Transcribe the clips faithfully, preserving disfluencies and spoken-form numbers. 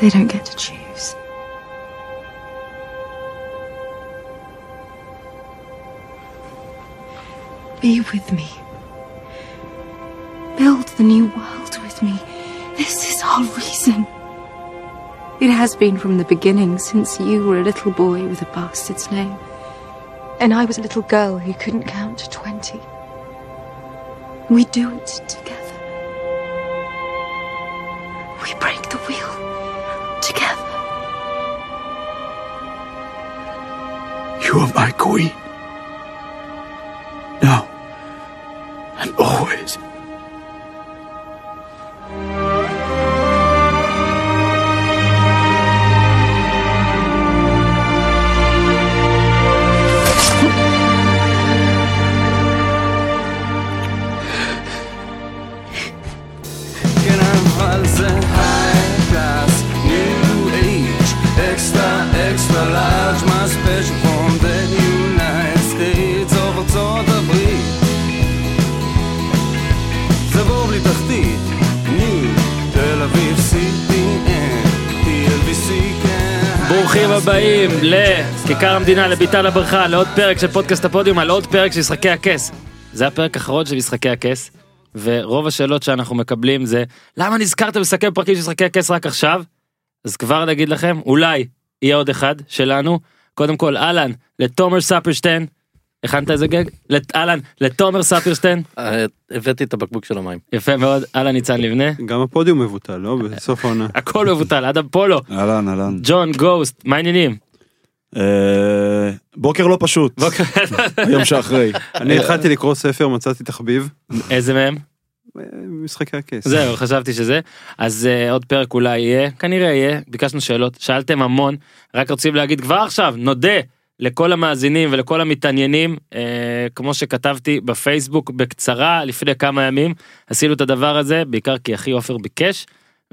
They don't get to choose. Be with me. Build the new world with me. This is our reason. It has been from the beginning, since you were a little boy with a bastard's name. And I was a little girl who couldn't count to twenty. We do it together. We break the wheel together. You are my queen. Now and always. ברוכים הבאים לכיכר המדינה, לביטל הברכה, לעוד פרק של פודקאסט הפודיום, על עוד פרק של משחקי הכס. זה הפרק האחרון של משחקי הכס, ורוב השאלות שאנחנו מקבלים זה, למה נזכרתם לסכם פרקים של משחקי הכס רק עכשיו? אז כבר נגיד לכם, אולי יהיה עוד אחד שלנו. קודם כל, אלן, לתומר ספרשטיין, הכנת איזה גג? אלן, לתומר ספרשטיין. הבאתי את הבקבוק של המים. יפה מאוד, אלן ניצן לבנה. גם הפודיום מבוטל, לא? בסוף העונה. הכל מבוטל, אדם פולו. אלן, אלן. ג'ון גוסט, מה העניינים? בוקר לא פשוט. היום שאחרי. אני התחלתי לקרוא ספר, מצאתי תחביב. איזה מהם? משחקי הכס. זהו, חשבתי שזה. אז עוד פרק אולי יהיה, כנראה יהיה. ביקשנו שאלות, שאלתם המון. רק רוצים להגיד כבר עכשיו, נודה לכל המאזינים ולכל המתעניינים, אה, כמו שכתבתי בפייסבוק בקצרה לפני כמה ימים, עשינו את הדבר הזה, בעיקר כי אחי עופר ביקש,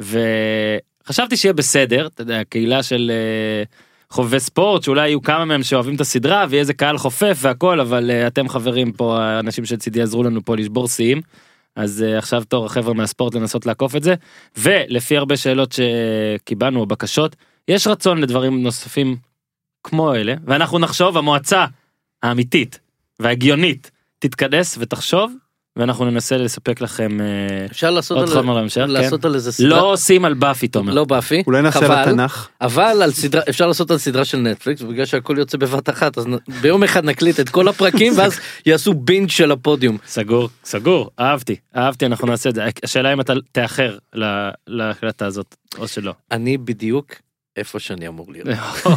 וחשבתי שיהיה בסדר, אתה יודע, קהילה של אה, חובבי ספורט, שאולי יהיו כמה מהם שאוהבים את הסדרה, ויהיה איזה קהל חופף והכל, אבל אה, אתם חברים פה, האנשים שצידי עזרו לנו פה לשבור שיאים, אז אה, עכשיו תור החבר'ה מהספורט לנסות לעקוף את זה, ולפי הרבה שאלות שקיבלנו או בקשות, יש רצון לדברים נוספים כמו אלה, ואנחנו נחשוב, המועצה האמיתית וההגיונית תתכנס ותחשוב, ואנחנו ננסה לספק לכם אפשר לעשות עוד על... חומר להמשך. לעשות כן? על איזה סדרה. לא עושים על באפי, תומר. לא באפי. אולי נעשה על התנ"ך. אבל על סדרה, אפשר לעשות על סדרה של נטפליקס, בגלל שהכל יוצא בבת אחת, אז ביום אחד נקליט את כל הפרקים, ואז יעשו בינג' של הפודיום. סגור, סגור, אהבתי, אהבתי, אנחנו נעשה את זה. השאלה אם אתה תאחר להחלטה הזאת, או שלא. אני בדיוק איפה שאני אמור להיות.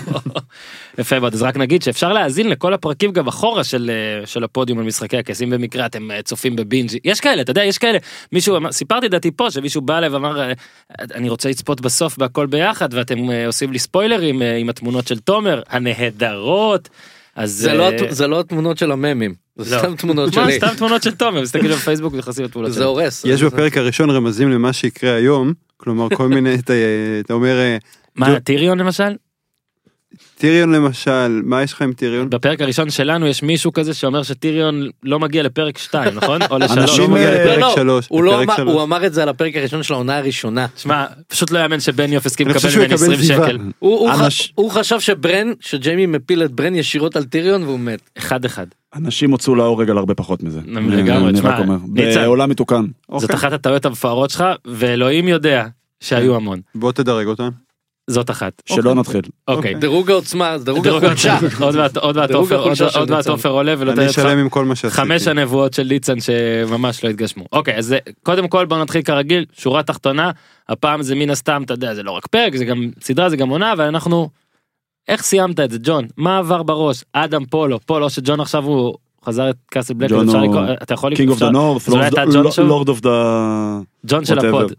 יפה מאוד, אז רק נגיד שאפשר להאזין לכל הפרקים גם אחורה של, של הפודיום על משחקי הכס, אם במקרה אתם צופים בבינג', יש כאלה, אתה יודע, יש כאלה, מישהו, סיפרתי דעתי פה, שמישהו בא אליי ואמר, אני רוצה לצפות בסוף בהכל ביחד, ואתם עושים לי ספוילרים עם התמונות של תומר, הנהדרות, אז... זה לא, זה לא התמונות של הממים, זה סתם תמונות שלי. מה, סתם תמונות של תומר, מסתכלים בפייסבוק וחסים את תמונות זה הורס. יש בפרק הראשון רמזים למה שיקרה היום, כלומר כל מיני, אתה אומר... מה, טיריון למשל? טיריון למשל, מה יש לך עם טיריון? בפרק הראשון שלנו יש מישהו כזה שאומר שטיריון לא מגיע לפרק שתיים, נכון? או לשלוש. אנשים מגיע לפרק שלוש. הוא אמר את זה על הפרק הראשון של העונה הראשונה. שמע, פשוט לא יאמן שבן יופ הסכים לקבל ממני עשרים שקל. הוא חשב שברן, שג'יימי מפיל את ברן ישירות על טיריון והוא מת. אחד אחד. אנשים הוצאו להורג על הרבה פחות מזה. לגמרי, תשמע, בעולם מתוקן. זאת אחת הטעויות המפוארות שלך, ואלוהים יודע שהיו המון. בוא תדרג אותם. זאת אחת. שלא נתחיל. אוקיי. דירוג העוצמה, דירוג החולשה. עוד מעט עופר עולה ולא אני אשלם עם כל מה שעשיתי. חמש הנבואות של ליצן שממש לא התגשמו. אוקיי, אז קודם כל בואו נתחיל כרגיל, שורה תחתונה, הפעם זה מן הסתם, אתה יודע, זה לא רק פרק, זה גם סדרה, זה גם עונה, ואנחנו, איך סיימת את זה, ג'ון? מה עבר בראש? אדם פולו, פולו שג'ון עכשיו הוא חזר את קאסל בלק, אתה יכול לקרוא, King of the North, Lord of the... ג'ון של הפוד.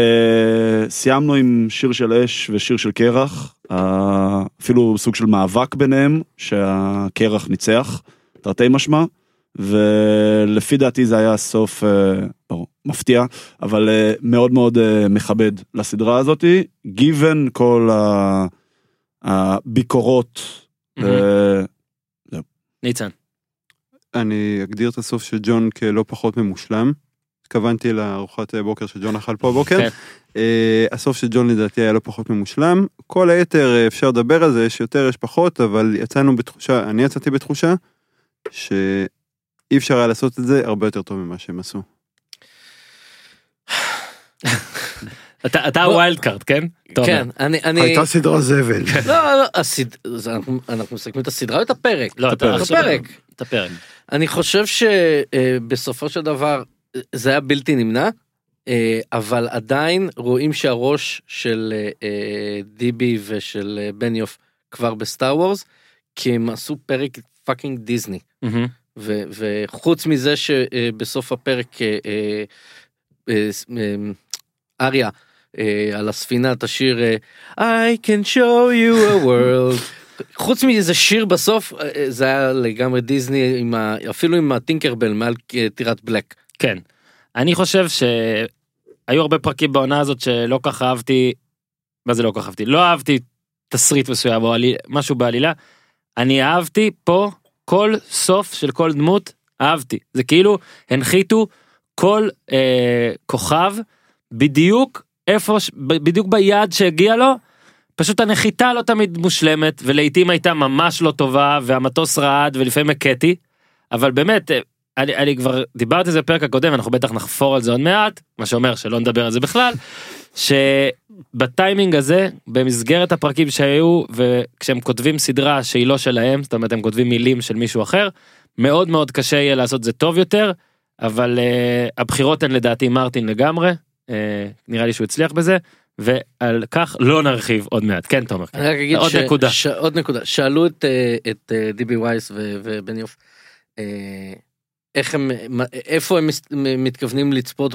סיימנו עם שיר של אש ושיר של קרח, אפילו סוג של מאבק ביניהם, שהקרח ניצח, תרתי משמע, ולפי דעתי זה היה סוף מפתיע, אבל מאוד מאוד מכבד לסדרה הזאת, given כל הביקורות. ניצן. אני אגדיר את הסוף של ג'ון כלא פחות ממושלם, התכוונתי לארוחת בוקר שג'ון אכל פה בבוקר. כן. אה, הסוף של ג'ון לדעתי היה לא פחות ממושלם. כל היתר אה, אפשר לדבר על זה, יש יותר, יש פחות, אבל יצאנו בתחושה, אני יצאתי בתחושה, שאי אפשר היה לעשות את זה הרבה יותר טוב ממה שהם עשו. אתה אתה הווילד קארד, כן? כן, אני, אני... הייתה סדרה זבל. לא, לא, הסד... זה, אנחנו, אנחנו מסכמים את הסדרה או את הפרק? לא, את הפרק. את הפרק. אני חושב שבסופו של דבר זה היה בלתי נמנע, אבל עדיין רואים שהראש של דיבי ושל בניוף כבר בסטאר וורס, כי הם עשו פרק פאקינג דיזני. ו- וחוץ מזה שבסוף הפרק אריה על הספינה תשיר I can show you a world. חוץ מאיזה שיר בסוף זה היה לגמרי דיזני עם ה... אפילו עם הטינקרבל מעל טירת בלק. כן, אני חושב שהיו הרבה פרקים בעונה הזאת שלא כך אהבתי, מה זה לא כך אהבתי? לא אהבתי תסריט מסוים או משהו בעלילה, אני אהבתי פה כל סוף של כל דמות, אהבתי. זה כאילו הנחיתו כל אה, כוכב בדיוק איפה, בדיוק ביעד שהגיע לו, פשוט הנחיתה לא תמיד מושלמת, ולעיתים הייתה ממש לא טובה, והמטוס רעד, ולפעמים הקטי, אבל באמת, אני, אני כבר דיברתי על זה בפרק הקודם, אנחנו בטח נחפור על זה עוד מעט, מה שאומר שלא נדבר על זה בכלל, שבטיימינג הזה, במסגרת הפרקים שהיו, וכשהם כותבים סדרה שהיא לא שלהם, זאת אומרת, הם כותבים מילים של מישהו אחר, מאוד מאוד קשה יהיה לעשות זה טוב יותר, אבל uh, הבחירות הן לדעתי מרטין לגמרי, uh, נראה לי שהוא הצליח בזה, ועל כך לא נרחיב עוד מעט. כן, תומר. אני רק אגיד עוד ש... נקודה. ש... עוד נקודה. שאלו את, את דיבי וייס ו... ובניוף, איך הם, איפה הם מתכוונים לצפות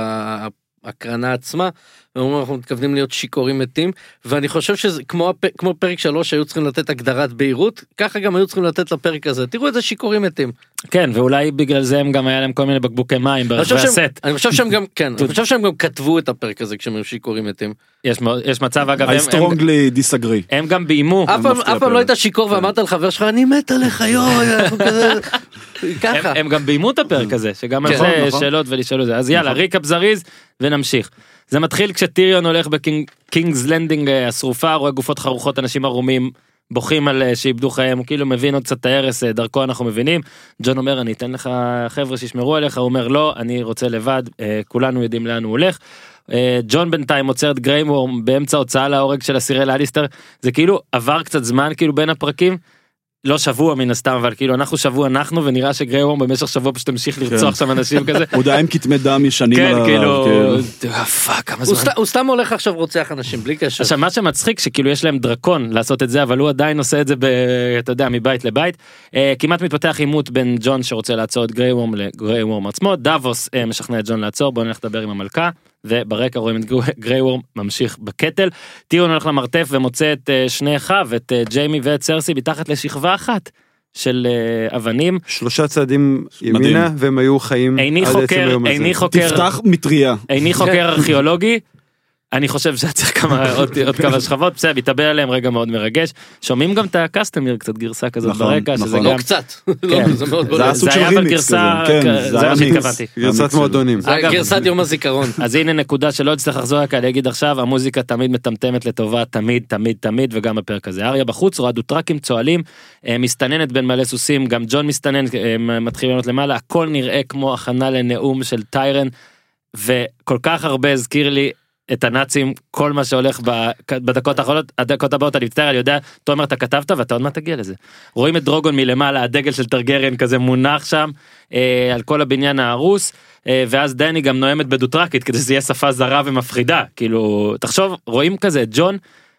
בהקרנה עצמה, ואומרים אנחנו מתכוונים להיות שיכורים מתים, ואני חושב שזה כמו, כמו פרק שלוש היו צריכים לתת הגדרת בהירות, ככה גם היו צריכים לתת לפרק הזה, תראו את זה שיכורים מתים. כן, ואולי בגלל זה הם גם היה להם כל מיני בקבוקי מים ברחבי הסט. אני חושב שהם גם, כן, אני חושב שהם גם כתבו את הפרק הזה כשהם היו שיכורים מתים. יש, יש מצב אגב, I strongly disagree. הם גם ביימו. אף פעם לא היית שיקור ואמרת לחבר שלך, אני מת עליך, יואי, ככה. הם גם ביימו את הפרק הזה, שגם על זה שאלות ולשאלו זה. אז יאללה, ריקאפ זריז ונמשיך. זה מתחיל כשטיריון הולך בקינגס לנדינג השרופה, רואה גופות חרוכות, אנשים ערומים, בוכים על שאיבדו חיים, הוא כאילו מבין עוד קצת את ההרס, דרכו אנחנו מבינים. ג'ון אומר, אני אתן לך חבר'ה שישמרו עליך, הוא אומר, לא, אני רוצה לבד, כולנו יודעים לאן הוא הולך. ג'ון בינתיים עוצר את גריימוורם באמצע הוצאה להורג של הסירל אליסטר, זה כאילו עבר קצת זמן כאילו בין הפרקים, לא שבוע מן הסתם, אבל כאילו אנחנו שבוע אנחנו, ונראה שגריימוורם במשך שבוע פשוט המשיך לרצוח שם אנשים כזה. הוא די עם כתמי דם ישנים כן, עליו. כאילו, פאק, כמה זמן. הוא סתם הולך עכשיו רוצח אנשים, בלי קשר. עכשיו, מה שמצחיק, שכאילו יש להם דרקון לעשות את זה, אבל הוא עדיין עושה את זה, אתה יודע, מבית לבית. כמעט מתפתח עימות בין ג'ון שרוצה לעצור את גריימוורם לגריימוורם עצמו, דאבוס משכנע את ג'ון לעצור, בואו נלך לדבר עם המלכה, וברקע רואים את גרייוורם ממשיך בקטל. טיריון הולך למרתף ומוצא את שני אחיו, את ג'יימי ואת סרסי, מתחת לשכבה אחת של אבנים. שלושה צעדים ימינה, והם היו חיים עד עצם היום הזה. איני חוקר, תפתח מטריה. איני חוקר ארכיאולוגי, אני חושב שצריך כמה, עוד, עוד כמה שכבות, בסדר, מתאבל עליהם רגע מאוד מרגש, שומעים גם את הקסטמיר, קצת גרסה כזאת נכון, ברקע, נכון. שזה לא גם... קצת, כן. לא, זה מאוד בולט. זה היה סוג של אבל רימיקס גרסה, כזה, כן, זה מה שהתכוונתי. גרסת מועדונים. זה אגב- גרסת יום הזיכרון. אז הנה נקודה שלא אצטרך לחזור רק אני אגיד עכשיו, המוזיקה תמיד מטמטמת לטובה, תמיד, תמיד, תמיד, וגם בפרק הזה. אריה בחוץ, רועדו טרקים, צועלים, אה, מסתננת בין מלא סוסים, גם ג'ון מסתנן, אה, מתחיל לענות למעלה, הכל נראה כמו הכנה לנאום של טיירן, וכל כך הרבה הזכיר לי את הנאצים, כל מה שהולך בדקות האחרונות, הדקות הבאות, אני מצטער, אני יודע, תומר, אתה כתבת ואתה עוד מה תגיע לזה. רואים את דרוגון מלמעלה, הדגל של טרגריאן כזה מונח שם, אה, על כל הבניין ההרוס, אה, ואז דני גם נואמת בדוטרקית, כדי שזה יהיה שפה זרה ומפחידה, כאילו, תחשוב, רואים כזה את ג'ון,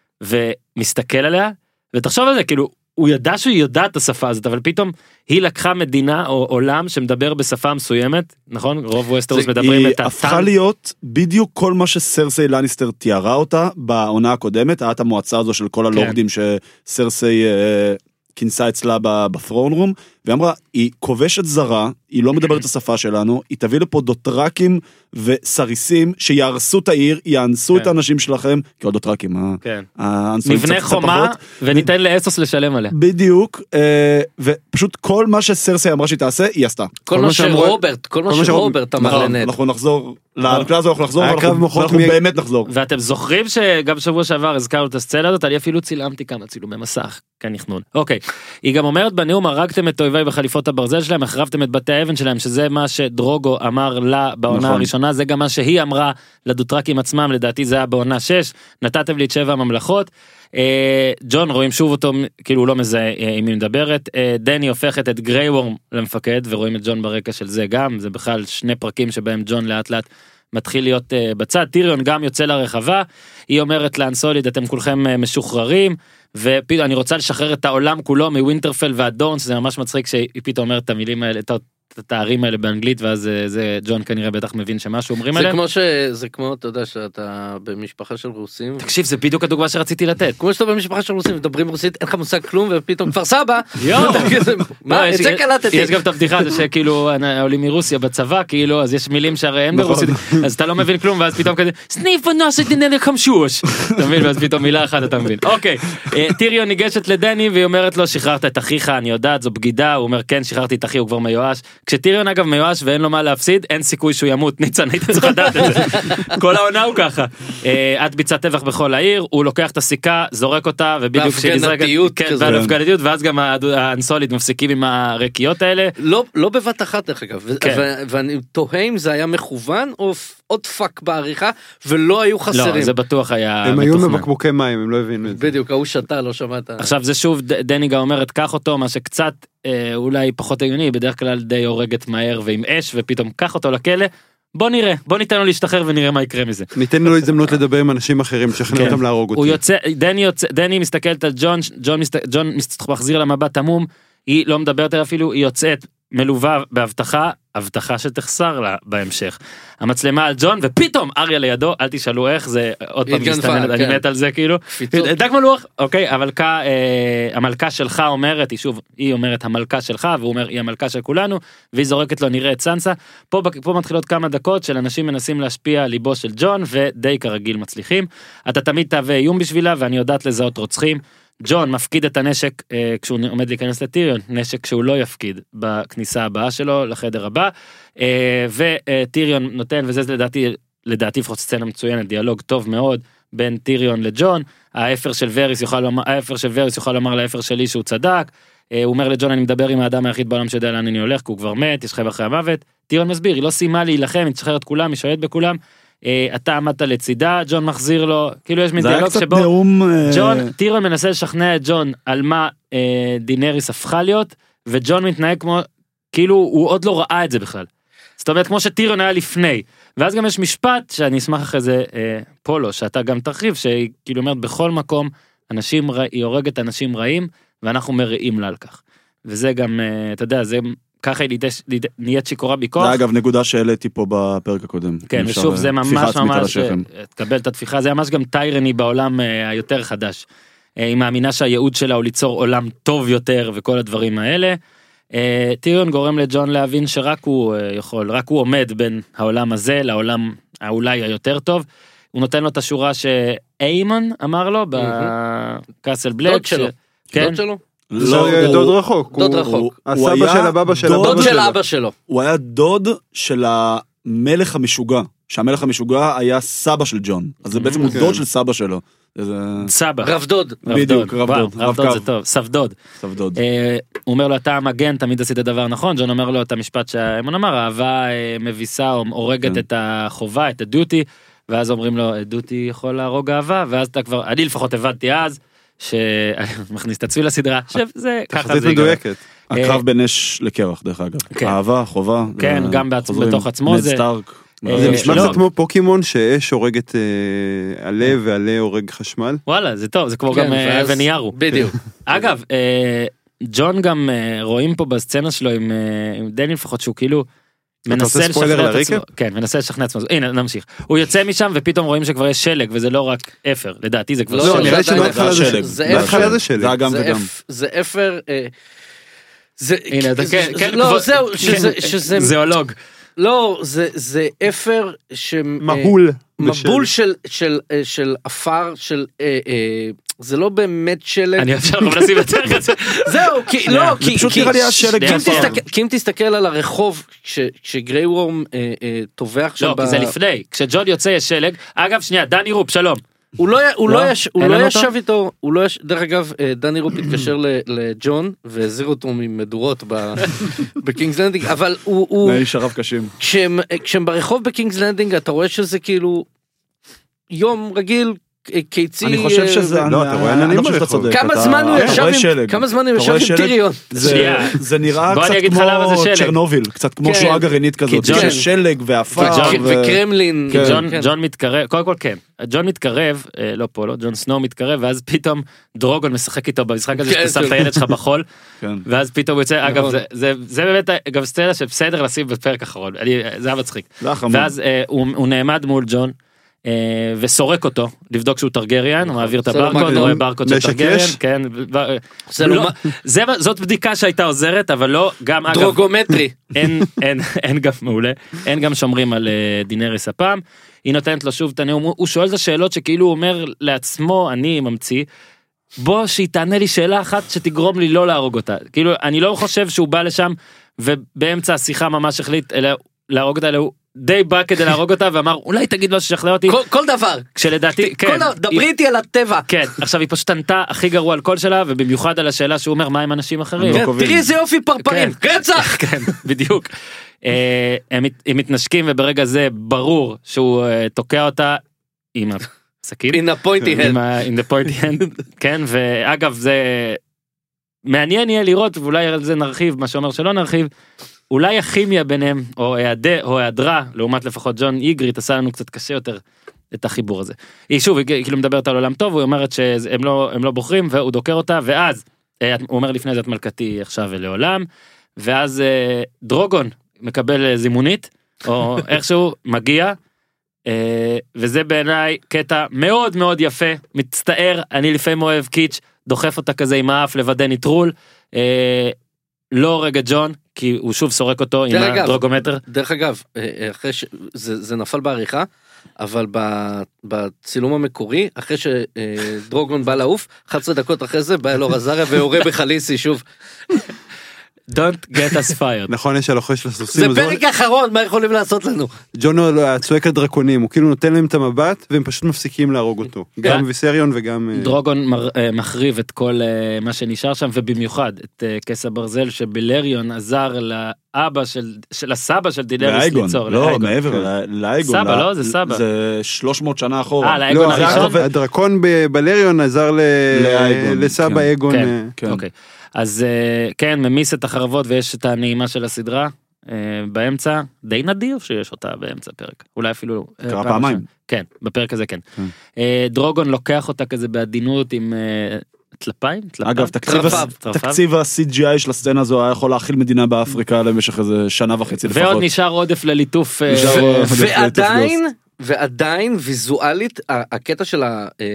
ומסתכל עליה, ותחשוב על זה, כאילו, הוא ידע שהוא יודע את השפה הזאת, אבל פתאום היא לקחה מדינה או עולם שמדבר בשפה מסוימת, נכון? רוב ווסטרוס מדברים את היא הפכה להיות בדיוק כל מה שסרסי לניסטר תיארה אותה בעונה הקודמת, הייתה המועצה הזו של כל הלורדים שסרסי כינסה אצלה בפרון רום, והיא אמרה, היא כובשת זרה, היא לא מדברת את השפה שלנו, היא תביא לפה דוטרקים וסריסים שיהרסו את העיר, יאנסו את האנשים שלכם, כי עוד דוטרקים, נבנה חומה וניתן לאסוס לשלם עליה. בדיוק, ופשוט כל מה שסרסי אמרה שהיא תעשה, היא עשתה. כל מה שרוברט, כל מה שרוברט אמר לנד. אנחנו נחזור, לנקלה הזו אנחנו נחזור, אנחנו באמת נחזור. ואתם זוכרים שגם שבוע שעבר הזכרנו את הסצנה הזאת, אני אפילו צילמתי כמה צילומי מסך, כנכנון. אוקיי, היא גם אומרת בנאום, הרגתם את אויבי בחליפות הברזל שלהם, החרבתם את בתי האבן שלהם, שזה מה שדרוגו אמר לה בעונה הראשונה, זה גם מה שהיא אמרה לדוטרקים עצמם, לדעתי זה היה בעונה שש, נתתם לי את שבע הממלכות, ג'ון רואים שוב אותו, כאילו הוא לא מזהה עם מי מדברת, דני הופכת את גריי וורם למפקד, ורואים את ג'ון ברקע של זה גם, זה בכלל שני פרקים שבהם ג'ון לאט לאט מתחיל להיות בצד, טיריון גם יוצא לרחבה, היא אומרת לאנסוליד, אתם כולכם משוחררים, ופתאום אני רוצה לשחרר את העולם כולו מווינטרפל והדורנס, זה ממש מצחיק שהיא פתאום אומרת את המילים האלה, את התארים האלה באנגלית, ואז זה ג'ון כנראה בטח מבין שמשהו אומרים עליהם. זה כמו ש... זה כמו, אתה יודע, שאתה במשפחה של רוסים. תקשיב, זה בדיוק הדוגמה שרציתי לתת. כמו שאתה במשפחה של רוסים, מדברים רוסית, אין לך מושג כלום, ופתאום כפר סבא. יואו! מה, את זה קלטתי. יש גם את הבדיחה, זה שכאילו, עולים מרוסיה בצבא, כאילו, אז יש מילים שהרי אין ברוסית, אז אתה לא מבין כלום, ואז פתאום כזה, סניף ונוסת דיננה חמשוש. אתה מבין, ואז פתאום מילה אחת אתה מבין. אוקיי, טיריון ניגשת לדני, והיא אומרת לו, שחררת את אחיך, אני יודעת, זו בגידה. הוא אומר, כן, שחררתי את אחי, הוא כבר מיואש. כשטיריון אגב מיואש ואין לו מה להפסיד, אין סיכוי שהוא ימות. ניצן, היית צריך לדעת את זה. כל העונה הוא ככה. את ביצעת טבח בכל העיר, הוא לוקח את הסיכה, זורק אותה, ובדיוק בהפגנתיות כזה. בהפגנתיות, ואז גם האנסוליד מפסיקים עם הרקיות האלה. לא בבת אחת דרך אגב. ואני תוהה אם זה היה מכוון, או עוד פאק בעריכה, ולא היו חסרים. לא, זה בטוח היה הם היו מבקבוקי מים, הם לא הבינו את זה. בדיוק, ההוא שתה, לא שמעת. עכשיו זה שוב, דניגה אומרת, קח אותו, מה שקצת אולי פחות עיוני, בדרך כלל די הורגת מהר ועם אש, ופתאום קח אותו לכלא, בוא נראה, בוא ניתן לו להשתחרר ונראה מה יקרה מזה. ניתן לו הזדמנות לדבר עם אנשים אחרים, שכנע אותם להרוג אותי. הוא יוצא, דני יוצא, דני מסתכלת על ג'ון, ג'ון מחזיר לה מבט עמום, היא לא מדברת אפילו, היא יוצאת מלווה בהבטחה, הבטחה שתחסר לה בהמשך. המצלמה על ג'ון, ופתאום אריה לידו, אל תשאלו איך, זה עוד פעם מסתננת, אני מת על זה כאילו. דק מלוח, אוקיי, המלכה, המלכה שלך אומרת, היא שוב, היא אומרת המלכה שלך, והוא אומר, היא המלכה של כולנו, והיא זורקת לו נראה את סנסה. פה, פה מתחילות כמה דקות של אנשים מנסים להשפיע על ליבו של ג'ון, ודי כרגיל מצליחים. אתה תמיד תהווה איום בשבילה, ואני יודעת לזהות רוצחים. ג'ון מפקיד את הנשק אה, כשהוא עומד להיכנס לטיריון, נשק שהוא לא יפקיד בכניסה הבאה שלו לחדר הבא, אה, וטיריון נותן, וזה לדעתי, לדעתי לפחות סצנה מצוינת, דיאלוג טוב מאוד בין טיריון לג'ון, האפר של וריס יוכל לומר, האפר של וריס יוכל לומר לאפר שלי שהוא צדק, אה, הוא אומר לג'ון אני מדבר עם האדם היחיד בעולם שיודע לאן אני הולך, כי הוא כבר מת, יש חיים אחרי המוות, טיריון מסביר, היא לא סיימה להילחם, היא תשחרר את כולם, היא שואלת בכולם, אתה עמדת לצידה, ג'ון מחזיר לו, כאילו יש מין דיאלוג שבו, ג'ון, טיריון מנסה לשכנע את ג'ון על מה דינריס הפכה להיות, וג'ון מתנהג כמו, כאילו הוא עוד לא ראה את זה בכלל. זאת אומרת, כמו שטיריון היה לפני, ואז גם יש משפט, שאני אשמח אחרי זה, פולו, שאתה גם תרחיב, שהיא כאילו אומרת, בכל מקום, אנשים, היא הורגת אנשים רעים, ואנחנו מראים לה על כך. וזה גם, אתה יודע, זה... ככה היא נהיית שיקורה בכוח. זה אגב נקודה שהעליתי פה בפרק הקודם. כן, ושוב זה ממש ממש, תקבל את התפיחה, זה ממש גם טיירני בעולם היותר חדש. היא מאמינה שהייעוד שלה הוא ליצור עולם טוב יותר וכל הדברים האלה. טיריון גורם לג'ון להבין שרק הוא יכול, רק הוא עומד בין העולם הזה לעולם האולי היותר טוב. הוא נותן לו את השורה שאיימון אמר לו בקאסל בלק. דוד שלו. דוד שלו. זה דוד רחוק, דוד רחוק, הסבא של הבבא של דוד של אבא שלו, הוא היה דוד של המלך המשוגע, שהמלך המשוגע היה סבא של ג'ון, אז זה בעצם הוא דוד של סבא שלו, סבא, רב דוד, בדיוק, רב דוד, רב דוד זה טוב, סב דוד, סב דוד, הוא אומר לו אתה המגן, תמיד עשית דבר נכון, ג'ון אומר לו את המשפט שהאמון אמר, אהבה מביסה או הורגת את החובה, את הדיוטי, ואז אומרים לו דיוטי יכול להרוג אהבה, ואז אתה כבר, אני לפחות הבנתי אז, שמכניס את עצמי לסדרה, שזה ככה זה מדויקת. הקרב בין אש לקרח דרך אגב, אהבה, חובה, כן, גם בתוך עצמו זה זה נשמע קצת כמו פוקימון שאש הורגת עלה ועלה הורג חשמל. וואלה זה טוב, זה כמו גם וניירו. בדיוק. אגב, ג'ון גם רואים פה בסצנה שלו עם דני לפחות שהוא כאילו מנסה לשכנע את עצמו, כן, מנסה לשכנע את עצמו, הנה נמשיך, הוא יוצא משם ופתאום רואים שכבר יש שלג וזה לא רק אפר, לדעתי זה כבר שלג, נראה שבהתחלה זה שלג, זה גם וגם, זה אפר, זה, הנה, אתה כן, כן, לא, כבר- זהו, כן, שזה, שזה, זואולוג. לא, זה, זה אפר ש... מהול. מבול של, של, של אפר, של, אה, אה, זה לא באמת שלג. אני אפשר לא מנסים יותר כזה. זהו, כי, לא, זה כי, פשוט כי, נראה לי השלג כי אם אפר. תסתכל, כי אם תסתכל על הרחוב, כש, כשגריי וורם אה, אה, טובח שם, לא, כי זה לפני. כשג'ון יוצא יש שלג. אגב, שנייה, דני רופ, שלום. הוא לא, הוא לא? לא, יש, הוא אין לא לנו ישב אותו? איתו, הוא לא יש, דרך אגב, אה, דני רופ התקשר ל- לג'ון, והזהיר אותו ממדורות ב- בקינגס לנדינג, אבל הוא, הוא, תנאי שרב קשים. כשהם, כשהם ברחוב בקינגס לנדינג, אתה רואה שזה כאילו יום רגיל, קיצי. אני חושב שזה... לא, אתה רואה עננים אני לא חושב שאתה ברחוב. צודק. כמה אתה- זמן הוא אתה ישב רואה עם, שלג. כמה זמן הוא אתה ישב רואה עם שלג? טיריון. זה- שנייה. זה נראה בוא אני קצת אגיד לך למה זה כמו שלג. צ'רנוביל, קצת כמו כן. שואה גרעינית כזאת, כי ג'ון- שיש שלג ועפר. ג'ון- ו- וקרמלין. כן. ג'ון, כן. ג'ון מתקרב, קודם כל כן, ג'ון מתקרב, אה, לא פה, לא, ג'ון סנואו מתקרב, ואז פתאום דרוגון משחק איתו במשחק הזה, כן, שאתה שם כן. את הילד שלך בחול, כן. ואז פתאום הוא יוצא, אגב, נכון. זה, זה, זה באמת גם סצנה שבסדר לשים בפרק האחרון, אני, זה היה מצחיק. זה היה חמוד. ואז אה, הוא, הוא נעמד מול ג'ון, אה, וסורק אותו, לבדוק שהוא טרגריאן, הוא מעביר את זה לא הברקוד, מגנום. רואה ברקוד של נשק טרגריאן, יש? כן, ו- זה לא, לא זה, זאת בדיקה שהייתה עוזרת, אבל לא, גם אגב, דרוגומטרי. אין, אין, אין גם מעולה, אין גם שומרים על אה, דינריס הפעם, היא נותנת לו שוב את הנאום, הוא הוא שואל את השאלות שכאילו הוא אומר לעצמו, אני ממציא, בוא שהיא תענה לי שאלה אחת שתגרום לי לא להרוג אותה, כאילו אני לא חושב שהוא בא לשם, ובאמצע השיחה ממש החליט אלא, להרוג אותה, אלא הוא די בא כדי להרוג אותה, ואמר אולי תגיד משהו ששכנע אותי, כל- כל דבר. כשלדעתי, כן, כל דבר, דברי היא- איתי על הטבע. כן, עכשיו היא פשוט ענתה הכי גרוע על כל שלה, ובמיוחד על השאלה שהוא אומר מה עם אנשים אחרים, לא כן, קובעים. תראי איזה יופי פרפרים. רצח. כן, בדיוק. אה, הם מת- הם מתנשקים וברגע זה ברור שהוא אה, תוקע אותה עם הסכין, In a pointy עם head. ה- in the point hand, כן, ואגב זה מעניין יהיה לראות, ואולי על זה נרחיב, מה שאומר שלא נרחיב, אולי הכימיה ביניהם, או היעדר- או היעדרה, לעומת לפחות ג'ון איגריט, עשה לנו קצת קשה יותר את החיבור הזה. היא שוב, היא כאילו מדברת על עולם טוב, הוא אומרת שהם לא, הם לא בוחרים, והוא דוקר אותה, ואז, אה, הוא אומר לפני זה את מלכתי עכשיו ולעולם, ואז אה, דרוגון מקבל אה, זימונית, או איכשהו מגיע, אה, וזה בעיניי קטע מאוד מאוד יפה, מצטער, אני לפעמים אוהב קיץ', דוחף אותה כזה עם האף לוודא ניטרול, אה, לא רגע ג'ון, כי הוא שוב סורק אותו עם דרך אגב, הדרוגומטר. דרך אגב, אה, אחרי ש... זה, זה נפל בעריכה, אבל ב- בצילום המקורי, אחרי שדרוגון בא לעוף, אחת עשרה דקות אחרי זה, בא אלאור עזריה ויורה בחליסי שוב. Don't get us fired. נכון, יש הלוחש לסוסים. זה אז הוא- פרק אחרון, מה יכולים לעשות לנו? ג'ון צועק על דרקונים, הוא כאילו נותן להם את המבט, והם פשוט מפסיקים להרוג אותו. גם ויסריון וגם... אה, דרוגון מר- אה, מחריב את כל אה, מה שנשאר שם, ובמיוחד את אה, כס הברזל שבלריון עזר לאבא של, של הסבא של דינריס לאייגון, ליצור. לא, לאייגון. מעבר, ל- לאייגון. סבא, ל- לא? זה סבא. זה שלוש מאות שנה אחורה. אה, לאייגון לא, הראשון? הדרקון בבלריון עזר ל- לאייגון, לסבא כן. אגון. כן. אה, כן. אוקיי. אז אה, כן, ממיס את החרבות ויש את הנעימה של הסדרה אה, באמצע, די נדיר שיש אותה באמצע פרק. אולי אפילו... אה, קרה פעם פעמיים. ראשונה. כן, בפרק הזה כן. כן. אה, דרוגון לוקח אותה כזה בעדינות עם אה, טלפיים? טלפיו? אגב, תקציב טרפיו, הס- טרפיו. תקציב ה-סי ג'י איי של הסצנה הזו היה יכול להכיל מדינה באפריקה למשך איזה שנה וחצי לפחות. ועוד נשאר עודף לליטוף. אה, נשאר ו- עודף. ועדיין, ועדיין ויזואלית, ה- הקטע של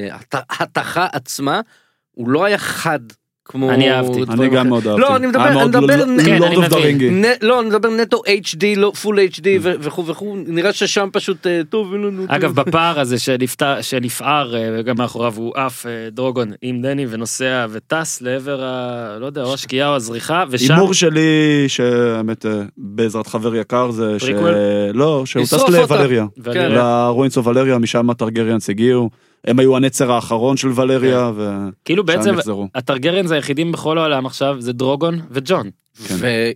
ההתכה עצמה, הוא לא היה חד כמו... אני אהבתי. אני דברים גם אחרים. מאוד אהבתי. לא, אני מדבר, היה אני מאוד מדבר, ל- כן, Lord אני of the מבין. Ring. נ- לא, אני מדבר נטו אייץ' די, לא פול אייץ' די וכו' וכו', נראה ששם פשוט אה, טוב, אין לנו... אגב, בפער הזה שנפתע- שנפער, אה, גם מאחוריו הוא עף אה, דרוגון עם דני ונוסע וטס לעבר ה... לא יודע, או השקיעה או הזריחה, ושם... הימור שלי, שהאמת אה, בעזרת חבר יקר, זה ש... פריקוול? לא, שהוא טס לשרוף אותה. לוולריה. ולריה. לרוינס אוף ולריה, משם הטרגריאנס הגיעו. הם היו הנצר האחרון של ולריה, כאילו ושם בעצם יחזרו. הטרגריאנס היחידים בכל העולם עכשיו זה דרוגון וג'ון. ו-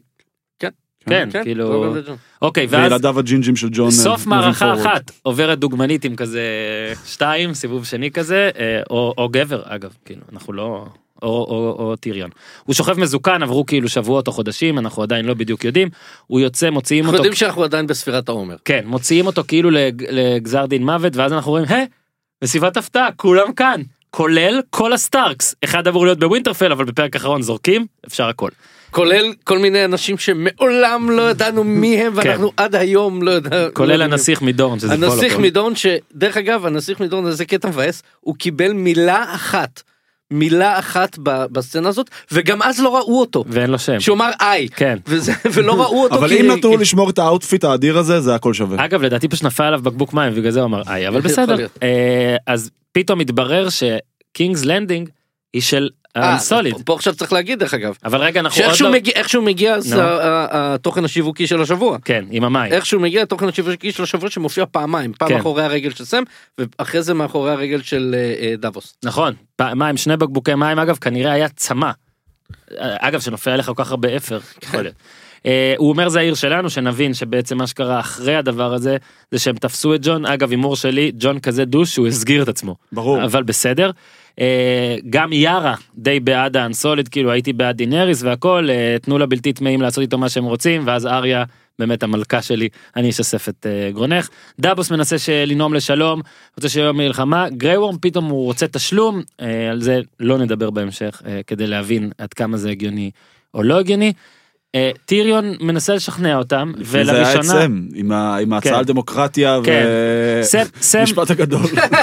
כן, כן, כאילו... דרוגון וג'ון. אוקיי, ואז וילדיו הג'ינג'ים של ג'ון. סוף moving מערכה forward. אחת עוברת דוגמנית עם כזה שתיים, סיבוב שני כזה, אה, או, או גבר אגב, כאילו, אנחנו לא... או, או, או טיריון. הוא שוכב מזוקן, עברו כאילו שבועות או חודשים, אנחנו עדיין לא בדיוק יודעים, הוא יוצא, מוציאים אנחנו אותו... יודעים שאנחנו עדיין בספירת העומר. כן, מוציאים אותו כאילו לג- לגזר דין מוות, ואז אנחנו רואים, היי, בסביבת הפתעה, כולם כאן, כולל כל הסטארקס. אחד אמור להיות בווינטרפל, אבל בפרק האחרון זורקים, אפשר הכל. כולל כל מיני אנשים שמעולם לא ידענו מי הם, ואנחנו עד היום לא ידענו. כולל הנסיך מדורן, שזה הנסיך פולו. מדורן, שדרך אגב, הנסיך מדורן, זה קטע מבאס, הוא קיבל מילה אחת מילה אחת בסצנה הזאת, וגם אז לא ראו אותו. ואין לו שם. שהוא אמר איי. כן. ולא ראו אותו. אבל אם נתנו לשמור את האוטפיט האדיר הזה, זה הכל שווה. אגב, לדעתי פשוט נפל עליו בקבוק מים, ובגלל זה הוא אמר איי, אבל בסדר. אז פתאום מתברר שקינגס לנדינג היא של סוליד. פה עכשיו צריך להגיד דרך אגב. אבל רגע, אנחנו עוד לא... שאיכשהו מגיע התוכן השיווקי של השבוע. כן, עם המים. איכשהו מגיע התוכן השיווקי של השבוע שמופיע פעמיים, פעם מאחורי הרגל של סם, ואחרי זה מאחורי הרגל של דאבוס. נכון, מים, שני בקבוקי מים, אגב, כנראה היה צמא. אגב, שנופע עליך כל כך הרבה אפר. הוא אומר זה העיר שלנו, שנבין שבעצם מה שקרה אחרי הדבר הזה, זה שהם תפסו את ג'ון. אגב, הימור שלי, ג'ון כזה דוש, שהוא הסגיר את עצמו. ברור. אבל בסדר. גם יארה די בעד האנסוליד, כאילו הייתי בעד דינריס והכל, תנו לה בלתי טמאים לעשות איתו מה שהם רוצים, ואז אריה, באמת המלכה שלי, אני אשסף את גרונך. דאבוס מנסה לנום לשלום, רוצה שיהיה מלחמה, גרייוורם פתאום הוא רוצה תשלום, על זה לא נדבר בהמשך, כדי להבין עד כמה זה הגיוני או לא הגיוני. טיריון מנסה לשכנע אותם, ולראשונה... זה היה אצם, עם ההצעה על דמוקרטיה ומשפט הגדול.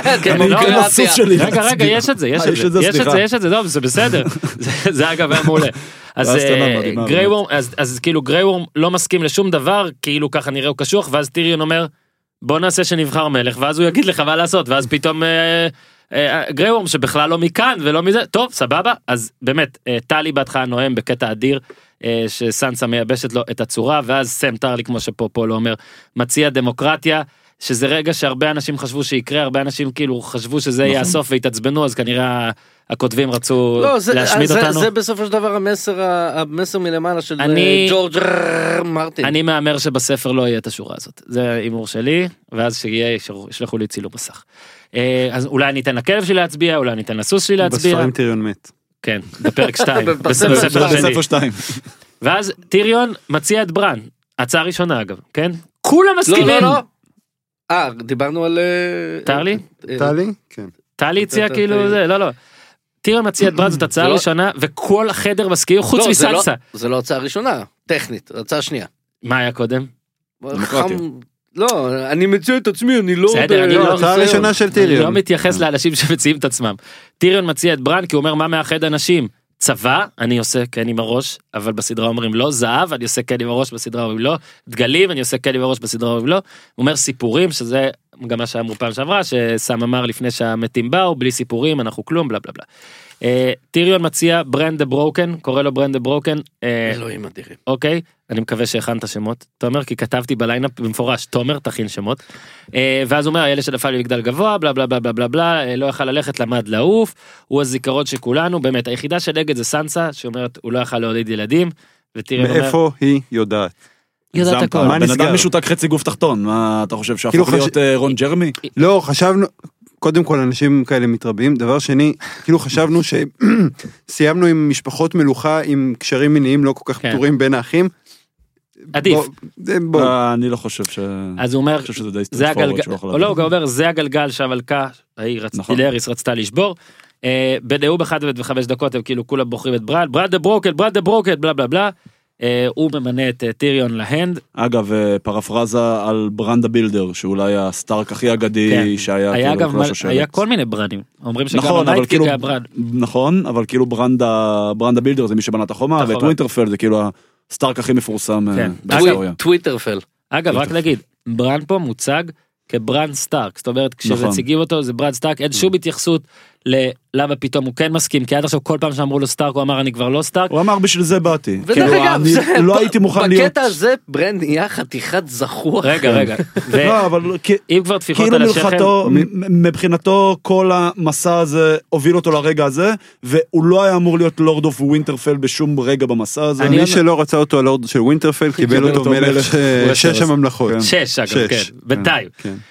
רגע, רגע, יש את זה, יש את זה, יש את זה, יש את זה, טוב, זה בסדר. זה אגב היה מעולה. אז כאילו גרייוורם לא מסכים לשום דבר, כאילו ככה נראה הוא קשוח, ואז טיריון אומר, בוא נעשה שנבחר מלך, ואז הוא יגיד לך מה לעשות, ואז פתאום... גרייוורם שבכלל לא מכאן ולא מזה, טוב, סבבה, אז באמת, טלי בהתחלה נואם בקטע אדיר, שסנסה מייבשת לו את הצורה, ואז סם טרלי, כמו שפה פולו אומר, מציע דמוקרטיה, שזה רגע שהרבה אנשים חשבו שיקרה, הרבה אנשים כאילו חשבו שזה יהיה הסוף והתעצבנו, אז כנראה הכותבים רצו להשמיד אותנו. זה בסופו של דבר המסר מלמעלה של ג'ורג' מרטין. אני מאמר שבספר לא יהיה את השורה הזאת, זה הימור שלי, ואז שיהיה, ישלחו לי צילום מסך. אז אולי אני אתן לכלב שלי להצביע, אולי אני אתן לסוס שלי להצביע. בספרים טיריון מת. כן, בפרק שתיים. בספר שתיים. ואז טיריון מציע את ברן, הצעה ראשונה אגב, כן? כולם מסכימים. לא, לא, לא. אה, דיברנו על... טלי? טלי? כן. טלי הציע כאילו זה, לא, לא. טיריון מציע את ברן, זאת הצעה ראשונה, וכל החדר מסכים, חוץ מסנסה. זה לא הצעה ראשונה, טכנית, הצעה שנייה. מה היה קודם? דמוקרטיה. לא, אני מציע את עצמי, אני לא... בסדר, אני לא... הצעה ראשונה של טיריון. אני לא מתייחס לאנשים שמציעים את עצמם. טיריון מציע את ברן, כי הוא אומר מה מאחד אנשים. צבא, אני עושה כן עם הראש, אבל בסדרה אומרים לא, זהב, אני עושה כן עם הראש, בסדרה אומרים לא, דגלים, אני עושה כן עם הראש, בסדרה אומרים לא, הוא אומר סיפורים, שזה גם מה שאמרו פעם שעברה, שסם אמר לפני שהמתים באו, בלי סיפורים, אנחנו כלום, בלה בלה בלה. טיריון מציע ברנד דה ברוקן, קורא לו ברנד דה ברוקן. אלוהים אדירים. אוקיי, אני מקווה שהכנת שמות. תומר, כי כתבתי בליינאפ במפורש, תומר, תכין שמות. ואז הוא אומר, הילד שנפל במגדל גבוה, בלה בלה בלה בלה בלה בלה, לא יכל ללכת, למד לעוף, הוא הזיכרון שכולנו, באמת, היחידה שנגד זה סנסה, שאומרת, הוא לא יכל להוליד ילדים, וטיריון אומר... מאיפה היא יודעת? יודעת הכל. בן אדם משותק חצי גוף תחתון, מה אתה חושב שהפך להיות רון ג'רמי? לא, חשבנו... קודם כל אנשים כאלה מתרבים, דבר שני, כאילו חשבנו שסיימנו עם משפחות מלוכה, עם קשרים מיניים לא כל כך פתורים בין האחים. עדיף. אני לא חושב ש... אז הוא אומר, זה הגלגל, או לא, הוא אומר, זה הגלגל שהמלכה, דינריס רצתה לשבור, בנאום אחד וחמש דקות הם כאילו כולם בוחרים את ברד, ברד דה ברוקן, ברד דה ברוקן, בלה בלה בלה, הוא ממנה את טיריון להנד. אגב, פרפרזה על ברנדה בילדר, שאולי הסטארק הכי אגדי שהיה. היה אגב, היה כל מיני ברנים. אומרים שגם הנייטקינג היה ברד. נכון, אבל כאילו ברנדה בילדר זה מי שבנה את החומה, ואת ווינטרפל זה כאילו הסטארק הכי מפורסם בהיסטוריה. טוויטרפל. אגב, רק להגיד, ברן פה מוצג כברן סטארק, זאת אומרת, כשמציגים אותו זה ברד סטארק, אין שום התייחסות ללמה פתאום הוא כן מסכים, כי עד עכשיו כל פעם שאמרו לו סטארק, הוא אמר אני כבר לא סטארק. הוא אמר בשביל זה באתי. ודרך אגב, לא הייתי מוכן להיות... בקטע הזה ברן נהיה חתיכת זכוח. רגע, רגע. לא, אבל אם כבר תפיחות על השכם... מבחינתו כל המסע הזה הוביל אותו לרגע הזה, והוא לא היה אמור להיות לורד אוף ווינטרפל בשום רגע במסע הזה. מי שלא רצה אותו הלורד של ווינטרפל, קיבל אותו מלך שש הממלכות. שש אגב, כן. בינתיים.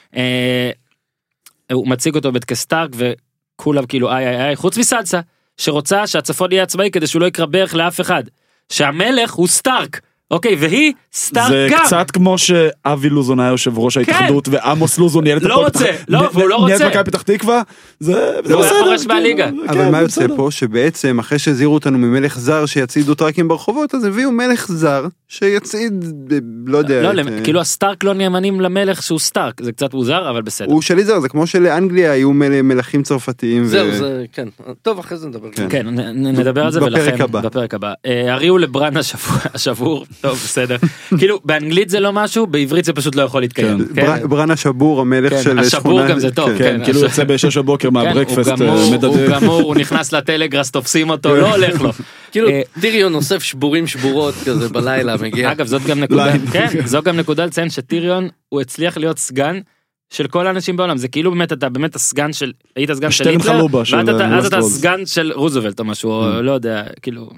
הוא מציג אותו כסטארק וכולם כאילו איי איי איי, חוץ מסנסה, שרוצה שהצפון יהיה עצמאי כדי שהוא לא יקרא בערך לאף אחד. שהמלך הוא סטארק, אוקיי, והיא סטארק זה גם. קצת כמו שאבי לוזון היה יושב ראש ההתאחדות, ועמוס לוזון ניהל את לא רוצה, לא, והוא לא רוצה. ניהל את מכבי פתח תקווה, זה הוא היה פורש מהליגה. אבל מה יוצא פה? שבעצם אחרי שהזהירו אותנו ממלך זר שיצעידו טרקים ברחובות, אז הביאו מלך זר שיצעיד, לא יודע. לא, כאילו הסטארק לא נאמנים למלך שהוא סטארק, זה קצת מוזר, אבל בסדר. הוא שלי זר, זה כמו שלאנגליה היו מלכים צרפתיים. זהו, זה, כן. טוב, אחרי זה נדבר. כן, נדבר על זה ולכן, בפרק הבא. הריעו לברן השבור, טוב, בסדר. כאילו, באנגלית זה לא משהו, בעברית זה פשוט לא יכול להתקיים. ברן השבור, המלך של שכונה. השבור גם זה טוב. כן, כאילו יוצא בשש הבוקר מהברקפסט מדדה. הוא גמור, הוא נכנס לטלגרס, תופסים אותו, לא הולך לו. כאילו, טיריון אוסף שבורים שבורות כזה בלילה, מגיע. אגב, זאת גם נקודה, כן, זו גם נקודה לציין שטיריון, הוא הצליח להיות סגן של כל האנשים בעולם, זה כאילו באמת אתה באמת הסגן של, היית הסגן של היטלר, ואז אתה הסגן של רוזוולט או משהו, לא יודע, כאילו,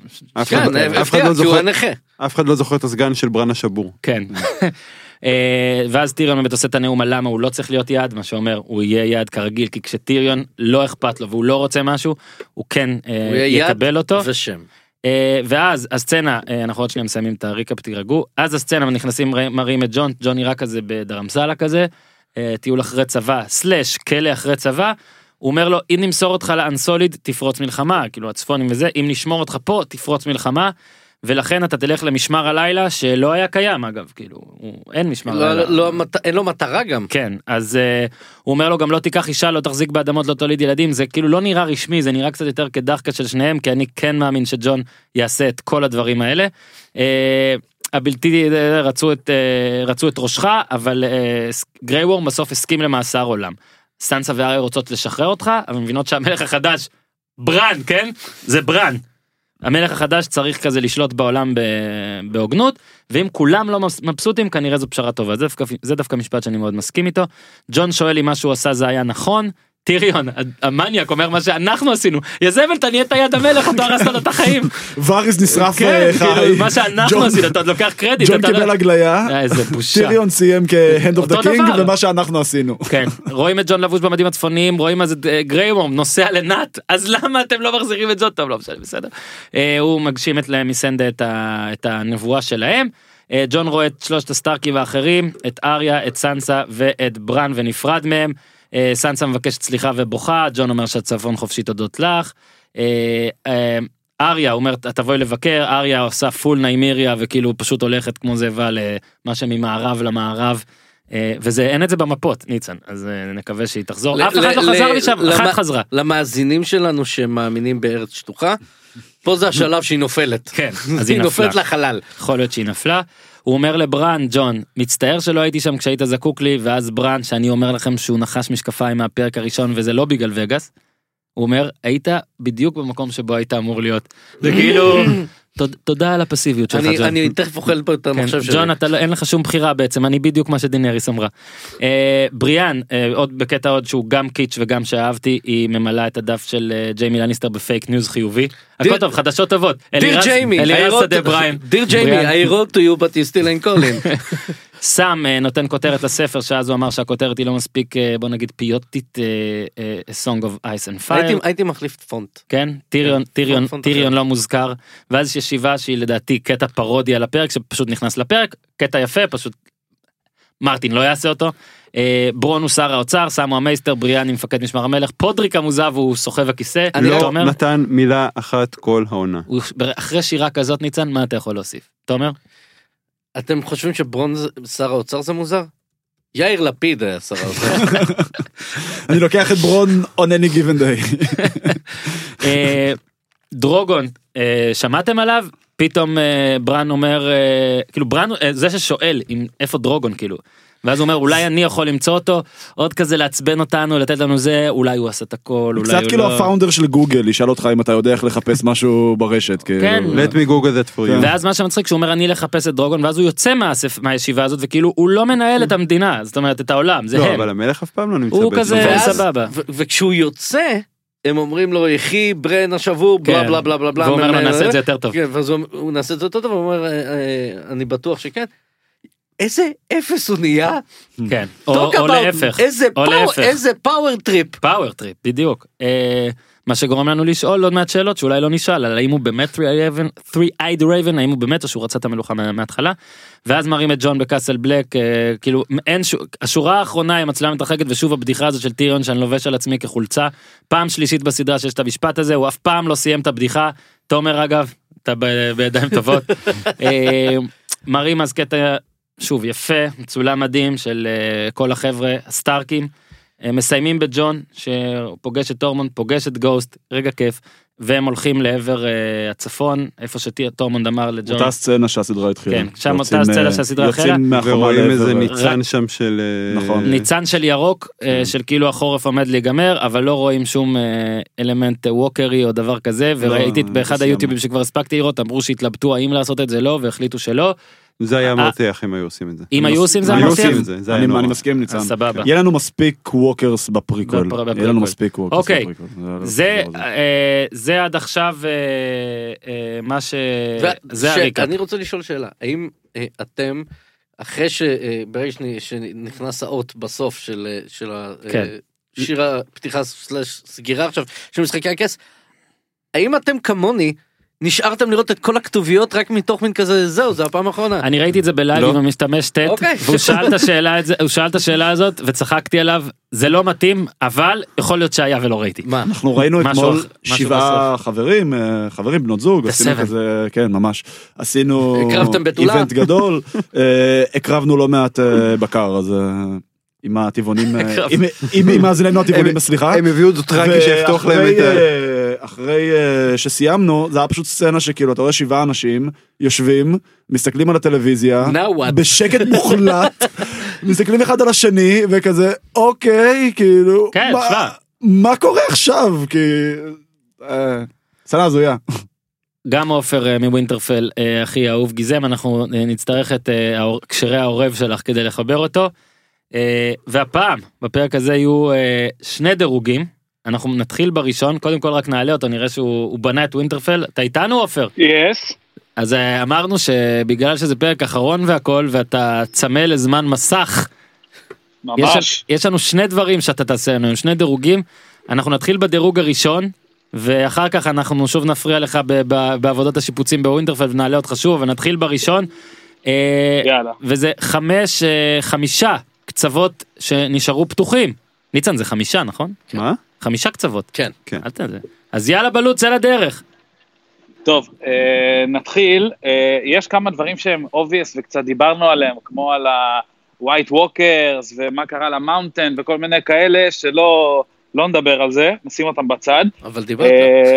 אף אחד לא זוכר את הסגן של ברן השבור. כן. ואז טיריון באמת עושה את הנאום על למה הוא לא צריך להיות יעד, מה שאומר, הוא יהיה יעד כרגיל, כי כשטיריון לא אכפת לו והוא לא רוצה משהו, הוא כן יקבל אותו. ושם. ואז הסצנה, אנחנו עוד שנייה מסיימים את הריקאפ, תירגעו, אז הסצנה נכנסים מראים את ג'ון, ג'ון נראה כזה בדרמסלה כזה, טיול אחרי צבא, סלש, כלא אחרי צבא, הוא אומר לו, אם נמסור אותך לאנסוליד, תפרוץ מלחמה, כאילו הצפונים וזה, אם נשמור אותך פה, תפרוץ מלחמה, ולכן אתה תלך למשמר הלילה, שלא היה קיים אגב, כאילו, אין משמר לא, הלילה. לא, אין לו מטרה גם. כן, אז uh, הוא אומר לו, גם לא תיקח אישה, לא תחזיק באדמות, לא תוליד ילדים, זה כאילו לא נראה רשמי, זה נראה קצת יותר כדחקה של שניהם, כי אני כן מאמין שג'ון יעשה את כל הדברים האלה. Uh, הבלתי רצו את, uh, רצו את ראשך, אבל uh, גריי וורם בסוף הסכים למאסר עולם. סנסה ואריה רוצות לשחרר אותך, אבל מבינות שהמלך החדש, ברן, כן? זה ברן. המלך החדש צריך כזה לשלוט בעולם בהוגנות, ואם כולם לא מבסוטים, כנראה זו פשרה טובה. זה דווקא, זה דווקא משפט שאני מאוד מסכים איתו. ג'ון שואל אם מה שהוא עשה זה היה נכון, טיריון, המניאק אומר מה שאנחנו עשינו, יזבל אתה נהיית יד המלך, אתה הרסת לו את החיים. וריס נשרף חי. מה שאנחנו עשינו, אתה לוקח קרדיט. ג'ון קיבל הגליה, טיריון סיים כ-Hand of the King, ומה שאנחנו עשינו. כן, רואים את ג'ון לבוש במדים הצפוניים, רואים אז את גריי וורם נוסע לנאט, אז למה אתם לא מחזירים את ג'ון? טוב, לא משנה, בסדר. הוא מגשים את מיסנדה את הנבואה שלהם. ג'ון רואה את שלושת הסטארקים האחרים, את אריה, את סנסה ואת ברן ונפרד מהם. סנסה מבקשת סליחה ובוכה, ג'ון אומר שהצפון חופשי תודות לך, אריה אומר תבואי לבקר, אריה עושה פול ניימיריה וכאילו פשוט הולכת כמו זאבה למה שממערב למערב, וזה אין את זה במפות ניצן, אז נקווה שהיא תחזור, אף אחד לא חזר לי שם, אחת חזרה. למאזינים שלנו שמאמינים בארץ שטוחה, פה זה השלב שהיא נופלת, כן, אז היא נופלת לחלל, יכול להיות שהיא נפלה. הוא אומר לברן, ג'ון, מצטער שלא הייתי שם כשהיית זקוק לי, ואז ברן, שאני אומר לכם שהוא נחש משקפיים מהפרק הראשון, וזה לא בגלל וגאס, הוא אומר, היית בדיוק במקום שבו היית אמור להיות. זה כאילו, תודה על הפסיביות שלך, ג'ון. אני תכף אוכל פה את המחשב שלי. ג'ון, אין לך שום בחירה בעצם, אני בדיוק מה שדינאריס אמרה. בריאן, עוד בקטע עוד שהוא גם קיץ' וגם שאהבתי, היא ממלאה את הדף של ג'יימי לניסטר בפייק ניוז חיובי. הכל טוב, חדשות טובות. Dear Jamie, Dear Jamie, I wrote to you but you still ain't calling. סם נותן כותרת לספר, שאז הוא אמר שהכותרת היא לא מספיק, בוא נגיד פיוטית, Song of Ice and Fire. הייתי מחליף פונט. כן, טיריון לא מוזכר, ואז יש ישיבה שהיא לדעתי קטע פרודיה לפרק, שפשוט נכנס לפרק, קטע יפה, פשוט מרטין לא יעשה אותו. ברון הוא שר האוצר, סמו המייסטר, בריאן עם מפקד משמר המלך, פודריק המוזב הוא סוחב הכיסא. לא נתן מילה אחת כל העונה. אחרי שירה כזאת ניצן, מה אתה יכול להוסיף? תומר? אתם חושבים שברון שר האוצר זה מוזר? יאיר לפיד היה שר האוצר. אני לוקח את ברון on any given day. דרוגון, שמעתם עליו? פתאום ברן אומר, כאילו ברן, זה ששואל איפה דרוגון כאילו, ואז הוא אומר, אולי אני יכול למצוא אותו, עוד כזה לעצבן אותנו, לתת לנו זה, אולי הוא עשה את הכל, אולי הוא לא... קצת כאילו הפאונדר של גוגל, ישאל אותך אם אתה יודע איך לחפש משהו ברשת. כן. Let me Google that for you. ואז מה שמצחיק, שהוא אומר, אני לחפש את דרוגון, ואז הוא יוצא מהישיבה הזאת, וכאילו, הוא לא מנהל את המדינה, זאת אומרת, את העולם, זה הם. לא, אבל המלך אף פעם לא נמצא. הוא כזה סבבה. וכשהוא יוצא, הם אומרים לו, יחי ברן השבור, בלה בלה בלה בלה בלה. והוא אומר לו, נעשה את זה יותר טוב. כן, ואז הוא נעשה את זה יותר טוב, הוא אומר, אני בטוח שכן. איזה אפס הוא נהיה. כן, או להפך. איזה פאוור טריפ. פאוור טריפ, בדיוק. מה שגורם לנו לשאול עוד מעט שאלות שאולי לא נשאל, על האם הוא באמת three-eyed raven, האם הוא באמת או שהוא רצה את המלוכה מההתחלה, ואז מראים את ג'ון בקאסל בלק, כאילו, אין ש... השורה האחרונה היא מצלמה מתרחקת, ושוב הבדיחה הזו של טיריון שאני לובש על עצמי כחולצה, פעם שלישית בסדרה שיש את המשפט הזה, הוא אף פעם לא סיים את הבדיחה, תומר אגב, אתה ב... בידיים טובות, מראים אז קטע, שוב, יפה, מצולם מדהים של כל החבר'ה, הסטארקים, מסיימים בג'ון, שפוגש את טורמונד, פוגש את גוסט, רגע כיף, והם הולכים לעבר uh, הצפון, איפה שטורמונד אמר לג'ון. אותה סצנה שהסדרה התחילה. כן, שם אותה סצנה שהסדרה החלה. ורואים איזה ניצן שם של... נכון. ניצן של ירוק, uh, של כאילו החורף עומד להיגמר, אבל לא רואים שום uh, אלמנט ווקרי או דבר כזה, וראיתי באחד היוטיובים שכבר הספקתי לראות, אמרו שהתלבטו האם לעשות את זה לא, והחליטו שלא. זה היה מרתיח אם היו עושים את זה. אם היו עושים זה היה מרתיח? אני מסכים ניצן. סבבה. יהיה לנו מספיק ווקרס בפריקול. יהיה לנו מספיק ווקרס בפריקול. אוקיי, זה עד עכשיו מה ש... זה הריקאפ. אני רוצה לשאול שאלה, האם אתם, אחרי שברגע שנכנס האות בסוף של השיר הפתיחה סלש סגירה עכשיו, של משחקי הכס, האם אתם כמוני, נשארתם לראות את כל הכתוביות רק מתוך מין כזה, זהו, זה הפעם האחרונה. אני ראיתי את זה בלייב עם המשתמש טט, והוא שאל את השאלה, הוא שאל את השאלה הזאת, וצחקתי עליו, זה לא מתאים, אבל יכול להיות שהיה ולא ראיתי. מה? אנחנו ראינו אתמול שבעה חברים, חברים בנות זוג, עשינו כזה, כן, ממש, עשינו איבנט גדול, הקרבנו לא מעט בקר, אז... עם הטבעונים, עם מאזיננו הטבעונים, סליחה. הם הביאו אותו טרקי שיפתוח להם את ה... אחרי שסיימנו, זה היה פשוט סצנה שכאילו, אתה רואה שבעה אנשים, יושבים, מסתכלים על הטלוויזיה, בשקט מוחלט, מסתכלים אחד על השני, וכזה, אוקיי, כאילו, מה קורה עכשיו? סצנה הזויה. גם עופר מווינטרפל, הכי אהוב גיזם, אנחנו נצטרך את קשרי העורב שלך כדי לחבר אותו, והפעם, בפרק הזה יהיו שני דירוגים, אנחנו נתחיל בראשון, קודם כל רק נעלה אותו, נראה שהוא בנה את ווינטרפל, אתה איתנו עופר? Yes. אז אמרנו שבגלל שזה פרק אחרון והכל, ואתה צמא לזמן מסך, ממש. יש, יש לנו שני דברים שאתה תעשה לנו, שני דירוגים, אנחנו נתחיל בדירוג הראשון, ואחר כך אנחנו שוב נפריע לך ב- ב- בעבודות השיפוצים בווינטרפל, ונעלה אותך שוב, ונתחיל בראשון, יאללה. וזה חמש, חמישה קצוות שנשארו פתוחים, ניצן זה חמישה נכון? מה? חמישה קצוות. כן. כן. אל תדע. אז יאללה בלוץ, זה לדרך. טוב, אה, נתחיל. אה, יש כמה דברים שהם obvious וקצת דיברנו עליהם, כמו על ה-White Walkers ומה קרה למאונטן וכל מיני כאלה, שלא לא נדבר על זה, נשים אותם בצד. אבל דיברת. אה,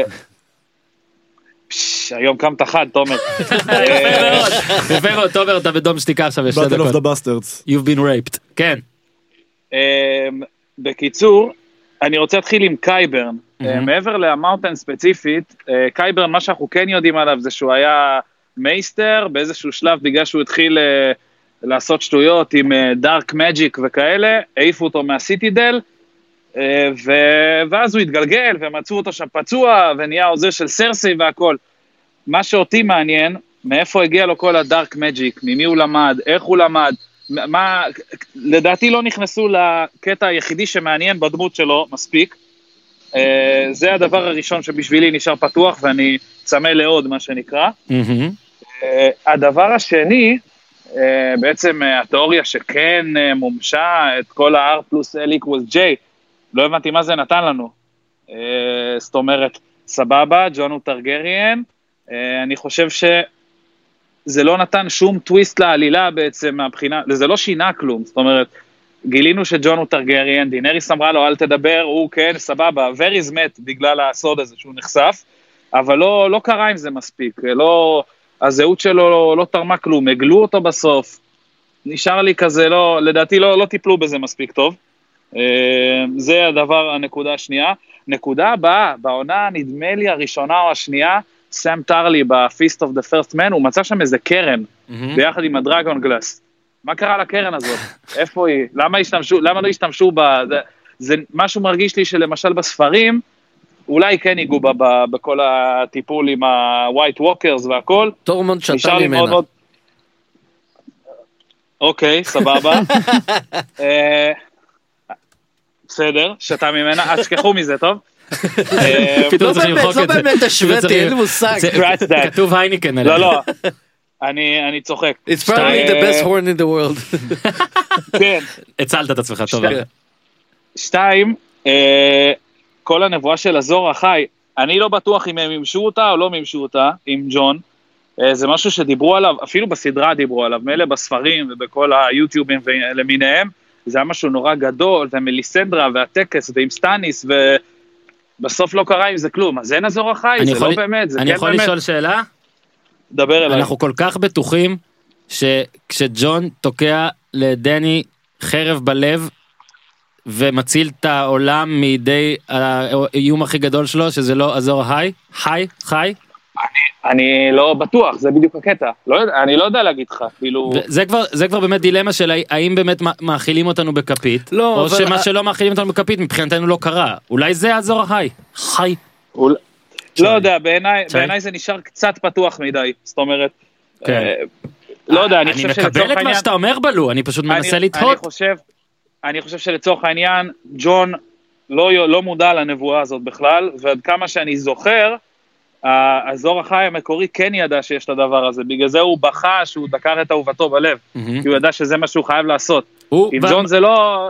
פש, היום קמת חד, תומר. יפה מאוד. יפה מאוד, תומר, אתה בדום שתיקה עכשיו. Battle of the Bastards. You've been raped. כן. אה, בקיצור, אני רוצה להתחיל עם קייברן, mm-hmm. מעבר למאונטן ספציפית, קייברן, מה שאנחנו כן יודעים עליו זה שהוא היה מייסטר, באיזשהו שלב בגלל שהוא התחיל לעשות שטויות עם דארק מג'יק וכאלה, העיפו אותו מהסיטידל, ו... ואז הוא התגלגל ומצאו אותו שם פצוע, ונהיה עוזר של סרסי והכל. מה שאותי מעניין, מאיפה הגיע לו כל הדארק מג'יק, ממי הוא למד, איך הוא למד, מה, לדעתי לא נכנסו לקטע היחידי שמעניין בדמות שלו מספיק, זה הדבר הראשון שבשבילי נשאר פתוח ואני צמא לעוד מה שנקרא. הדבר השני, בעצם התיאוריה שכן מומשה את כל ה-R פלוס L equals J, לא הבנתי מה זה נתן לנו, זאת אומרת סבבה, ג'ון הוא טרגריאן, אני חושב ש... זה לא נתן שום טוויסט לעלילה בעצם מהבחינה, זה לא שינה כלום, זאת אומרת, גילינו שג'ון הוא טרגריאן, דינריס אמרה לו אל תדבר, הוא כן, סבבה, וריז מת בגלל הסוד הזה שהוא נחשף, אבל לא, לא קרה עם זה מספיק, לא, הזהות שלו לא, לא תרמה כלום, הגלו אותו בסוף, נשאר לי כזה, לא, לדעתי לא, לא טיפלו בזה מספיק טוב, זה הדבר, הנקודה השנייה, נקודה הבאה, בעונה נדמה לי הראשונה או השנייה, סם טרלי ב-Feast of the First Man, הוא מצא שם איזה קרן, ביחד עם הדרגון גלאס. מה קרה לקרן הזאת? איפה היא? למה השתמשו, למה לא השתמשו ב... זה, זה משהו מרגיש לי שלמשל בספרים, אולי כן ייגעו בכל הטיפול עם ה-White Walkers והכל. טורמונד שתה ממנה. מאוד... אוקיי, סבבה. בסדר, שתה ממנה, אז שכחו מזה, טוב? פתאום צריך למחוק את זה. לא באמת השוויתי, אין לי מושג. כתוב הייניקן. לא, לא, אני צוחק. It's probably the best horn in the world. כן. הצלת את עצמך, טוב. שתיים, כל הנבואה של הזוהר החי, אני לא בטוח אם הם מימשו אותה או לא מימשו אותה, עם ג'ון. זה משהו שדיברו עליו, אפילו בסדרה דיברו עליו, מאלה בספרים ובכל היוטיובים למיניהם, זה היה משהו נורא גדול, ומליסנדרה והטקס ועם סטניס, ובסוף לא קרה עם זה כלום, אז אין הזוהר החי, זה לא באמת, זה כן באמת. אני יכול לשאול שאלה? דבר אליי. אנחנו כל כך בטוחים, שכשג'ון תוקע לדני חרב בלב, ומציל את העולם מידי האיום הכי גדול שלו, שזה לא הזוהר החי, חי, חי, אני, אני לא בטוח, זה בדיוק הקטע. לא, אני לא יודע להגיד לך, כאילו... זה כבר, זה כבר באמת דילמה של האם באמת מאכילים אותנו בכפית, לא, או אבל... שמה שלא מאכילים אותנו בכפית מבחינתנו לא קרה. אולי זה הזוהר החי. חי. אול... לא יודע, בעיניי, בעיניי זה נשאר קצת פתוח מדי. זאת אומרת, כן. אה, לא יודע, אני, אני חושב שלצורך מקבל את העניין... מה שאתה אומר בלו, אני פשוט מנסה אני, לתהות. אני חושב, אני חושב שלצורך העניין, ג'ון לא, לא מודע לנבואה הזאת בכלל, ועד כמה שאני זוכר, הזוהר החי המקורי כן ידע שיש את הדבר הזה, בגלל זה הוא בכה שהוא דקר את אהובתו בלב, כי הוא ידע שזה מה שהוא חייב לעשות. אם ג'ון זה לא...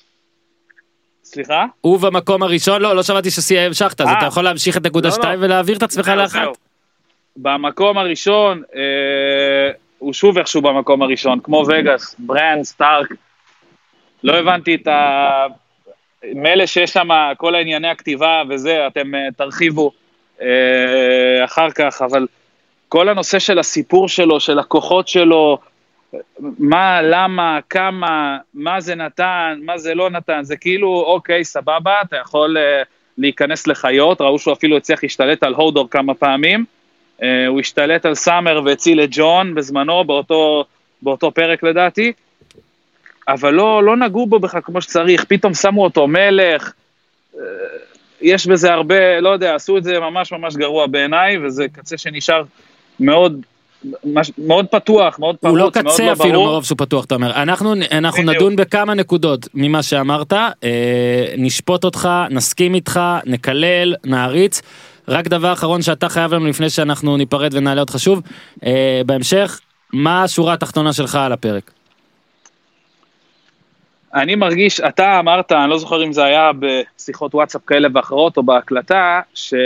סליחה? הוא במקום הראשון, לא, לא שמעתי שסייע המשכת, אז אתה יכול להמשיך את נקודה שתיים ולהעביר את עצמך לאחת. במקום הראשון, הוא שוב איכשהו במקום הראשון, כמו וגאס, ברנד, סטארק, לא הבנתי את ה... מלא שיש שם כל הענייני הכתיבה וזה, אתם תרחיבו אחר כך, אבל כל הנושא של הסיפור שלו, של הכוחות שלו, מה, למה, כמה, מה זה נתן, מה זה לא נתן, זה כאילו, אוקיי, סבבה, אתה יכול להיכנס לחיות, ראו שהוא אפילו הצליח להשתלט על הודור כמה פעמים, הוא השתלט על סאמר והציל את ג'ון בזמנו, באותו, באותו פרק לדעתי, אבל לא, לא נגעו בו בכלל כמו שצריך, פתאום שמו אותו מלך, יש בזה הרבה, לא יודע, עשו את זה ממש ממש גרוע בעיניי, וזה קצה שנשאר מאוד, מאוד פתוח, מאוד פרוץ, הוא לא מאוד קצה לא אפילו ברור. מרוב שהוא פתוח, אתה אומר. אנחנו, אנחנו נדון בכמה נקודות ממה שאמרת, אה, נשפוט אותך, נסכים איתך, נקלל, נעריץ, רק דבר אחרון שאתה חייב לנו לפני שאנחנו ניפרד ונעלה אותך שוב, אה, בהמשך, מה השורה התחתונה שלך על הפרק? אני מרגיש, אתה אמרת, אני לא זוכר אם זה היה בשיחות וואטסאפ כאלה ואחרות, או בהקלטה,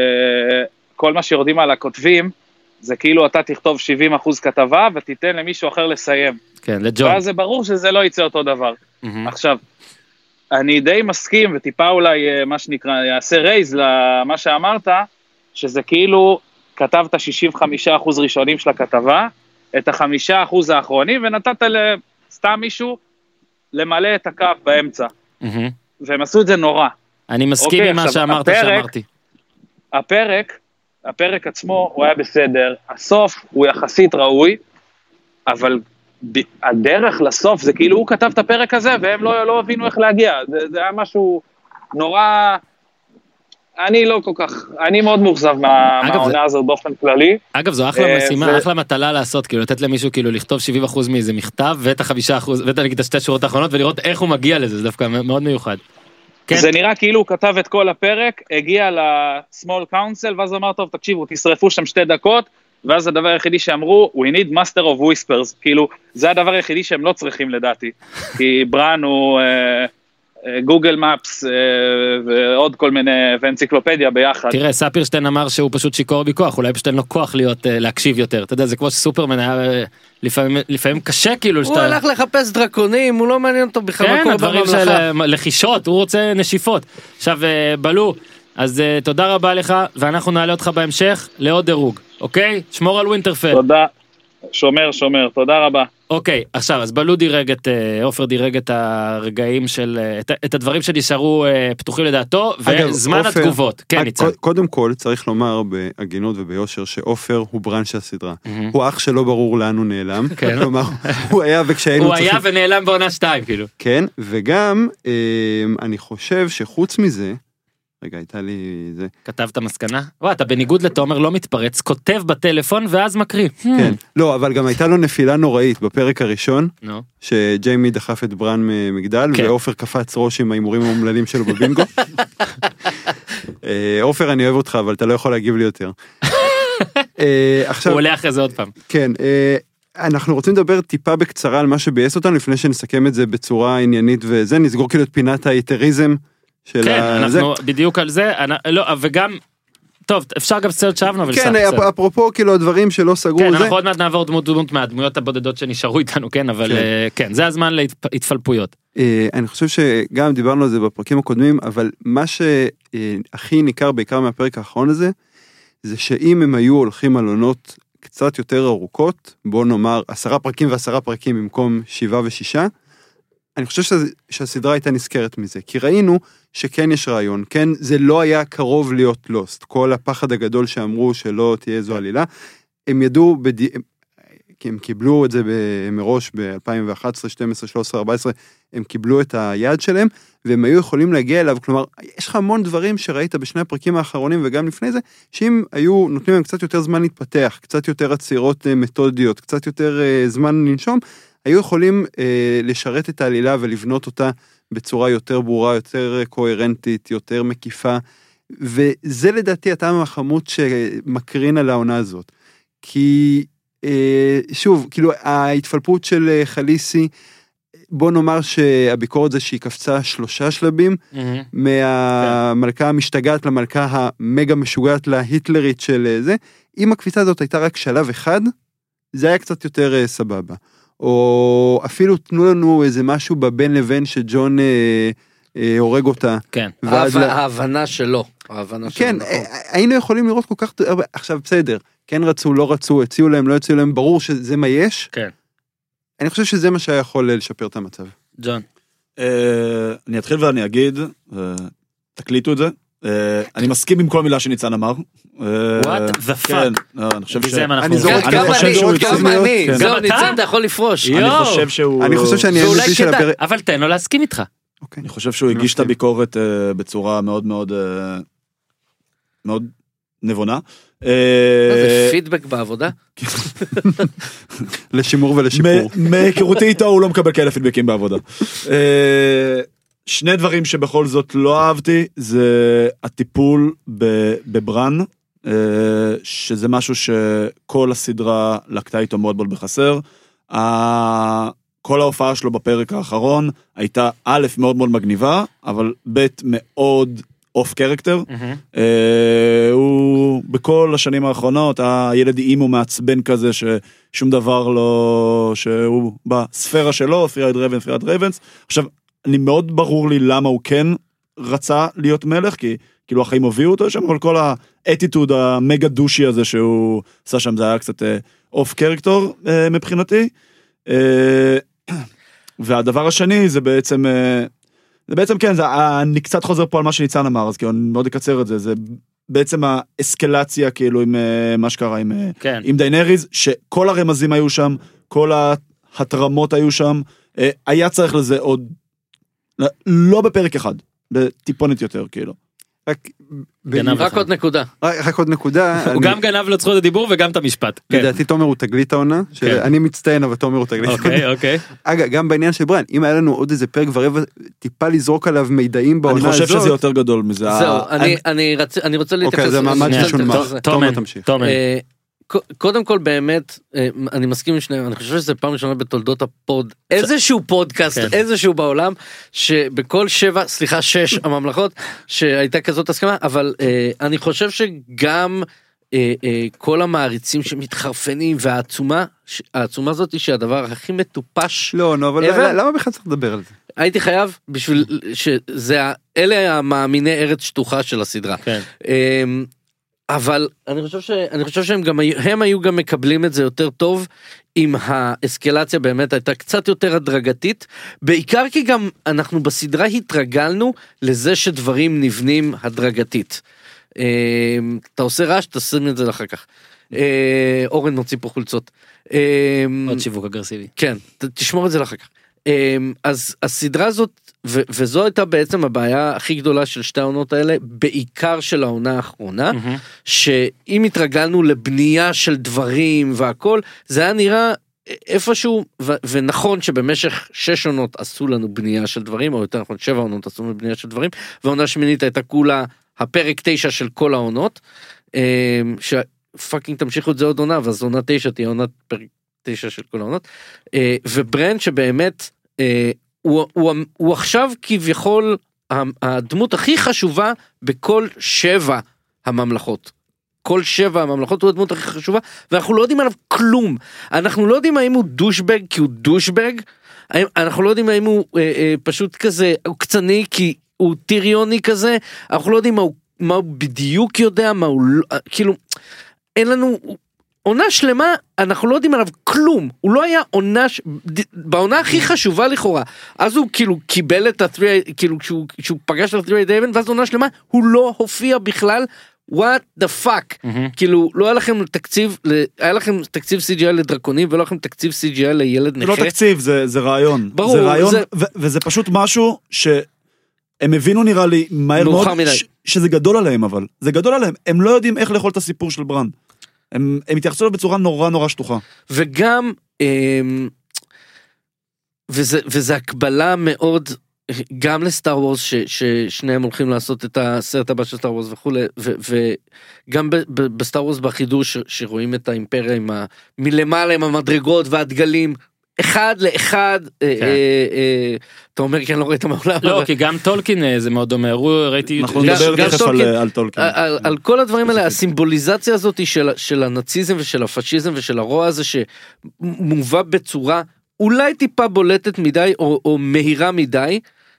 שכל מה שיורדים על הכותבים, זה כאילו אתה תכתוב שבעים אחוז כתבה, ותיתן למישהו אחר לסיים. כן, לג'ון. ואז זה ברור שזה לא יצא אותו דבר. Mm-hmm. עכשיו, אני די מסכים, וטיפה אולי, מה שנקרא, יעשה רייז למה שאמרת, שזה כאילו, כתבת שישים וחמישה אחוז ראשונים של הכתבה, את החמישה אחוז האחרונים, ונתת לסתם מישהו, למלא את הקו באמצע. Mm-hmm. והם עשו את זה נורא. אני מסכים okay, עם מה שאמרת הפרק, שאמרתי. הפרק, הפרק עצמו הוא היה בסדר, הסוף הוא יחסית ראוי, אבל הדרך לסוף זה כאילו הוא כתב את הפרק הזה, והם לא, לא הבינו איך להגיע. זה, זה היה משהו נורא... אני לא כל כך, אני מאוד מאוכזב מהעונה הזאת באופן כללי. אגב, זו אחלה משימה, אחלה מטלה לעשות, כאילו לתת למישהו כאילו לכתוב שבעים אחוז מאיזה מכתב, ואת החמישה אחוז, ואת נגיד השתי שורות האחרונות, ולראות איך הוא מגיע לזה, זה דווקא מאוד מיוחד. זה נראה כאילו הוא כתב את כל הפרק, הגיע ל-small council, ואז אמר, טוב, תקשיבו, תשרפו שם שתי דקות, ואז הדבר היחידי שאמרו, we need master of whispers, כאילו, זה הדבר היחידי שהם לא צריכים לדעתי, כי ברן הוא... גוגל מפס ועוד כל מיני, ואנציקלופדיה ביחד. תראה, ספירשטיין אמר שהוא פשוט שיקור בכוח, אולי פשוט אין לו כוח להיות, להקשיב יותר, אתה יודע, זה כמו שסופרמן היה לפעמים קשה כאילו. הוא הלך לחפש דרקונים, הוא לא מעניין אותו בכלל. כן, הדברים של לחישות, הוא רוצה נשיפות. עכשיו, בלו, אז תודה רבה לך, ואנחנו נעלה אותך בהמשך לעוד דירוג, אוקיי? שמור על ווינטרפל. תודה. שומר, שומר, תודה רבה. אוקיי, עכשיו, אז בלו דירג את, אופר דירג את הרגעים של, את, את הדברים שנשארו פתוחים לדעתו, וזמן אופר, התגובות. כן, ניצן. קודם כל, צריך לומר בהגינות וביושר, שאופר הוא ברן של הסדרה. Mm-hmm. הוא אח שלא ברור לאן הוא נעלם. כן. כלומר, הוא היה וכשהיינו הוא צריכים... היה ונעלם בעונה שתיים, כאילו. כן, וגם, אני חושב שחוץ מזה, רגע, הייתה לי זה. כתבת מסקנה? וואי, אתה בניגוד לתומר לא מתפרץ, כותב בטלפון ואז מקריא. כן, לא, אבל גם הייתה לו נפילה נוראית בפרק הראשון, נו. שג'יימי דחף את ברן ממגדל, כן. ואופר קפץ ראש עם ההימורים המומללים שלו בבינגו. אה, אופר, אני אוהב אותך, אבל אתה לא יכול להגיב לי יותר. אה, עכשיו, הוא עולה אחרי זה עוד פעם. כן, אה, אנחנו רוצים לדבר טיפה בקצרה על מה שבייס אותנו, לפני שנסכם את זה בצורה עניינית וזה, נסגור כאילו את פינת ההיטריזם של כן, ה... אנחנו בדיוק על זה, אני- לא, וגם, טוב, אפשר גם סרט שבנו, אבל כן, בסדר. אפרופו כאילו הדברים שלא סגרו כן, זה. אנחנו עוד מעט נעבור דמות דמות מהדמויות הבודדות שנשארו איתנו, כן, אבל כן. אה, כן, זה הזמן להתפלפויות. אה, אני חושב שגם דיברנו על זה בפרקים הקודמים, אבל מה שהכי ניכר בעיקר מהפרק האחרון הזה, זה שאם הם היו הולכים על עונות קצת יותר ארוכות, בוא נאמר עשרה פרקים ועשרה פרקים במקום שבעה ושישה, אני חושב שזה, שהסדרה הייתה נזכרת מזה, כי ראינו שכן יש רעיון, כן, זה לא היה קרוב להיות לוסט, כל הפחד הגדול שאמרו שלא תהיה זו עלילה, הם ידעו, בדי... כי הם קיבלו את זה מראש ב-אלפיים ואחת עשרה, שתים עשרה, שלוש עשרה, ארבע עשרה, הם קיבלו את היעד שלהם, והם היו יכולים להגיע אליו, כלומר, יש לך המון דברים שראית בשני הפרקים האחרונים וגם לפני זה, שאם היו נותנים להם קצת יותר זמן להתפתח, קצת יותר עצירות מתודיות, קצת יותר זמן לנשום, היו יכולים אה, לשרת את העלילה ולבנות אותה בצורה יותר ברורה, יותר קוהרנטית, יותר מקיפה, וזה לדעתי הטעם החמוד שמקרין על העונה הזאת. כי, אה, שוב, כאילו, ההתפלפות של חליסי, בוא נאמר שהביקורת זה שהיא קפצה שלושה שלבים, מהמלכה המשתגעת למלכה המגה משוגעת להיטלרית של זה, אם הקפיצה הזאת הייתה רק שלב אחד, זה היה קצת יותר אה, סבבה. או אפילו תנו לנו איזה משהו בבין לבין שג'ון אה, אה, הורג אותה. כן. ואז ההב- לה- ההבנה שלו. ההבנה שלו, כן, נכון. אה, היינו יכולים לראות כל כך הרבה, עכשיו בסדר, כן רצו, לא רצו, הציעו להם, לא הציעו להם, ברור שזה מה יש. כן. אני חושב שזה מה שהיה יכול לשפר את המצב. ג'ון. אה, אני אתחיל ואני אגיד, אה, תקליטו את זה, אה, אני מסכים עם כל מילה שניצן אמר. אה, What the כן, fuck? לא, אני חושב ש... בזה אנחנו... אני זורק אני גם חושב אני, שהוא גם הצליח מאוד, אני, כן. זהו, גם אתה? ניצן, אתה יכול לפרוש. יואו. אני חושב שהוא... אני חושב שאני ואולי ה-אם וי פי של כדאי. הפרק. אבל תן לו להסכים איתך. אוקיי. אני חושב שהוא אני הגיש את מסכים. הביקורת אה, בצורה מאוד מאוד אה, מאוד נבונה. מה זה אה, פידבק בעבודה? לשימור ולשיפור. מ- מהיכרותי איתו הוא לא מקבל כאלה פידבקים בעבודה. אה, שני דברים שבכל זאת לא אהבתי, זה הטיפול ב- בברן, אה, שזה משהו שכל הסדרה לקטה איתו מאוד מאוד בחסר. ה- כל ההופעה שלו בפרק האחרון הייתה א' מאוד מאוד מגניבה, אבל ב' מאוד אוף קרקטר. אה, הוא בכל השנים האחרונות, הילד אימו מעצבן כזה ששום דבר לא, שהוא בספירה שלו, פירד רייבן, פירד רייבנס. עכשיו, אני מאוד ברור לי למה הוא כן רצה להיות מלך, כי כאילו החיים הוביאו אותו שם, אבל כל האטיטוד המגה דושי הזה שהוא עשה שם, זה היה קצת אוף קרקטור מבחינתי. אה, והדבר השני זה בעצם... אה, זה בעצם כן, זה, אני קצת חוזר פה על מה שניצן אמר, אז כאילו אני מאוד אקצר את זה, זה בעצם האסקלציה כאילו עם מה שקרה עם, כן. עם דיינריז, שכל הרמזים היו שם, כל ההתרמות היו שם, היה צריך לזה עוד, לא בפרק אחד, בטיפונת יותר כאילו. רק, גנב רק לך. עוד נקודה. רק, רק עוד נקודה. הוא אני- גם גנב לו את זכות הדיבור וגם את המשפט. כן. לדעתי תומר הוא תגלית העונה, שאני מצטיין אבל תומר הוא תגלית. אוקיי, אוקיי. אגב, גם בעניין של ברן, אם היה לנו עוד איזה פרק ורבע, טיפה לזרוק עליו מידעים אני בעונה הזאת. חושב שזה יותר גדול מזה. זהו, ה- אני- אני רצ- אני רוצה להתייחס... אוקיי, זה המעמד שנייה, ראשון ת- מה. ת- תומר, תומן, תמשיך. תומן. אה, ק- קודם כל באמת, אה, אני מסכים עם שניהם, אני חושב שזה פעם ראשונה בתולדות הפוד, איזשהו פודקאסט, כן. איזשהו בעולם, שבכל שבע, סליחה, שש הממלכות, שהייתה כזאת הסכמה, אבל אה, אני חושב שגם אה, אה, כל המעריצים שמתחרפנים, והעצומה, ש- העצומה הזאת היא שהדבר הכי מטופש, לא, נו, אבל אבל- למה בכלל צריך לדבר על זה? הייתי חייב בשביל שזה, ה- אלה המאמיני ארץ שטוחה של הסדרה. כן. אמ, אבל אני חושב ש... אני חושב שהם גם היו, הם היו גם מקבלים את זה יותר טוב, אם האסקלציה באמת הייתה קצת יותר הדרגתית, בעיקר כי גם אנחנו בסדרה התרגלנו לזה שדברים נבנים הדרגתית. אמ, אתה עושה רעש, תשים את זה לאחר כך. אה, אורן מוציא פה חולצות. אמ, עוד שיווק אגרסיבי. כן, ת- תשמור את זה לאחר כך. אז הסדרה הזאת, וזו הייתה בעצם הבעיה הכי גדולה של שתי העונות האלה, בעיקר של העונה האחרונה, שאם התרגלנו לבנייה של דברים והכל, זה היה נראה איפשהו, ונכון שבמשך שש עונות עשו לנו בנייה של דברים, או יותר נכון שבע עונות עשו לנו בנייה של דברים, והעונה שמינית הייתה כולה הפרק תשע של כל העונות, שפאקינג תמשיכו את זה עוד עונה, ואז עונה תשע תהיה עונת פרק תשע של כל העונות, וברנד שבאמת, הוא, הוא, הוא עכשיו כביכול הדמות הכי חשובה בכל שבע הממלכות. כל שבע הממלכות הוא הדמות הכי חשובה, ואנחנו לא יודעים עליו כלום. אנחנו לא יודעים האם הוא דושבג כי הוא דושבג, אנחנו לא יודעים האם הוא אה, אה, פשוט כזה קצני כי הוא טיריוני כזה, אנחנו לא יודעים מה הוא, מה הוא בדיוק יודע, מה הוא לא, כאילו, אין לנו... עונה שלמה, אנחנו לא יודעים עליו כלום, הוא לא היה עונה, בעונה הכי חשובה לכאורה, אז הוא כאילו קיבל את ה-תרי, כאילו כשהוא, כשהוא פגש את ה-תרי דייבן, ואז עונה שלמה, הוא לא הופיע בכלל, what the fuck, כאילו לא היה לכם תקציב, היה לכם תקציב סי ג'י איי לדרקונים, ולא לכם תקציב סי ג'י איי לילד נכה. זה לא תקציב, זה, זה רעיון. ברור. זה רעיון, זה... ו- וזה פשוט משהו שהם הבינו נראה לי מהר מאוד, ש- שזה גדול עליהם אבל, זה גדול עליהם, הם לא יודעים איך לאכול את הסיפור של ברן. הם, הם התייחסו לו בצורה נורא נורא שטוחה. וגם, וזה, וזה הקבלה מאוד, גם לסטאר וורס, ש, ששניהם הולכים לעשות את הסרט הבא של סטאר וורס וכו', וגם בסטאר וורס בחידור, ש, שרואים את האימפריה עם ה, מלמעלה עם המדרגות והדגלים, אחד לאחד, אתה אומר כי אני לא רואה את המעולם. לא, כי גם טולקין זה מאוד דומה, ראיתי... אנחנו נדבר תכף על טולקין. על כל הדברים האלה, הסימבוליזציה הזאת של הנאציזם ושל הפשיזם ושל הרוע הזה, שמובא בצורה אולי טיפה בולטת מדי, או מהירה מדי,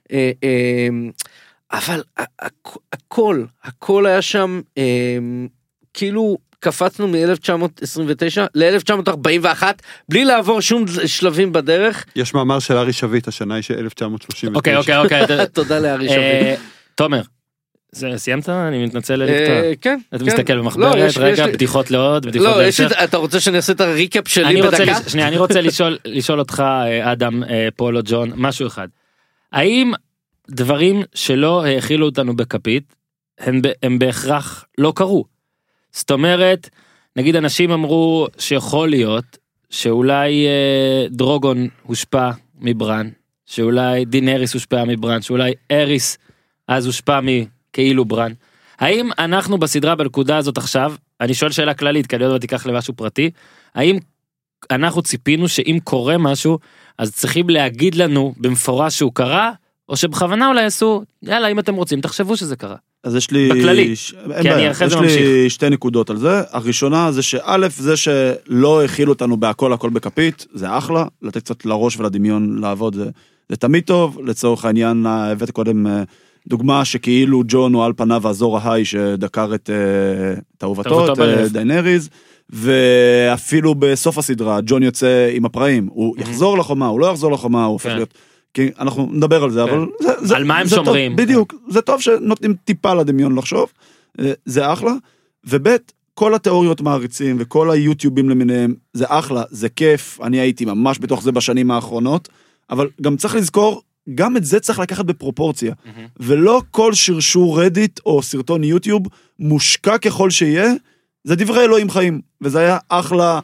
אבל הכל, הכל היה שם, כאילו... קפצנו מ-אלף תשע מאות עשרים ותשע ל-אלף תשע מאות ארבעים ואחת, בלי לעבור שום שלבים בדרך. יש מאמר של ארי שביט, השנה היא של אלף תשע מאות שלושים ותשע. אוקיי, אוקיי, אוקיי. תודה לארי שביט. תומר, סיימת? אני מתנצל לקטוע. כן. אתה מסתכל במחברת, רגע, בדיחות לעוד, בדיחות להמשך. אתה רוצה שאני אעשה את הריקאפ שלי בדקה? שנייה, אני רוצה לשאול אותך, אדם, פולו, ג'ון, משהו אחד. האם דברים שלא האכילו אותנו בכפית, הם בהכרח לא קרו? זאת אומרת, נגיד אנשים אמרו שיכול להיות שאולי אה, דרוגון הושפע מברן, שאולי דינריס הושפע מברן, שאולי אריס אז הושפע מכאילו ברן. האם אנחנו בסדרה בנקודה הזאת עכשיו, אני שואל שאלה כללית, כי אני עוד תיקח למשהו פרטי, האם אנחנו ציפינו שאם קורה משהו, אז צריכים להגיד לנו במפורש שהוא קרה, או שבכוונה אולי עשו, יאללה, אם אתם רוצים, תחשבו שזה קרה. אז יש לי, בכללי, ש... כי אני אחרי זה ממשיך. יש לי שתי נקודות על זה. הראשונה זה שא' זה שלא הכילו אותנו בהכל הכל בכפית, זה אחלה, לתת קצת לראש ולדמיון לעבוד, זה, זה תמיד טוב. לצורך העניין, הבאתי קודם דוגמה שכאילו ג'ון הוא על פניו הזור ההי שדקר את, את אהובתו, את דיינריז, ואפילו בסוף הסדרה, ג'ון יוצא עם הפראים, הוא יחזור לחומה, הוא לא יחזור לחומה, הוא הופך להיות... כי אנחנו נדבר על זה, אבל... זה, על מה הם זה שומרים. טוב, בדיוק, זה טוב שנותנים טיפה לדמיון לחשוב, זה אחלה, ובית, כל התיאוריות מעריצים, וכל היוטיובים למיניהם, זה אחלה, זה כיף, אני הייתי ממש בתוך זה בשנים האחרונות, אבל גם צריך לזכור, גם את זה צריך לקחת בפרופורציה, ולא כל שרשור רדיט או סרטון יוטיוב, מושקע ככל שיהיה, זה דברי אלוהים חיים, וזה היה אחלה...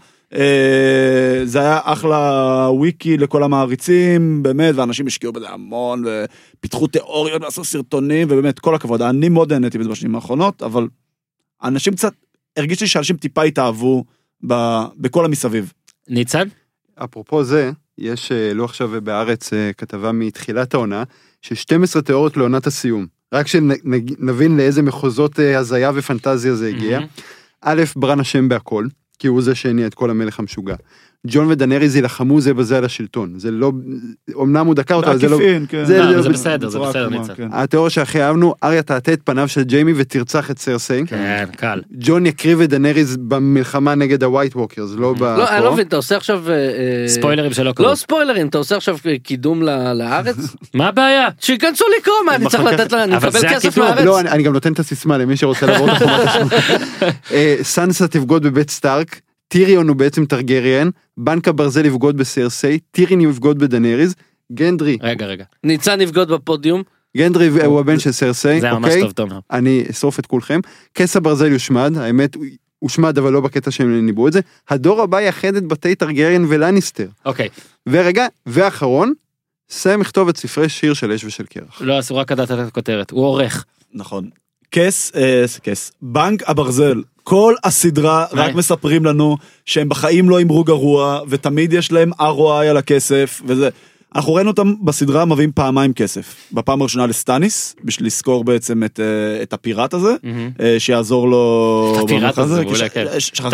זה היה אחלה וויקי לכל המעריצים, באמת, ואנשים השקיעו בזה המון, ופיתחו תיאוריות, ועשו סרטונים, ובאמת, כל הכבוד, אני מאוד נהניתי בזה בשנים האחרונות, אבל אנשים קצת, הרגיש לי שאנשים טיפה התאהבו בכל המסביב. ניצן? אפרופו זה, יש לא עכשיו בארץ כתבה מתחילת העונה, ש-שתים עשרה תיאוריות לעונת הסיום, רק שנבין לאיזה מחוזות הזיה ופנטזיה זה הגיע. א', ברן השם בהכל, כי הוא זה שהניע את כל המלך המשוגע. ג'ון ודנריז ילחמו זה בזה על השלטון. זה לא, אמנם הוא דקר אותו, זה לא... זה בסדר, זה בסדר, ניצן. התיאוריה שהכי אהבנו, אריה תעטה את פניו של ג'יימי ותרצח את סרסיי. כן, קל. ג'ון יקריב את דנריז במלחמה נגד הווייט ווקרס, לא פה. לא, אני לא מבין, אתה עושה עכשיו... ספוילרים שלא קרו. לא ספוילרים, אתה עושה עכשיו קידום לארץ? מה הבעיה? שיכנסו לקרוא, מה, אני צריך לתת לה, אני מקבל כסף לארץ. לא, אני גם נותן את הסיסמה למי שרוצה לעבור את החומת השמות. סנסה תבגוד בבית סטארק, טיריון הוא בעצם טרגריאן, בנק הברזל יבגוד בסרסיי, טירין יבגוד בדנריז, גנדרי, רגע, רגע. ניצן נבגוד בפודיום. גנדרי הוא הבן של סרסי, זה היה ממש אוקיי? טוב, תומר. אני אשרוף את כולכם. כס הברזל יושמד, האמת הוא הושמד אבל לא בקטע שהם ניבאו את זה. הדור הבא יחד את בתי טרגריאן ולניסטר. אוקיי. ורגע, ואחרון, סם יכתוב את ספרי שיר של אש ושל קרח. לא, אסור רק לדעת את הכותרת. הוא עורך. נכון. כס, אה, כס, בנק הברזל, כל הסדרה רק מספרים לנו שהם בחיים לא אמרו גרוע, ותמיד יש להם אר או איי על הכסף, וזה. אנחנו ראינו אותם בסדרה מביאים פעמיים כסף. בפעם הראשונה לסטניס, בשביל לזכור בעצם את, את הפיראט הזה, שיעזור לו... את הפיראט הזה, אולי כן.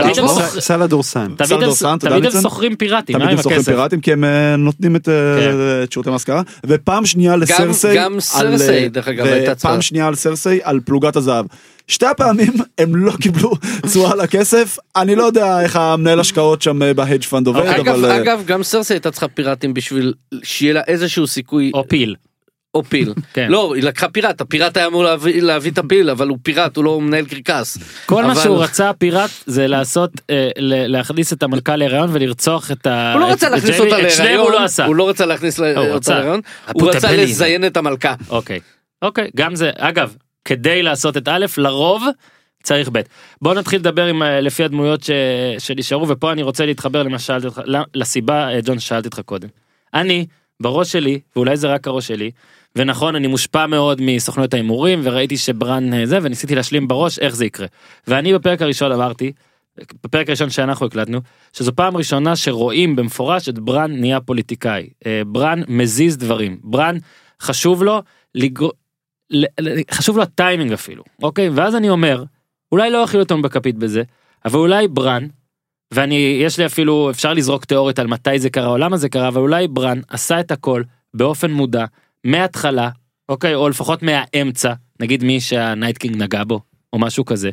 סלדורסן. תמיד הם סוחרים פיראטים, תמיד הם סוחרים פיראטים, כי הם נותנים את שירותי מזכרה. ופעם שנייה לסרסי... גם סרסי, דרך אגב, הייתה צרה. ופעם שנייה לסרסי על פלוגת הזהב. שתי הפעמים הם לא קיבלו צורה לכסף, אני לא יודע איך המנהל השקעות שם בהדג' פנד עובד, אבל... אגב, גם סרסי הייתה צריכה פיראטים בשביל שיהיה לה איזשהו סיכוי... או פיל. או פיל. לא, היא לקחה פיראט, הפיראט היה אמור להביא את הפיל, אבל הוא פיראט, הוא לא מנהל קרקס. כל מה שהוא רצה פיראט זה לעשות, להכניס את המלכה להיריון ולרצוח את ה... הוא לא רצה להכניס אותה להיריון, הוא לא רצה להכניס אותה להיריון, הוא רצה לזיין את המלכה. אוקיי, אוקיי, גם זה, אגב, כדי לעשות את א', לרוב צריך ב'. בואו נתחיל לדבר עם, לפי הדמויות ש, שנשארו, ופה אני רוצה להתחבר למה שאלתי אותך, לסיבה, ג'ון, שאלתי אותך קודם. אני, בראש שלי, ואולי זה רק הראש שלי, ונכון, אני מושפע מאוד מסוכנויות האימורים, וראיתי שברן זה, וניסיתי להשלים בראש איך זה יקרה. ואני בפרק הראשון אמרתי, בפרק הראשון שאנחנו הקלטנו, שזו פעם ראשונה שרואים במפורש את ברן נהיה פוליטיקאי. ברן מזיז דברים. ברן חשוב לו לגרום, חשוב לו הטיימינג אפילו, אוקיי? ואז אני אומר, אולי לא הכי אותם בכפית בזה, אבל אולי ברן, ואני, יש לי אפילו, אפשר לזרוק תיאוריות על מתי זה קרה, או למה זה קרה, אבל אולי ברן עשה את הכל באופן מודע, מההתחלה, אוקיי? או לפחות מהאמצע, נגיד מי שהנייטקינג נגע בו, או משהו כזה,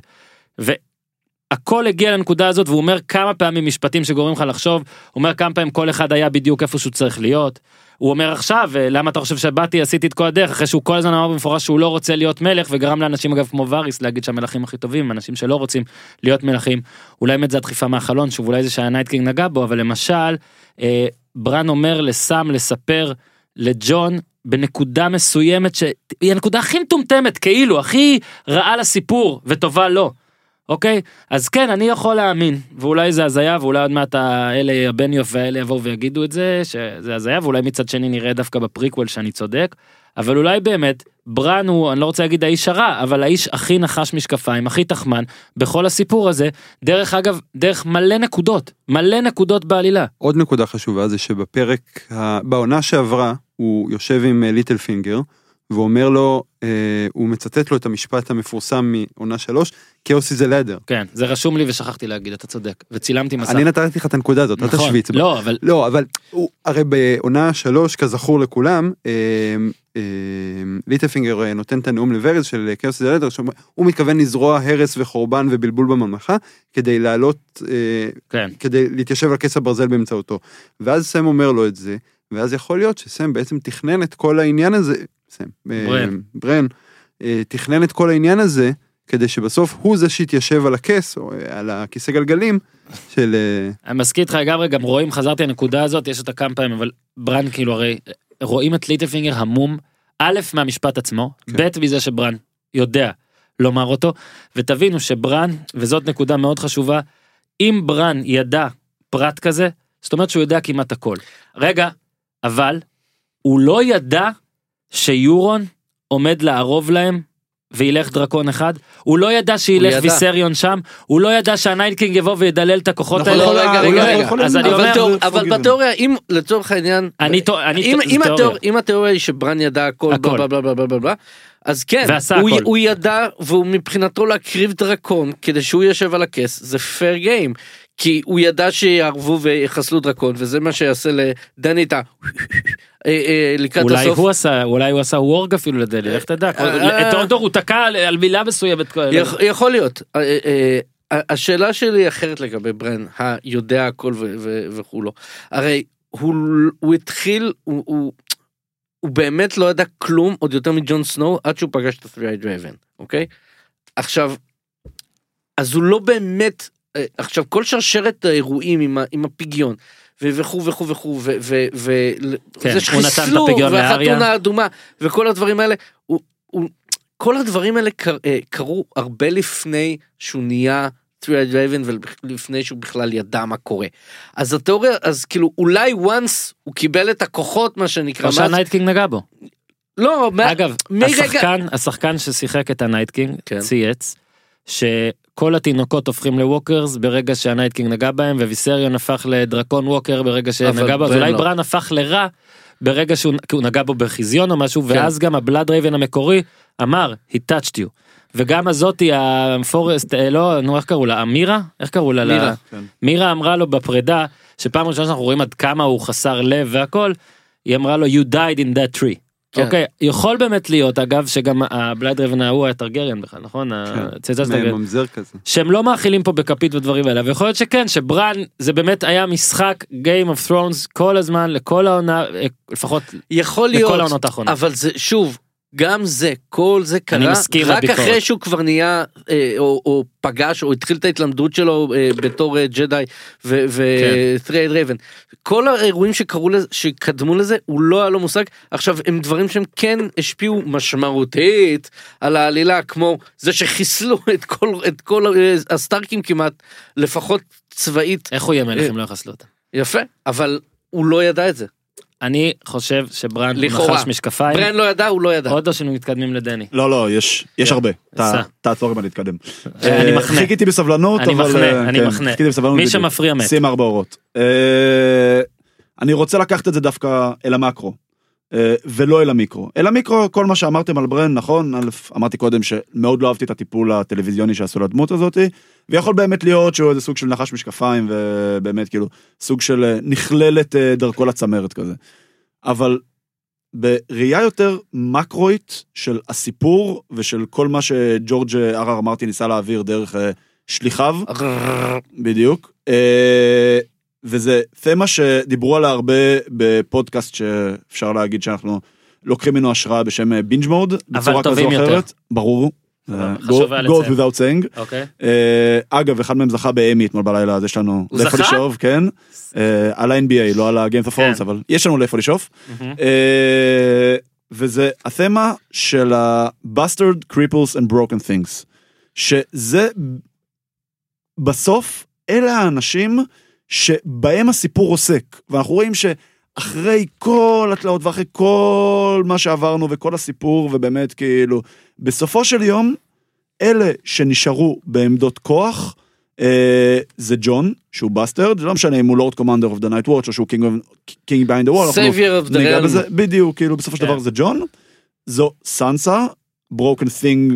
והכל הגיע לנקודה הזאת, והוא אומר כמה פעמים משפטים שגורמים לך לחשוב, הוא אומר כמה פעמים כל אחד היה בדיוק איפה שהוא צריך להיות, הוא אומר עכשיו, למה אתה חושב שבאתי, עשיתי את כל הדרך, אחרי שהוא כל הזמן אמר במפורש שהוא לא רוצה להיות מלך, וגרם לאנשים אגב כמו וריס להגיד שהמלכים הכי טובים, אנשים שלא רוצים להיות מלכים, אולי באמת זה הדחיפה מהחלון, שוב אולי זה שהנייטקינג נגע בו, אבל למשל, אה, ברן אומר לסם לספר לג'ון, בנקודה מסוימת, שהיא הנקודה הכי מטומטמת, כאילו, הכי רעה לסיפור, וטובה לא. אוקיי? אז כן, אני יכול להאמין, ואולי זה הזיה, ואולי עוד מעט האלה, הבניוף והאלה יבואו ויגידו את זה, שזה הזיה, ואולי מצד שני נראה דווקא בפריקוול שאני צודק, אבל אולי באמת, ברן הוא, אני לא רוצה להגיד האיש הרע, אבל האיש הכי נחש משקפיים, הכי תחמן, בכל הסיפור הזה, דרך אגב, דרך מלא נקודות, מלא נקודות בעלילה. עוד נקודה חשובה זה שבפרק, בעונה שעברה, הוא יושב עם ליטל פינגר, והוא אומר לו, אה, הוא מצטט לו את המשפט המפורסם מעונה שלוש, כאוס איזה לדר. כן, זה רשום לי ושכחתי להגיד, אתה צודק, וצילמתי מסע. אני נתתי לך את הנקודה הזאת, נכון, לא תשוויץ. לא, אבל... לא, אבל הוא, הרי בעונה שלוש, כזכור לכולם, אה, אה, ליטלפינגר נותן את הנאום לוורז של כאוס איזה לדר, הוא מתכוון לזרוע הרס וחורבן ובלבול בממלכה, כדי לעלות, אה, כן. כדי להתיישב על כס הברזל באמצעותו. ואז סם אומר לו את זה, ואז יכול להיות שסם בעצם תכנן את כל העניין הזה, סם, ברן, ברן, תכנן את כל העניין הזה, כדי שבסוף הוא זה שיתיישב על הכס, או על הכיסא גלגלים, של... אני מסכים איתך לגמרי, גם רואים, חזרתי הנקודה הזאת, יש אותה כמה פעמים, אבל ברן כאילו הרי, רואים את ליטלפינגר המום, א' מהמשפט עצמו, ב' מזה שברן יודע לומר אותו, ותבינו שברן, וזאת נקודה מאוד חשובה, אם ברן ידע פרט כזה, זאת אומרת שהוא יודע כמעט הכל. רגע, אבל הוא לא ידע שיורון עומד לערוב להם וילך דרקון אחד, הוא לא ידע שילך ויסריון שם, הוא לא ידע שהנייטקינג יבוא וידלל את הכוחות האלה, אז אני אומר, אבל בתיאוריה, אם לצורך העניין, אם התיאוריה היא שברן ידע הכל, אז כן, הוא ידע, והוא מבחינתו להקריב דרקון, כדי שהוא יושב על הכס, זה פייר גיים, כי הוא ידע שיערבו ויחסלו דרקון, וזה מה שיעשה לדני את ה... לקראת אולי הסוף. הוא עשה, אולי הוא עשה וורג אפילו לדלי, איך תדע? את אונדור הוא תקע על מילה מסוימת. יכול להיות. השאלה שלי היא אחרת לגבי ברן, היודע הכל וכו' לו. הרי הוא התחיל, הוא באמת לא ידע כלום, עוד יותר מג'ון סנואו, עד שהוא פגש את ה-Three-Eyed Raven, אוקיי? עכשיו, אז הוא לא באמת... עכשיו, כל שרשרת האירועים עם, עם הפיגיון, וכו' וכו' וכו', וזה שחיסלו, והחתונה האדומה, וכל הדברים האלה, כל הדברים האלה קרו הרבה לפני שהוא נהיה Three-Eyed Raven, ולפני שהוא בכלל ידע מה קורה. אז התיאוריה, אז כאילו, אולי once הוא קיבל את הכוחות, מה שנקרא, או שהנייט קינג נגע בו. לא, אגב, השחקן, השחקן ששיחק את הנייט קינג, צייץ, שכל התינוקות הופכים לווקרס ברגע שהנייט קינג נגע בהם, וויסריון הפך לדרקון ווקר ברגע שנגע בו, אז אולי ברן הפך לרע ברגע שהוא נגע בו בחזיון או משהו, ואז גם הבלאד רייבן המקורי אמר, he touched you. וגם הזאתי, הפורסט, לא, נו, איך קראו לה? אמירה? איך קראו לה? מירה. מירה אמרה לו בפרידה, שפעם ראשונה שאנחנו רואים עד כמה הוא חסר לב והכל, היא אמרה לו, you died in that tree. אוקיי, יכול באמת להיות, אגב, שגם הבלייד רייבן ההוא היה טרגריאן בכלל, נכון? ממזר כזה. שהם לא מאכילים פה בכפית ודברים האלה, ויכול להיות שכן, שברן, זה באמת היה משחק Game of Thrones כל הזמן, לכל העונה, לפחות לכל העונות האחרונות. אבל זה, שוב, גם זה, כל זה קרה, רק אחרי שהוא כבר נהיה, או, או פגש, או התחיל את ההתלמדות שלו בתור ג'די ו-Three-Eyed Raven. כל האירועים שקראו לזה, שקדמו לזה, הוא לא היה לו מושג. עכשיו, הם דברים שהם כן השפיעו משמעותית על העלילה, כמו זה שחיסלו את כל, את כל הסטארקים כמעט, לפחות צבאית. איך הוא יהיה מלך אם לא יחסלו אותה? יפה, אבל הוא לא ידע את זה. אני חושב שברן הוא נחש משקפיים. ברן לא ידע, הוא לא ידע. עוד לא שאנו מתקדמים לדני. לא, לא, יש הרבה. תעצור אם אני אתקדם. אני מחנה. חיכיתי בסבלנות, אני אבל... מחנה, אני מחנה. מי שמפריע מת. שים ארבע אורות. אני רוצה לקחת את זה דווקא אל המקרו, ולא אל המיקרו. אל המיקרו, כל מה שאמרתם על ברן, נכון, אמרתי קודם שמאוד לא אהבתי את הטיפול הטלוויזיוני שעשו לדמות הזאת, ויכול באמת להיות שהוא איזה סוג של נחש משקפיים, ובאמת כאילו סוג של נכללת דרכו לצמרת כזה. אבל בראייה יותר מקרואית של הסיפור, ושל כל מה שג'ורג' אר אר מרטין ניסה להעביר דרך שליחיו, בדיוק, וזה תמה שדיברו עליה הרבה בפודקאסט שאפשר להגיד שאנחנו לוקחים ממנו השראה בשם בינג' מוד, בצורה כזו או אחרת, ברור. goes without saying. אגב, אחד מהם זכה באמי אתמול בלילה, אז יש לנו לאיפה לשאוף, כן, על ה-אן בי איי, לא על ה-Games of Thrones, אבל יש לנו לאיפה לשאוף. וזה התמה של ה-Bastard, Cripples and Broken Things, שזה בסוף, אלה האנשים שבהם הסיפור עוסק, ואנחנו רואים שאחרי כל התלאות ואחרי כל מה שעברנו וכל הסיפור, ובאמת כאילו, בסופו של יום, אלה שנשארו בעמדות כוח, אה, זה ג'ון, שהוא בסטרד, זה לא משנה אם הוא לורד קומנדר אוף דה נייט וואץ' או שהוא קינג ביינד דה וול, סייבייר אוף דה רלם, בדיוק, כאילו בסופו של דבר זה ג'ון, זו סנסה, ברוקן תינג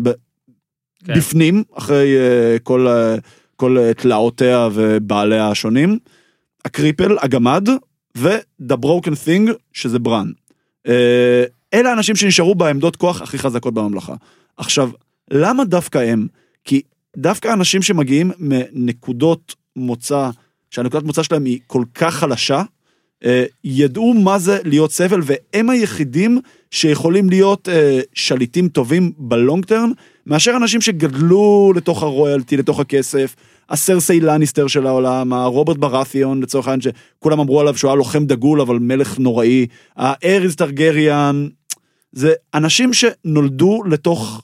בפנים, אחרי אה, כל... אה, כל תלאותיה ובעליה השונים, הקריפל, הגמד, ו-The Broken Thing, שזה ברן. אלה האנשים שנשארו בעמדות כוח הכי חזקות בממלכה. עכשיו, למה דווקא הם? כי דווקא אנשים שמגיעים מנקודות מוצא, שהנקודת מוצא שלהם היא כל כך חלשה, ידעו מה זה להיות סבל, והם היחידים שיכולים להיות שליטים טובים בלונג טרם, מאשר אנשים שגדלו לתוך הרויאלטי, לתוך הכסף, הסרסי לניסטר של העולם, הרוברט ברת'יון, לצורך העניין שכולם אמרו עליו שהוא היה לוחם דגול, אבל מלך נוראי, האריז טרגריאן, זה אנשים שנולדו לתוך,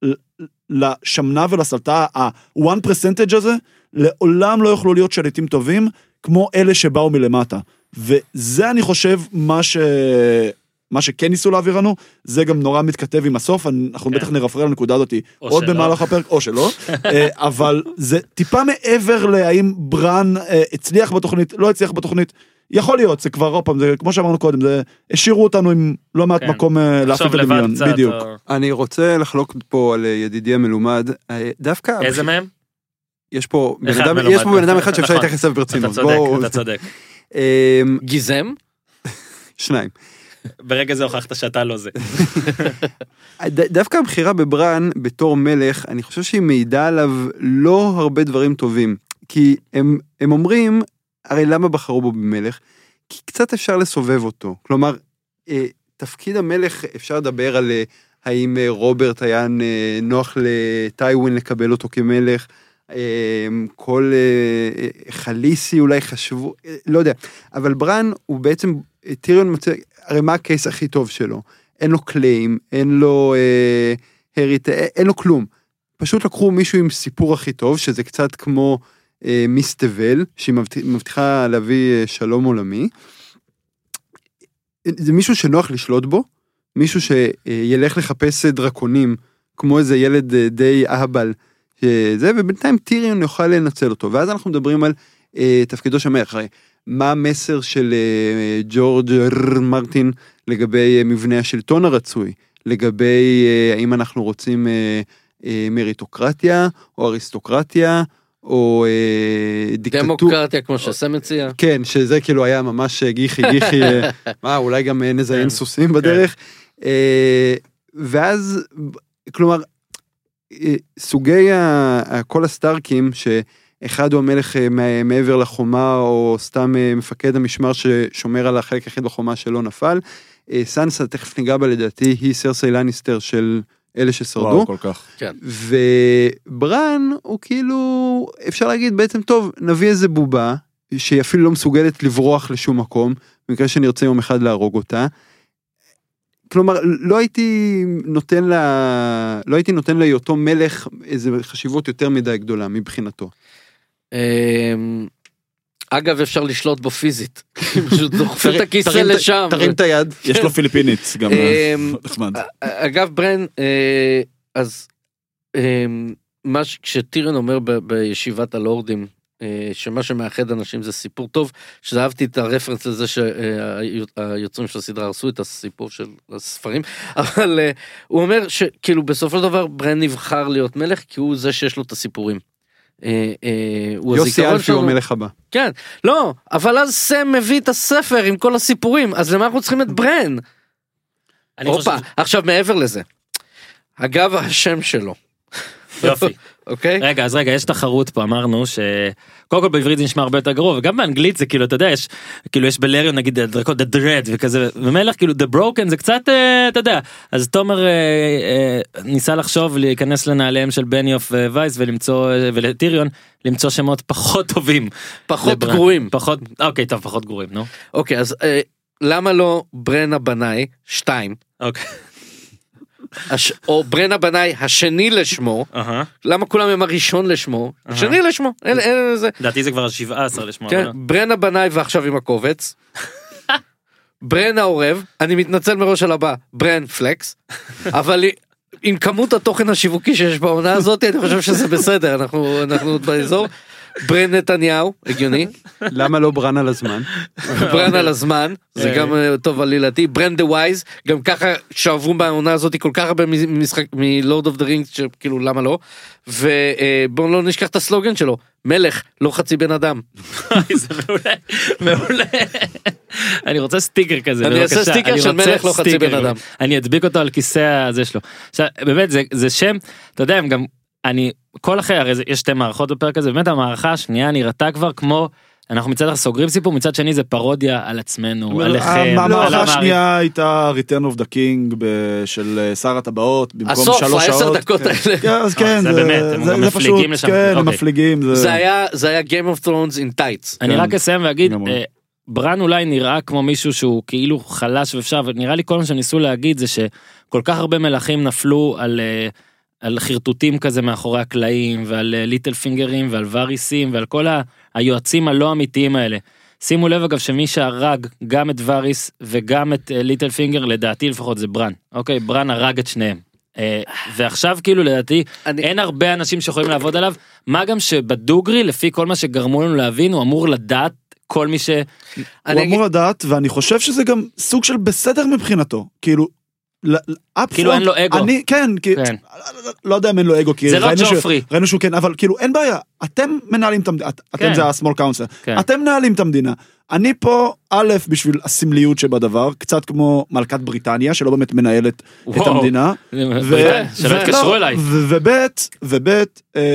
לשמנה ולסלטה, ה-one percentage הזה, לעולם לא יוכלו להיות שליטים טובים, כמו אלה שבאו מלמטה. וזה אני חושב מה ש... מה שכן ניסו להעביר לנו, זה גם נורא מתכתב עם הסוף, אנחנו בטח נרפרר לנקודה הזאת עוד במהלך הפרק, או שלא, אבל זה טיפה מעבר להאם ברן הצליח בתוכנית, לא הצליח בתוכנית, יכול להיות, זה כבר עוד פעם, זה כמו שאמרנו קודם, זה השאירו אותנו עם לא מעט מקום להפית הדמיון, בדיוק. אני רוצה לחלוק פה על ידידי המלומד, דווקא... איזה מהם? יש פה בן אדם אחד שאפשר להתייחס אליו ברצינות. אתה צודק, אתה צודק. גיזם? שניים. ברגע זה הוכחת שאתה לא זה. דווקא הבחירה בברן בתור מלך, אני חושב שהיא מעידה עליו לא הרבה דברים טובים, כי הם, הם אומרים, הרי למה בחרו בו במלך? כי קצת אפשר לסובב אותו, כלומר, תפקיד המלך אפשר לדבר על האם רוברט היה נוח לטיווין לקבל אותו כמלך, כל חליסי אולי חשבו, לא יודע, אבל ברן הוא בעצם, טיריון מצא, הרי מה הקייס הכי טוב שלו? אין לו קליים, אין לו הריט, אין לו כלום. פשוט לקחו מישהו עם סיפור הכי טוב, שזה קצת כמו מיסטבל, שהיא מבטיחה להביא שלום עולמי. זה מישהו שנוח לשלוט בו, מישהו שילך לחפש דרקונים, כמו איזה ילד די אהבל, שזה, ובינתיים טיריון יוכל לנצל אותו, ואז אנחנו מדברים על אה, תפקידו של מלך, הרי מה המסר של אה, ג'ורג' מרטין לגבי אה, מבנה השלטון הרצוי, לגבי אה, האם אנחנו רוצים אה, אה, מריטוקרטיה, או אריסטוקרטיה, או אה, דיקטטור. דמוקרטיה, כמו שסם מציע. כן, שזה כאילו היה ממש גיחי גיחי, אה, מה, אולי גם אה, נזיין סוסים בדרך, אה, ואז, כלומר, סוגי כל הסטארקים, שאחד הוא המלך מעבר לחומה, או סתם מפקד המשמר ששומר על החלק היחיד בחומה שלא נפל, סנסה, תכף ניגע בה לדעתי, היא סרסי לניסטר של אלה ששרדו. וואו, כל כך. כן. וברן הוא כאילו, אפשר להגיד בעצם, טוב, נביא איזה בובה, שהיא אפילו לא מסוגלת לברוח לשום מקום, במקרה שנרצה יום אחד להרוג אותה, כלומר, לא הייתי נותן לה, לא הייתי נותן לה אותו מלך איזו חשיבות יותר מדי גדולה מבחינתו. אגב, אפשר לשלוט בו פיזית. פשוט דוחף את הכיסא לשם. תרים את היד. יש לו פיליפינית גם נחמד. אגב, ברן, אז מה שטיריון אומר בישיבת הלורדים, שמה שמאחד אנשים זה סיפור טוב, שאהבתי את הרפרנס לזה שהיוצרים של הסדרה הרסו את הסיפור של הספרים, אבל הוא אומר שכאילו בסופו של דבר ברן נבחר להיות מלך, כי הוא זה שיש לו את הסיפורים. יוסי אלפי הוא המלך הבא. כן, לא, אבל אז סם מביא את הספר עם כל הסיפורים, אז למה אנחנו צריכים את ברן? אופה, עכשיו מעבר לזה, אגב השם שלו. יופי. אוקיי? רגע, אז רגע, יש תחרות פה, אמרנו שקודם כל בעברית זה נשמע הרבה יותר גרוע, וגם באנגלית זה כאילו, אתה יודע, יש, כאילו יש בלריון נגיד, דרקות, the dread וכזה, ומלך כאילו, the broken זה קצת, אתה יודע, אז תומר ניסה לחשוב להיכנס לנעליהם של בניוף ווייס ולמצוא, ולטיריון, למצוא שמות פחות טובים. פחות גרועים. פחות, אוקיי, טוב, פחות גרועים, נו. אוקיי, אז למה לא ברן הבנאי, שתיים? אוקיי. או ברן הבנאי השני לשמו, למה כולם הם הראשון לשמו, השני לשמו, לדעתי זה כבר שבעה עשר לשמו. ברן הבנאי ועכשיו עם הקובץ, ברן העורב, אני מתנצל מראש על הבא, ברן פלקס, אבל עם כמות התוכן השיווקי שיש בעונה הזאת, אני חושב שזה בסדר, אנחנו עוד באזור. ברן נתניהו, הגיוני. למה לא ברן על הזמן? ברן על הזמן, זה גם טוב עלילתי. ברן דה ווייז, גם ככה שעברו בעונה הזאת כל כך הרבה משחק מלורד אוף דה רינגס, שכאילו למה לא. ובואו לא נשכח את הסלוגן שלו, מלך, לא חצי בן אדם. זה מעולה, מעולה. אני רוצה סטיקר כזה. אני אעשה סטיקר של מלך, לא חצי בן אדם. אני אדביק אותו על כיסא הזה שלו. עכשיו, באמת, זה שם, אתה יודע, הם גם... אני, כל אחר, הרי יש שתי מערכות בפרק הזה, באמת המערכה השנייה נראתה כבר כמו, אנחנו מצד אחד סוגרים סיפור, מצד שני זה פרודיה על עצמנו, עליכם. המערכה השנייה הייתה Return of the King של שר הטבעות, במקום שלוש שעות. הסוף, העשר דקות האלה. אז כן, זה באמת, הם מפליגים לשם. כן, הם מפליגים. זה היה Game of Thrones in tights. אני רק אסיים ואגיד, ברן אולי נראה כמו מישהו שהוא כאילו חלש ואפשר, ונראה לי כל מה שניסו להגיד זה שכל כך הרבה מלכים נפלו על... על חרטוטים כזה מאחורי הקלעים, ועל ליטל פינגרים, ועל וריסים, ועל כל היועצים הלא אמיתיים האלה. שימו לב אגב שמי שהרג גם את וריס, וגם את ליטל פינגר, לדעתי לפחות זה ברן. אוקיי, ברן הרג את שניהם. ועכשיו כאילו לדעתי, אין הרבה אנשים שיכולים לעבוד עליו, מה גם שבדוגרי, לפי כל מה שגרמו לנו להבין, הוא אמור לדעת כל מי ש... הוא אמור לדעת, ואני חושב שזה גם סוג של בסדר מבחינתו. כאילו, כאילו אין לו אגו. אני, כן, לא יודע אם אין לו אגו, זה לא ג'ופרי. ראינו שהוא כן, אבל כאילו אין בעיה, אתם מנהלים את המדינה, אתם זה ה-small council, אתם מנהלים את המדינה, אני פה א' בשביל הסמליות שבדבר, קצת כמו מלכת בריטניה, שלא באמת מנהלת את המדינה, שלא התקשרו אליי, וב' וב'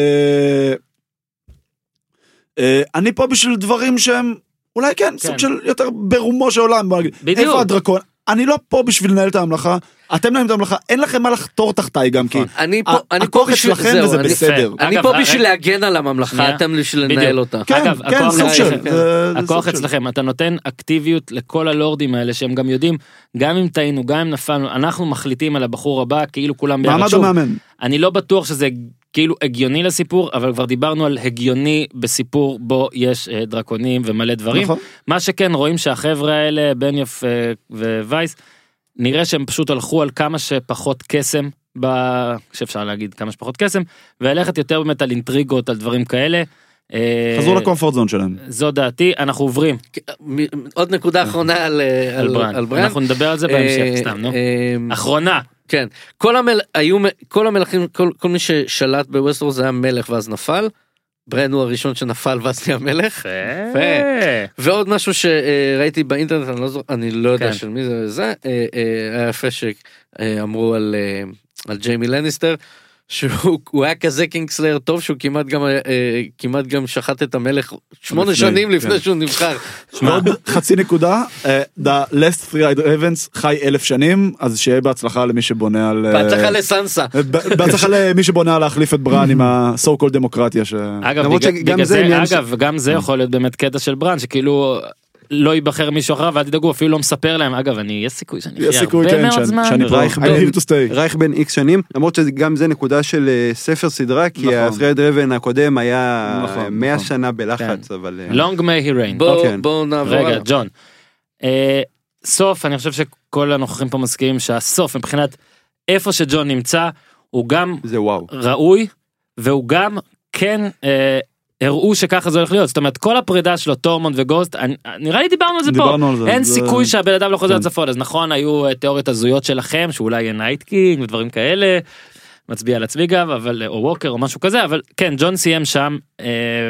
אני פה בשביל דברים שהם, אולי כן, סוג של יותר ברומו של עולם, איפה הדרקון, אני לא פה בשביל לנהל את הממלכה, אתם נעים את הממלכה, אין לכם מה לחתור תחתיי גם, כי אני פה, אני פה הכוח בשביל, אצלכם זהו, וזה אני- בסדר. אני אגב, פה רגע- בשביל להגן על הממלכה, שנייה. אתם בשביל בדיוק. לנהל אותה. כן, אגב, כן, הכוח סוג אצלכם. של, זה- זה הכוח סוג של. אצלכם, אתה נותן אקטיביות לכל הלורדים האלה, שהם גם יודעים, גם אם טעינו, גם אם נפלנו, אנחנו מחליטים על הבחור הבא, כאילו כולם ביחד. מעמד שוב, המאמן. אני לא בטוח שזה כאילו הגיוני לסיפור, אבל כבר דיברנו על הגיוני בסיפור בו יש אה, דרקונים ומלא דברים. נכון. מה שכן רואים שהחבר'ה האלה, בניוף אה, ווייס, נראה שהם פשוט הלכו על כמה שפחות קסם, ב... שאפשר להגיד כמה שפחות קסם, והלכת יותר באמת על אינטריגות, על דברים כאלה. אה, חזרו לקומפורט זון שלהם. זו דעתי, אנחנו עוברים מ- עוד נקודה אחרונה על, אה, על על, ברן. על ברן. אנחנו נדבר על זה בהמשך, אה, סתם, נו. אה, אחרונה. כן, כל, המל... היו... כל המלכים, כל... כל מי ששלט בווסטרוס זה היה מלך ואז נפל, ברן הוא הראשון שנפל ואז נהיה מלך, יפה. ועוד משהו שראיתי באינטרנט, אני לא, זו... אני לא יודע כן. של מי זה, זה אה, אה, היה יפה שאמרו על, אה, על ג'יימי לניסטר, שהוא הוא היה כזה קינגסלר טוב שהוא כמעט גם, אה, כמעט גם שחט את המלך שמונה לפני, שנים לפני כן. שהוא נבחר. ועוד חצי נקודה, אה, The Last Three Ravens חי אלף שנים, אז שיהיה בהצלחה למי שבונה על... אה, בהצלחה לסנסה. ב- בהצלחה למי שבונה על להחליף את ברן עם ה-so called דמוקרטיה ש... אגב, למרות בגלל, שגם בגלל זה זה, עניין ש- אגב, גם זה יכול להיות באמת קטע של ברן, שכאילו לא ייבחר מישהו אחר, ואל תדאגו, אפילו לא מספר להם, אגב, אני, יש סיכוי שאני יש אחיה סיכוי, הרבה כן, מאוד שאני- זמן. שאני פה, רייך I'm בן- here to stay. רייך בין איקס שנים, למרות שגם זה נקודה של אה, ספר סדרה, כי נכון. ה-Thread Raven הקודם היה נכון, מאה נכון. שנה בלחץ, אבל... אה, Long may he reign. בואו אוקיי. בואו נעבור. רגע, הלאה. ג'ון. אה, סוף, אני חושב שכל הנוכחים פה מסכימים שהסוף, מבחינת איפה שג'ון נמצא, הוא גם זה וואו. ראוי, והוא גם כן אה, הראו שככה זה הולך להיות. זאת אומרת, כל הפרידה שלו, טורמונד וגוסט, אני- נראה לי דיברנו על זה פה. דיברנו על זה. אין זה- סיכוי שהבן אדם לא חוזר כן. לצפון, אז נכון, היו אה, תיאוריות הזויות שלכם, שאולי יהיה נייט קינג ודברים כאלה, מצביע על עצמי גם, אבל, או ווקר או משהו כזה, אבל כן, ג'ון סיים שם, אה,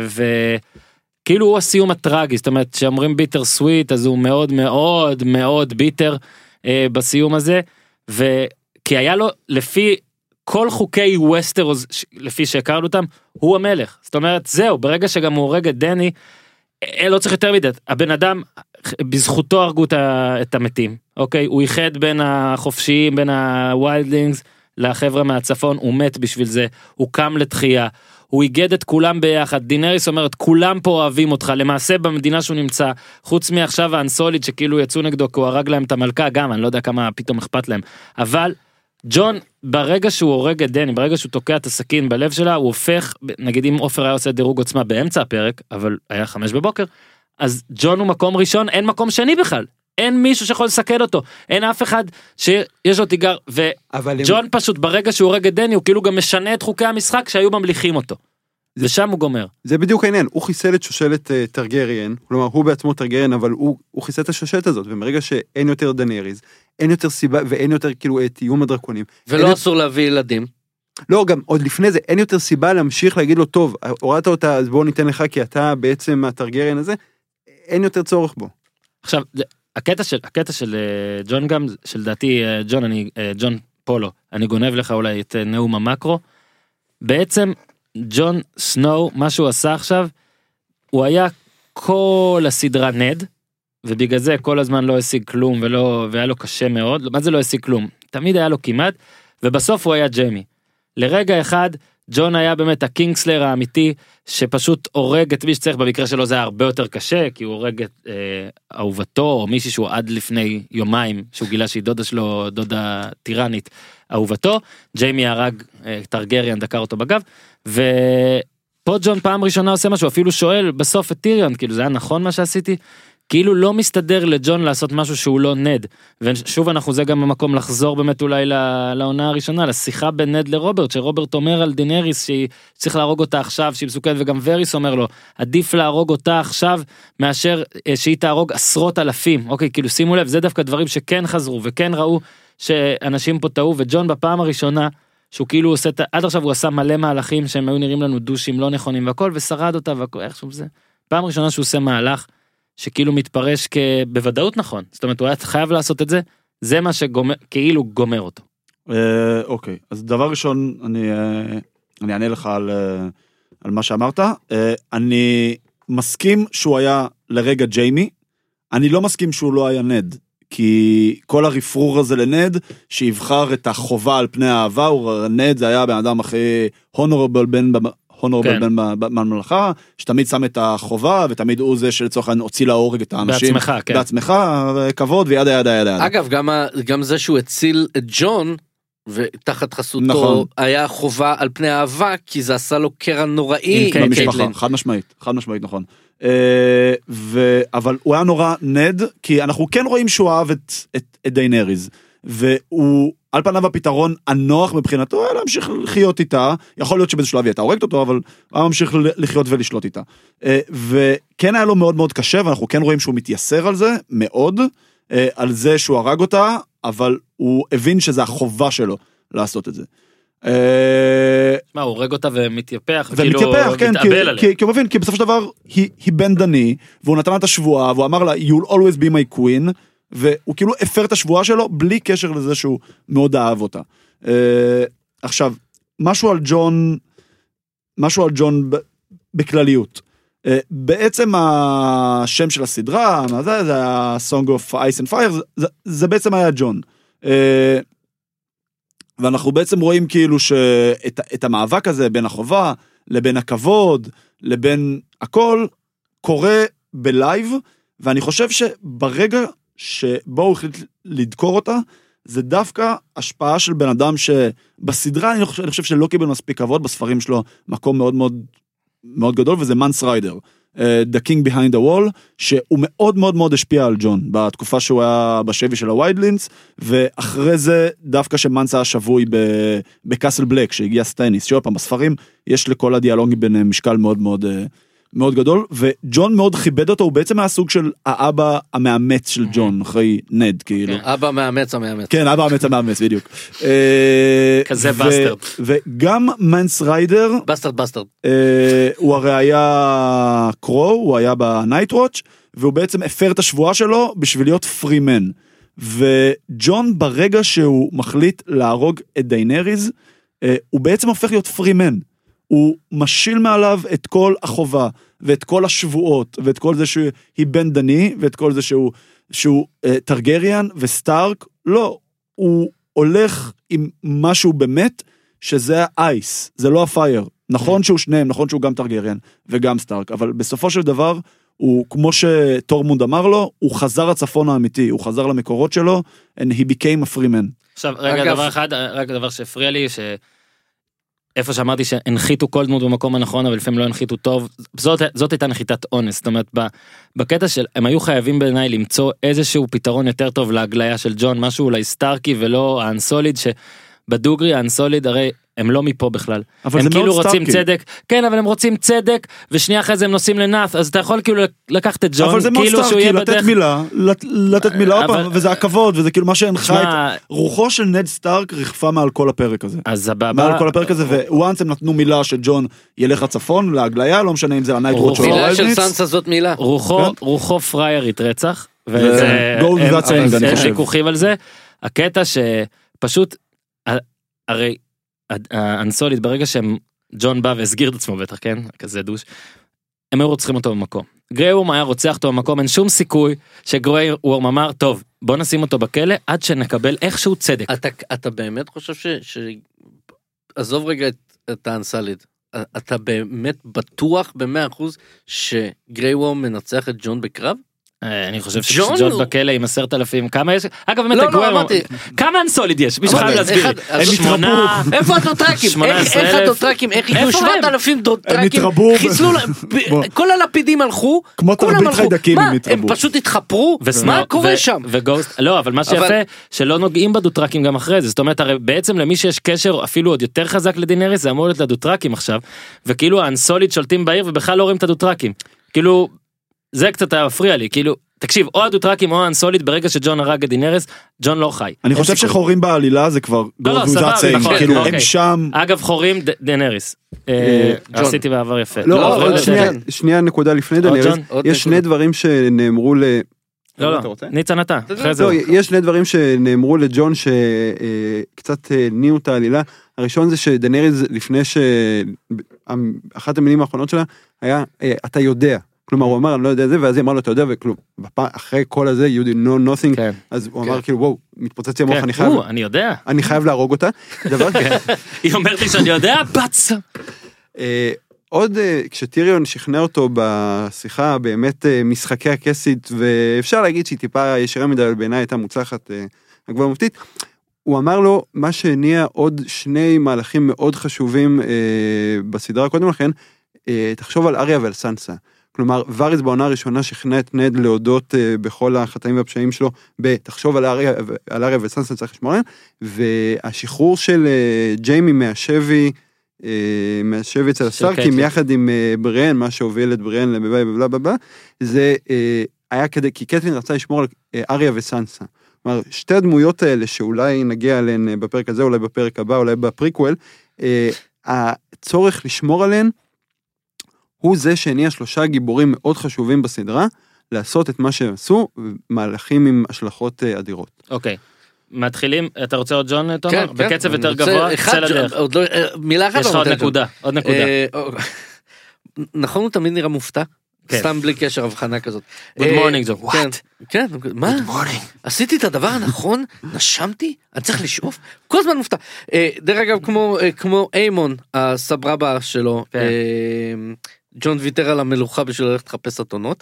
וכאילו הוא הסיום הטרגי, זאת אומרת, שאומרים ביטר סוויט, אז הוא מאוד מאוד מאוד ביטר אה, בסיום הזה, וכי היה לו, לפי כל חוקי ווסטרוס, ש- לפי שהכרנו אותם, הוא המלך. זאת אומרת, זהו, ברגע שגם הוא הורג את דני, אה, לא צריך יותר מדי, הבן אדם, בזכותו הרגו את ה- את המתים, אוקיי? הוא איחד בין החופשיים, בין הווילדלינגס, לחבר'ה מהצפון, הוא מת בשביל זה, הוא קם לתחייה, הוא איגד את כולם ביחד, דינריס אומרת, כולם פה אוהבים אותך, למעשה במדינה שהוא נמצא, חוץ מעכשיו האנסוליד שכאילו יצאו נגדו, כי הוא הרג להם את המלכה, גם, אני לא יודע כמה פתאום אכפת להם, אבל ג'ון, ברגע שהוא הורג את דני, ברגע שהוא תוקע את הסכין בלב שלה, הוא הופך, נגיד אם אופר היה עושה דירוג עוצמה באמצע הפרק, אבל היה חמש בבוקר, אז ג'ון הוא מקום ראשון, אין מקום שני בכלל. אין מישהו שיכול לסכן אותו, אין אף אחד שיש לו תיגר, אבל וג'ון פשוט ברגע שהוא הורג את דני, הוא כאילו גם משנה את חוקי המשחק שהיו ממליכים אותו. ושם הוא גומר. זה בדיוק העניין, הוא חיסל את שושלת uh, טרגריאן, כלומר הוא בעצמו טרגריאן, אבל הוא, הוא חיסל את השושלת הזאת, ומרגע שאין יותר דנריז, אין יותר סיבה, ואין יותר כאילו את איום הדרקונים. ולא אין- אסור להביא ילדים. לא, גם עוד לפני זה, אין יותר סיבה להמשיך להגיד לו, טוב, הורדת אותה, אז בוא ניתן לך, כי אתה בעצם הטרגריאן הזה, אין יותר צורך בו. עכשיו, הקטע של, הקטע של אה, ג'ון גם, שלדעתי, אה, ג'ון, אני, אה, ג'ון פולו, אני גונב לך אולי את אה, נאום המקרו, בעצם ג'ון סנואו, מה שהוא עשה עכשיו, הוא היה כל הסדרה נד, ובגלל זה כל הזמן לא השיג כלום, ולא, והיה לו קשה מאוד, מה זה לא השיג כלום? תמיד היה לו כמעט, ובסוף הוא היה ג'יימי. לרגע אחד, ג'ון היה באמת הקינגסלר האמיתי, שפשוט הורג את מי שצריך, במקרה שלו זה היה הרבה יותר קשה, כי הוא הורג את אה, אהובתו, או מישהי שהוא עד לפני יומיים, שהוא גילה שהיא דודה שלו, דודה טירנית, אהובתו, ג'יימי הרג אה, טרגריאן, דקר אותו בגב, ופה ג'ון פעם ראשונה עושה משהו, אפילו שואל בסוף את טיריון, כאילו זה היה נכון מה שעשיתי? כאילו לא מסתדר לג'ון לעשות משהו שהוא לא נד, ושוב אנחנו זה גם המקום לחזור באמת אולי לעונה הראשונה, לשיחה בין נד לרוברט, שרוברט אומר על דינריס שהיא צריך להרוג אותה עכשיו, שהיא מסוכנת, וגם וריס אומר לו, עדיף להרוג אותה עכשיו, מאשר שהיא תהרוג עשרות אלפים, אוקיי, כאילו שימו לב, זה דווקא דברים שכן חזרו, וכן ראו שאנשים פה טעו, וג'ון בפעם הראשונה, שהוא כאילו עושה, עד עכשיו הוא עשה מלא מהלכים, שהם היו נראים לנו דושים לא נכונים, והכל, ושרד אותה, והכל, איכשהו זה, פעם ראשונה שהוא עושה מהלך, שכאילו מתפרש כבוודאות נכון, זאת אומרת הוא היה חייב לעשות את זה, זה מה שכאילו גומר אותו. אוקיי, אז דבר ראשון, אני אני אענה לך על על מה שאמרת, אני מסכים שהוא היה לרגע ג'יימי, אני לא מסכים שהוא לא היה נד, כי כל הרפרור הזה לנד, שיבחר את החובה על פני האהבה, הוא, נד זה היה בן אדם הכי הונורבל בין, הונורבל כן. בין בממלכה, שתמיד שם את החובה, ותמיד הוא זה שלצורך העניין הוציא להורג את האנשים. בעצמך, כן. בעצמך, כבוד וידה ידה ידה ידה. אגב, גם, ה- גם זה שהוא הציל את ג'ון, ותחת חסותו נכון. היה חובה על פני האהבה, כי זה עשה לו קרע נוראי. כן, במשפחה, קייטלין. חד משמעית, חד משמעית, נכון. אה, ו... אבל הוא היה נורא נד, כי אנחנו כן רואים שהוא אהב את, את, את דיינריז, והוא, על פניו הפתרון הנוח מבחינתו, היה להמשיך לחיות איתה, יכול להיות שבאיזשהו שלב היא הייתה הורגת אותו, אבל הוא היה ממשיך לחיות ולשלוט איתה. אה, וכן היה לו מאוד מאוד קשה, ואנחנו כן רואים שהוא מתייסר על זה, מאוד, אה, על זה שהוא הרג אותה, אבל הוא הבין שזה החובה שלו לעשות את זה. מה, הוא הורג אותה ומתייפח, ומתייפח, כן, כי, מתאבל עליה. כי, כי הוא מבין, כי בסופו של דבר היא, היא בן דני, והוא נתן לה את השבועה, והוא אמר לה, you'll always be my queen, והוא כאילו הפר את השבועה שלו, בלי קשר לזה שהוא מאוד אהב אותה. Uh, עכשיו, משהו על ג'ון, משהו על ג'ון ב, בכלליות. Uh, בעצם השם של הסדרה, מה זה, זה היה Song of Ice and Fire, זה, זה, זה בעצם היה ג'ון. Uh, ואנחנו בעצם רואים כאילו שאת את המאבק הזה בין החובה, לבין הכבוד, לבין הכל, קורה בלייב, ואני חושב שברגע שבו הוא החליט לדקור אותה, זה דווקא השפעה של בן אדם שבסדרה אני חושב, אני חושב שלא קיבל מספיק כבוד, בספרים שלו מקום מאוד מאוד, מאוד גדול, וזה מנס ריידר. The King Behind the Wall, שהוא מאוד מאוד מאוד השפיע על ג'ון, בתקופה שהוא היה בשבי של הוויידלינס, ואחרי זה דווקא שמנס היה שבוי בקאסל בלק, שהגיע סטניס, שעוד פעם, בספרים יש לכל הדיאלוגים ביניהם משקל מאוד מאוד, מאוד גדול, וג'ון מאוד כיבד אותו, הוא בעצם היה סוג של האבא המאמץ של ג'ון, אחרי נד, כאילו. אבא מאמץ המאמץ. כן, אבא המאמץ המאמץ, בדיוק. כזה בסטרד. וגם מנס ריידר, בסטרד בסטרד. הוא הרי היה קרו, הוא היה בנייט וואץ', והוא בעצם הפר את השבועה שלו בשביל להיות פרימן. וג'ון ברגע שהוא מחליט להרוג את דיינריז, הוא בעצם הופך להיות פרימן. הוא משיל מעליו את כל החובה, ואת כל השבועות, ואת כל זה שהיא בן דני, ואת כל זה שהוא, שהוא אה, טרגריאן וסטארק, לא, הוא הולך עם משהו באמת, שזה האייס, זה לא הפייר. נכון שהוא שניהם, נכון שהוא גם טרגריאן, וגם סטארק, אבל בסופו של דבר, הוא, כמו שטורמונד אמר לו, הוא חזר הצפון האמיתי, הוא חזר למקורות שלו, and he became a free man. עכשיו, רגע, אגב, דבר אחד, רק דבר שהפריע לי, ש... איפה שאמרתי שהנחיתו כל דמות במקום הנכון, אבל לפעמים לא הנחיתו טוב, זאת, זאת הייתה נחיתת אונס, זאת אומרת, בקטע של, הם היו חייבים בעיניי למצוא איזשהו פתרון יותר טוב להגליה של ג'ון, משהו אולי סטארקי ולא האנסוליד, שבדוגרי האנסוליד הרי הם לא מפה בכלל, אבל הם זה כאילו מאוד רוצים סטארקי. צדק, כן, אבל הם רוצים צדק, ושנייה אחרי זה הם נוסעים לנאף, אז אתה יכול כאילו לקחת את ג'ון, אבל זה מאוד כאילו שהוא סטארקי, יהיה לתת בדרך, מילה, לת- לתת מילה, אבל- אבל... וזה הכבוד, וזה כאילו מה שהנחה שמע, את... רוחו של נד סטארק רכפה מעל כל הפרק הזה. אז סבבה, מעל כל הפרק הזה, ווואנס הם נתנו מילה שג'ון ילך לצפון, להגליה, לא משנה אם זה הנייט וואץ' או מילה של הווילדניץ. סנסה זאת מילה. רוחו, כן. רוחו פריירית רצח, וזה, Go with הם- that saying, הם- אני יש חושב. ויכוחים על זה, הקטע שפשוט, ה- הרי, האנסוליד ברגע שהם, ג'ון בא והסגיר את עצמו בטח, כן? כזה דוש, הם היו רוצחים אותו במקום. גריי וורם היה רוצח אותו במקום, אין שום סיכוי שגריי וורם אמר, טוב, בוא נשים אותו בכלא, עד שנקבל איכשהו צדק. אתה, אתה באמת חושב ש... ש... עזוב רגע את, את האנסליד, אתה באמת בטוח במאה אחוז שגריי וורם מנצח את ג'ון בקרב? אני חושב ג'ון שג'ון הוא- בכלא עם עשרת אלפים, כמה יש? אגב, באמת, לא, לא, גריי וורם- אמרתי- כמה אנסוליד יש? בשביל אמרתי, להסביר לי. אחד- אז שמונה, איפה הדוטרקים? שמונה איך עשרה איך אלף? הדוטרקים? איך הגיעו איפה הם? שבעת אלפים דוטרקים? התרבו ב- חיסלו להם, בוא. כל הלפידים הלכו, כמו כולם תרבית הלכו. חיידקים מה, הם הם התרבו. פשוט התחפרו? וסנאפ, מה קורה ו- שם? וגוסט, לא, אבל מה אבל- שיפה, שלא נוגעים בדוטרקים גם אחרי זה, זאת אומרת, הרי בעצם למי שיש קשר אפילו עוד יותר חזק לדינריס, זה אמור להיות לדוטרקים עכשיו, וכאילו האנסוליד שולטים בעיר ובכלל לא רואים את הדוטרקים, כאילו, זה קצת הפריע לי, כאילו, תקשיב, או הדוטרקים או האנסוליד, ברגע שג'ון הרג את דינריס, ג'ון לא חי. אני אין חושב סיכוי. שחורים בעלילה זה כבר לא, לא, go with סבבה, that saying, נכון, כאילו אוקיי. הם שם, אגב, חורים, ד- דינריס. אה, ג'ון. עשיתי בעבר יפה. לא, לא, עוד לא, שנייה, לא. שנייה נקודה לפני עוד דניאל, ג'ון? עוד יש נקודה. שני דברים שנאמרו ל... לא, אתה לא, רוצה? ניצן אתה, אחרי זה. לא, יש שני דברים שנאמרו לג'ון שקצת ניעו את העלילה. הראשון זה שדנריז לפני ש... אחת המילים האחרונות שלה היה, אתה יודע, כלומר, הוא אמר, אני לא יודע זה, ואז היא אמר לו, אתה יודע, וכלום, אחרי כל הזה, you did know nothing, אז הוא אמר, כאילו, וואו, מתפוצץ לי המוח, אני חייב, אני יודע. אני חייב להרוג אותה. היא אומרת לי שאני יודע, בצ. עוד, כשטיריון שכנע אותו בשיחה, באמת משחקי הכסית, ואפשר להגיד שהיא טיפה ישרה מדי, אבל בעיניי הייתה מוצלחת, הגבוהה מופתית, הוא אמר לו, מה שהניע עוד שני מהלכים מאוד חשובים בסדרה קודם לכן, תחשוב על אריה ועל סנסה. כלומר, וריס בעונה הראשונה שכנע את נד להודות בכל החטאים והפשעים שלו, בתחשוב על אריה, על אריה וסנסה צריך לשמור עליהם, והשחרור של ג'יימי מהשבי, מהשבי אצל הסטארקים, יחד עם בריאן, מה שהוביל את בריאן לבבי ובלה בלה, זה היה כדי, כי קטלין רצה לשמור על אריה וסנסה. כלומר, שתי הדמויות האלה שאולי נגיע עליהן בפרק הזה, אולי בפרק הבא, אולי בפריקוול, הצורך לשמור עליהן, הוא זה שהניע שלושה גיבורים מאוד חשובים בסדרה, לעשות את מה שהם עשו, מהלכים עם השלכות אדירות. אוקיי. מתחילים, אתה רוצה עוד ג'ון, תומר? בקצב יותר גבוה, צא לדרך. מילה אחת. יש לך עוד נקודה, עוד נקודה. נכון, הוא תמיד נראה מופתע. סתם בלי קשר הבחנה כזאת. Good morning, ג'ון. כן, מה? עשיתי את הדבר הנכון, נשמתי, אני צריך לשאוף, כל הזמן מופתע. דרך אגב, כמו איימון, הסברבה שלו, ג'ון ויתר על המלוכה בשביל ללכת לחפש אתונות,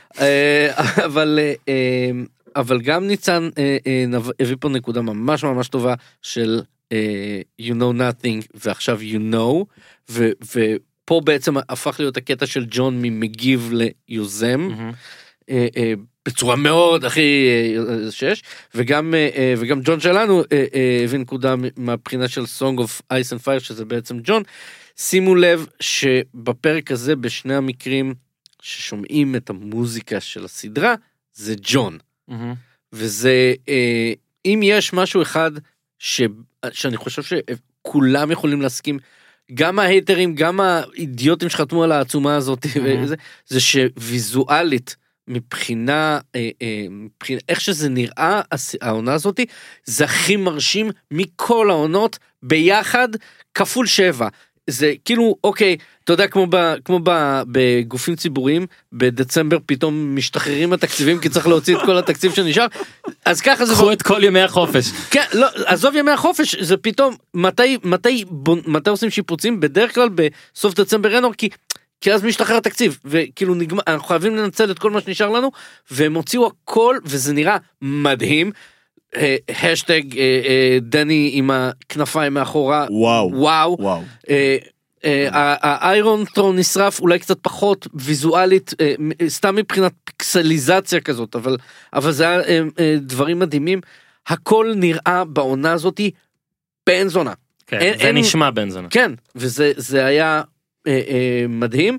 אבל... אבל גם ניצן הביא פה נקודה ממש ממש טובה של you know nothing ועכשיו you know, ופה בעצם הפך להיות הקטע של ג'ון ממגיב ליוזם, בצורה מאוד הכי שש, וגם ג'ון שלנו הביא נקודה מהבחינה של Song of Ice and Fire, שזה בעצם ג'ון. שימו לב שבפרק הזה בשני המקרים ששומעים את המוזיקה של הסדרה, זה ג'ון. וזה, אם יש משהו אחד ש, שאני חושב שכולם יכולים להסכים, גם ההייטרים, גם האידיוטים שחתמו על העצומה הזאת, וזה, זה שוויזואלית, מבחינה, מבחינה, איך שזה נראה, העונה הזאת, זה הכי מרשים מכל העונות, ביחד, כפול שבע. זה כאילו, אוקיי, אתה יודע, כמו, ב, כמו ב, בגופים ציבוריים, בדצמבר פתאום משתחררים התקציבים, כי צריך להוציא את כל התקציב שנשאר, אז ככה זה... קחו את כל ימי החופש. כן, לא, עזוב ימי החופש, זה פתאום, מתי, מתי, מתי עושים שיפוצים? בדרך כלל בסוף דצמבר ינואר, כי, כי אז משתחרר התקציב, וכאילו נגמר, אנחנו חייבים לנצל את כל מה שנשאר לנו, והם הוציאו הכל, וזה נראה מדהים, השטג דני עם הכנפיים מאחורה, וואו, וואו, וואו. האיירון טרון נשרף אולי קצת פחות ויזואלית, סתם מבחינת פיקסליזציה כזאת, אבל אבל זה היה דברים מדהימים. הכל נראה בעונה הזאת בן זונה, זה נשמע בן זונה, כן, וזה זה היה מדהים,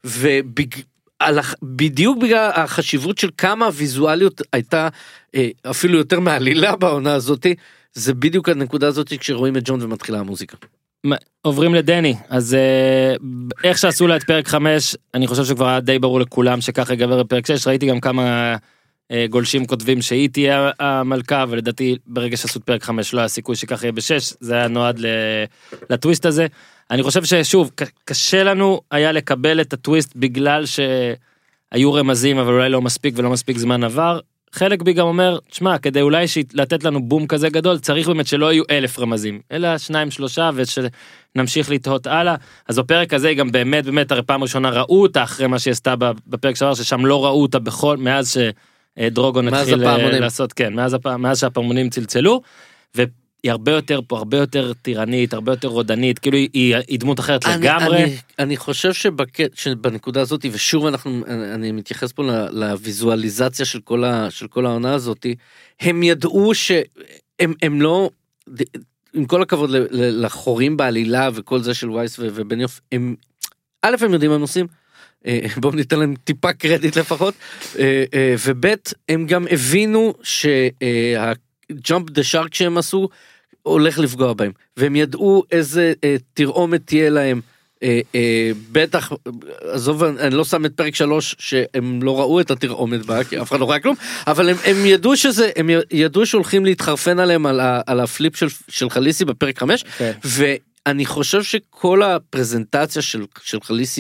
ובדיוק בגלל החשיבות של כמה הוויזואליות הייתה אפילו יותר מעלילה בעונה הזאת, זה בדיוק הנקודה הזאת כשרואים את ג'ון ומתחילה המוזיקה. עוברים לדני, אז איך שעשו לה את פרק חמש, אני חושב שכבר היה די ברור לכולם שככה יגבר בפרק שש, ראיתי גם כמה גולשים כותבים שהיא תהיה המלכה, ולדעתי ברגע שעשו את פרק חמש לא היה סיכוי שככה יהיה בשש, זה היה נועד לטוויסט הזה. אני חושב ששוב, קשה לנו היה לקבל את הטוויסט בגלל שהיו רמזים, אבל אולי לא מספיק ולא מספיק זמן עבר. חלק בי גם אומר, תשמע, כדי אולי לתת לנו בום כזה גדול, צריך באמת שלא יהיו אלף רמזים, אלא שניים שלושה, ושנמשיך לתהות הלאה. אז בפרק הזה גם באמת, באמת, הרי פעם ראשונה ראו אותה, אחרי מה שהיא עשתה בפרק שעבר, ששם לא ראו אותה בכל, מאז שדרוגון התחיל לעשות, כן, מאז, מאז שהפעמונים צלצלו, והיא הרבה יותר פה, הרבה יותר טירנית, הרבה יותר רודנית, כאילו היא, היא, היא דמות אחרת אני, לגמרי. אני, אני חושב שבק... שבנקודה הזאת, ושוב אנחנו, אני מתייחס פה לוויזואליזציה של כל, ה... של כל העונה הזאת, הם ידעו שהם הם לא, עם כל הכבוד לחורים בעלילה וכל זה של וייס ובניוף, הם, א' הם יודעים מה הם עושים, בואו ניתן להם טיפה קרדיט לפחות, וב' הם גם הבינו שהג'אמפ דה שרק שהם עשו, הולך לפגוע בהם, והם ידעו איזה אה, תרעומת תהיה להם, אה, אה, בטח, עזוב, אני לא שם את פרק שלוש, שהם לא ראו את התרעומת בה, כי אף אחד לא ראה כלום, אבל הם, הם ידעו שזה, הם ידעו שהולכים להתחרפן עליהם על, ה, על הפליפ של, של חליסי בפרק חמש, okay. אני חושב שכל הפרזנטציה של, של חליסי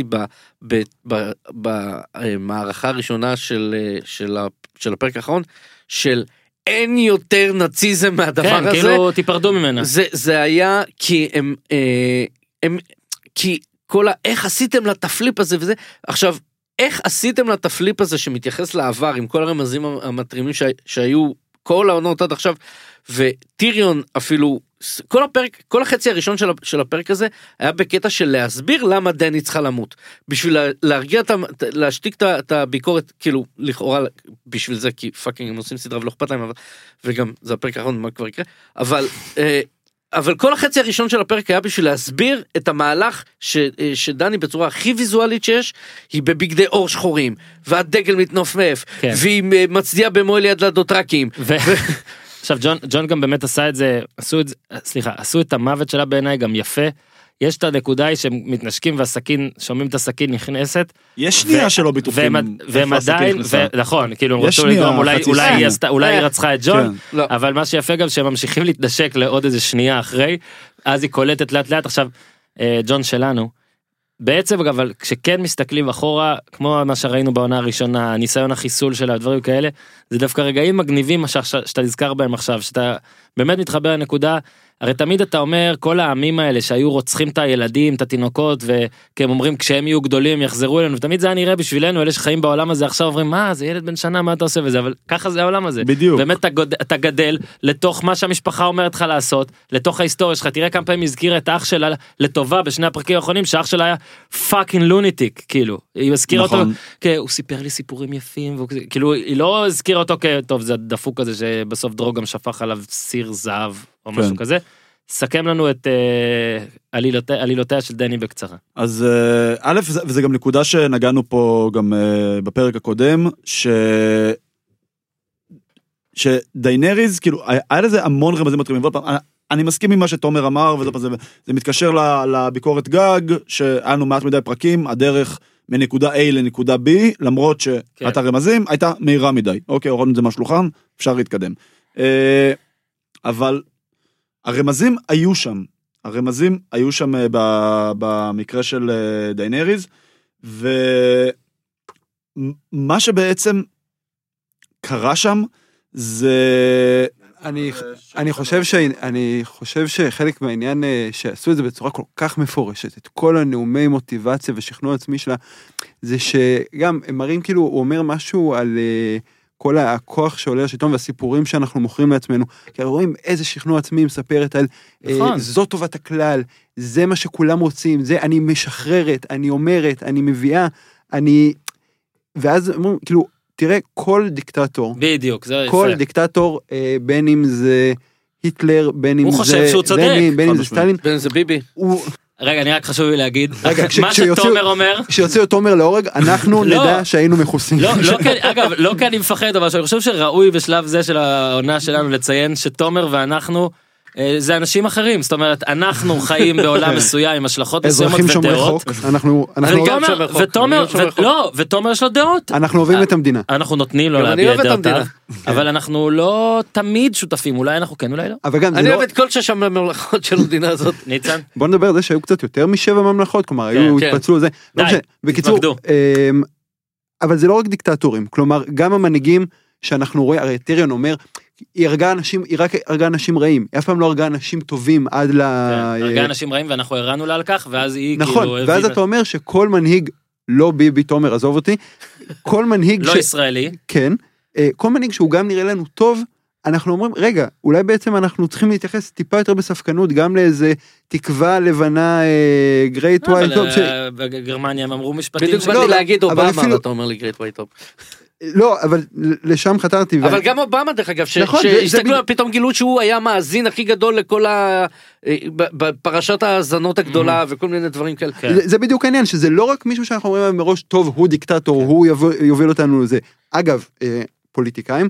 במערכה הראשונה של, של, של הפרק האחרון, של אין יותר נאציזם מהדבר כן, הזה. כן, כאילו תיפרדו ממנה. זה, זה היה כי הם, הם, כי כל ה... איך עשיתם לתפליפ הזה וזה, עכשיו, איך עשיתם לתפליפ הזה שמתייחס לעבר, עם כל הרמזים המטרימים שה, שהיו כל העונות עד עכשיו, וטיריון אפילו, כל הפרק, כל החצי הראשון של, של הפרק הזה, היה בקטע של להסביר למה דני צריכה למות, בשביל להרגיע, להשתיק את הביקורת, כאילו, לכאורה, בשביל זה, כי פאקינג הם עושים סדרה ולא אכפת להם, אבל, וגם זה הפרק האחרון, מה כבר יקרה, אבל, אבל כל החצי הראשון של הפרק היה בשביל להסביר את המהלך ש, שדני בצורה הכי ויזואלית שיש, היא בבגדי אור שחורים, והדגל מתנוף מאף, כן. והיא מצדיעה במועל יד לדוטרקים. ו... ו... עכשיו, ג'ון, ג'ון גם באמת עשה את זה, עשו את זה, סליחה, עשו את המוות שלה בעיניי גם יפה. יש את הנקודה היא שהם מתנשקים והסכין, שומעים את הסכין נכנסת. יש שנייה שלא בטוחים. והם עדיין, נכון, כאילו הם רצו לגרום, אולי היא רצחה את ג'ון, אבל מה שיפה גם שהם ממשיכים להתנשק לעוד איזה שנייה אחרי, אז היא קולטת לאט לאט. עכשיו, ג'ון שלנו, בעצם אבל כשכן מסתכלים אחורה, כמו מה שראינו בעונה הראשונה, הניסיון החיסול שלה, דברים כאלה, זה דווקא רגעים מגניבים שאתה נזכר בהם עכשיו, שאתה באמת מתחבר לנקודה, הרי תמיד אתה אומר, כל העמים האלה שהיו רוצחים את הילדים, את התינוקות, וכי הם אומרים, כשהם יהיו גדולים יחזרו אלינו, ותמיד זה היה נראה בשבילנו, אלה שחיים בעולם הזה עכשיו אומרים, מה, זה ילד בן שנה, מה אתה עושה וזה, אבל ככה זה העולם הזה. בדיוק. באמת אתה, גוד, אתה גדל לתוך מה שהמשפחה אומרת לך לעשות, לתוך ההיסטוריה שלך, תראה כמה פעמים הזכירה את אח שלה לטובה בשני הפרקים האחרונים, שאח שלה היה פאקינג לוניטיק, כאילו, היא הזכירה נכון. אותו, כי הוא סיפר לי סיפורים יפים, והוא, כאילו, היא לא הזכירה אותו כטוב, זה דפוק כזה שבסוף דרוג גם שפך עליו סיר זהב או משהו כן. כזה. סכם לנו את עלילותיה, עלילותיה של דני בקצרה. אז א', וזה גם נקודה שנגענו פה גם בפרק הקודם, ש... שדיינריז, כאילו, היה לזה המון רמזים מטרימים, אני מסכים עם מה שתומר אמר, וזה זה מתקשר לביקורת גג, שהיה לנו מעט מדי פרקים, הדרך מנקודה A לנקודה B, למרות שהייתה רמזים, הייתה מהירה מדי. אוקיי, הורדנו את זה מהשולחן, אפשר להתקדם. אבל הרמזים היו שם, הרמזים היו שם במקרה של דיינריז, ומה שבעצם קרה שם, זה... אני, אני חושב ש, אני חושב שחלק מהעניין שעשו את זה בצורה כל כך מפורשת, את כל הנאומי מוטיבציה ושכנוע עצמי שלה, זה שגם הם מראים כאילו, הוא אומר משהו על כל הכוח שעולה לשלטון והסיפורים שאנחנו מוכרים לעצמנו, כי רואים איזה שכנוע עצמי מספרת על, נכון. זו טובת הכלל, זה מה שכולם רוצים, זה אני משחררת, אני אומרת, אני מביאה, אני, ואז אומרים, כאילו, תראה, כל דיקטטור, בדיוק, זה כל יפה. דיקטטור, בין אם זה היטלר, בין אם זה לנין, בין אם זה סטלין, בין אם זה ביבי. רגע, אני רק חשוב לי להגיד, רגע, מה שתומר אומר... כשיוצא תומר להורג, אנחנו נדע שהיינו מכוסים. אגב, לא כי אני מפחד, אבל אני חושב שראוי בשלב זה של העונה שלנו לציין שתומר ואנחנו... זה אנשים אחרים, זאת אומרת, אנחנו חיים בעולם מסוים עם השלכות מסוימות ודעות. אנחנו... ותומר, לא, ותומר יש לו דעות. אנחנו אוהבים את המדינה. אנחנו נותנים לו להביע את דעותיו, אבל אנחנו לא תמיד שותפים, אולי אנחנו כן, אולי לא. אני אוהב את כל ששם הממלכות של המדינה הזאת. ניצן? בוא נדבר על זה שהיו קצת יותר משבע ממלכות, כלומר, היו התפצלו לזה. די, תתמקדו. אבל זה לא רק דיקטטורים, כלומר, גם המנהיגים שאנחנו רואים, הרי טיריון אומר, היא הרגה אנשים, היא רק הרגה אנשים רעים, היא אף פעם לא הרגה אנשים טובים עד ל... הרגה אנשים רעים ואנחנו הראנו לה על כך, ואז היא כאילו... נכון, ואז אתה אומר שכל מנהיג, לא ביבי, תומר, עזוב אותי, כל מנהיג... לא ישראלי. כן, כל מנהיג שהוא גם נראה לנו טוב, אנחנו אומרים, רגע, אולי בעצם אנחנו צריכים להתייחס טיפה יותר בספקנות, גם לאיזה תקווה לבנה גרייט ווייט טופ. בגרמניה הם אמרו משפטים... בדיוק באתי להגיד אובמה, ואתה אומר לי גרייט ווייט טופ. לא, אבל לשם חתרתי. אבל גם אובמה דרך אגב, שהסתכלו, פתאום גילו שהוא היה מאזין הכי גדול לכל ה... בפרשת ההאזנות הגדולה וכל מיני דברים כאלה. זה בדיוק העניין, שזה לא רק מישהו שאנחנו אומרים מראש, טוב, הוא דיקטטור, הוא יוביל אותנו לזה. אגב, פוליטיקאים,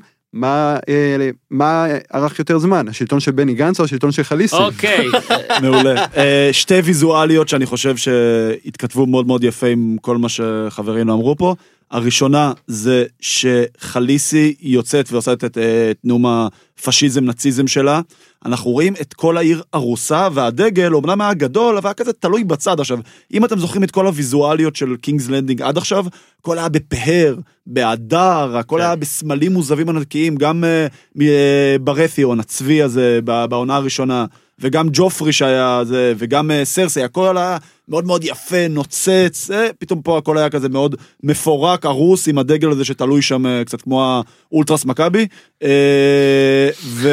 מה ערך יותר זמן? השלטון של בני גנץ או השלטון של חליסי? אוקיי. מעולה. שתי ויזואליות שאני חושב שהתכתבו מאוד מאוד יפה עם כל מה שחברינו אמרו פה. הראשונה זה שחליסי יוצאת ועושה את, את נאום הפשיזם נאציזם שלה. אנחנו רואים את כל העיר הרוסה, והדגל, אומנם היה גדול, אבל היה כזה תלוי בצד. עכשיו, אם אתם זוכרים את כל הוויזואליות של קינגס לנדינג עד עכשיו, הכל היה בפהר, בהדר, הכל היה בסמלים מוזבים ענקיים, גם uh, ברתיון, הצבי הזה, בעונה הראשונה, וגם ג'ופרי שהיה זה, וגם uh, סרסי, הכל היה מאוד מאוד יפה, נוצץ, אה, פתאום פה הכל היה כזה מאוד מפורק, הרוס, עם הדגל הזה שתלוי שם uh, קצת כמו האולטרס מקאבי, uh, ו...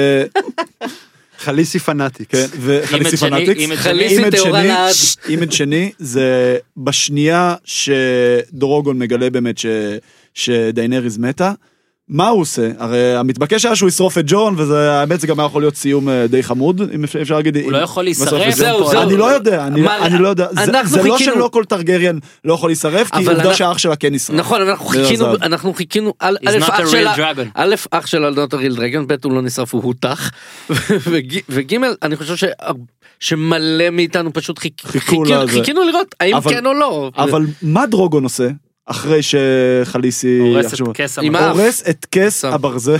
חליסי פנאטי. כן, וחליסי פנאטיקס. חליסי תאורה לעד. אימד שני, זה בשנייה שדרוגון מגלה באמת שדיינריז מתה, מה הוא עושה? הרי המתבקש היה שהוא ישרוף את ג'ון, והאמת זה גם היה יכול להיות סיום די חמוד, אם אפשר להגיד. הוא לא יכול להישרף. זהו, זהו. אני לא יודע, אני לא יודע. זה לא שלא כל טרגריאן לא יכול להישרף, כי עובדה שהאח שלה כן ישרף. נכון, אנחנו חיכינו, א', אח שלה not a real dragon, ב' הוא לא נשרף, הוא הותח, וג' אני חושב שמלא מאיתנו פשוט חיכינו לראות, האם כן או לא. אבל מה דרוגון עושה? אחרי שחליסי הורס את כס הברזל. הורס את כס הברזל.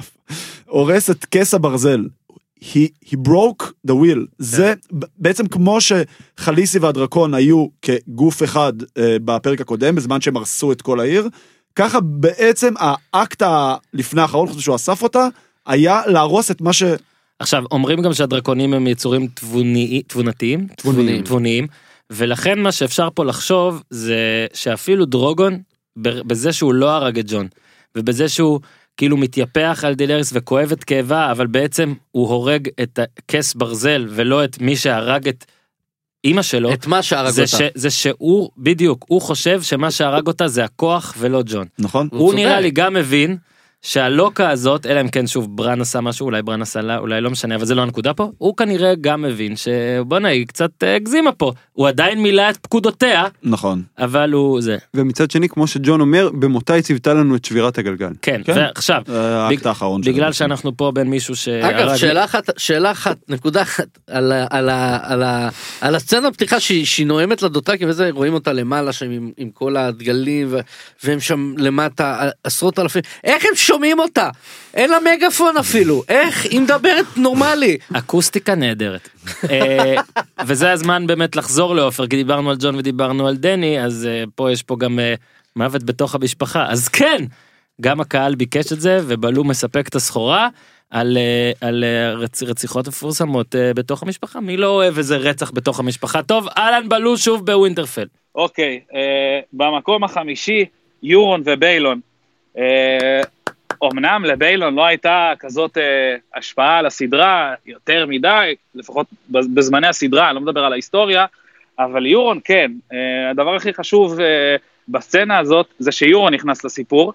הורס את כס הברזל. He, he broke the wheel. זה בעצם כמו שחליסי והדרקון היו כגוף אחד בפרק הקודם, בזמן שהם הרסו את כל העיר, ככה בעצם האקט לפני האחרון, חושב שהוא אסף אותה, היה להרוס את מה ש... עכשיו, אומרים גם שהדרקונים הם יצורים תבונתיים, תבוניים, ולכן מה שאפשר פה לחשוב זה שאפילו דרוגון, בזה שהוא לא הרג את ג'ון, ובזה שהוא כאילו מתייפח על דילריס וכואב את כאבה, אבל בעצם הוא הורג את כס ברזל, ולא את מי שהרג את אמא שלו. את מה שהרג זה אותה. ש, זה שהוא, בדיוק, הוא חושב שמה שהרג אותה זה הכוח ולא ג'ון. נכון. הוא, הוא נראה לי גם מבין, שהלוקה הזאת, אלא אם כן שוב ברן עשה משהו, אולי ברן עשה לה, אולי לא משנה, אבל זה לא הנקודה פה, הוא כנראה גם מבין שבונה, היא קצת הגזימה פה, הוא עדיין מילא את פקודותיה, נכון. אבל הוא זה. ומצד שני, כמו שג'ון אומר, במותה היא ציוותה לנו את שבירת הגלגל. כן, ועכשיו, האקט האחרון שלנו. בגלל שאנחנו פה בין מישהו ש... אגב, שאלה אחת, שאלה אחת, נקודה אחת, על ה- על ה- על ה- על הסצנה הפתיחה שהיא שהיא נואמת לדותקים, וזה, רואים אותה למעלה שם עם עם כל הדגלים, ו- והם שם למטה עשרות אלפים, איך הם שומעים אותה? אין לה מגפון אפילו, איך? היא מדברת נורמלי. אקוסטיקה נהדרת. אה, וזה הזמן באמת לחזור לאופר, כי דיברנו על ג'ון ודיברנו על דני, אז אה, פה יש פה גם אה, מוות בתוך המשפחה. אז כן, גם הקהל ביקש את זה, ובלו מספק את הסחורה על, אה, על אה, רצ, רציחות מפורסמות אה, בתוך המשפחה. מי לא אוהב איזה רצח בתוך המשפחה? טוב, אלן בלו שוב בווינטרפל. אוקיי, אה, במקום החמישי, יורון וביילון. אה, אמנם לביילון לא הייתה כזאת אה, השפעה על הסדרה, יותר מדי, לפחות בזמני הסדרה, אני לא מדבר על ההיסטוריה, אבל יורון כן, אה, הדבר הכי חשוב אה, בסצנה הזאת, זה שיורון נכנס לסיפור,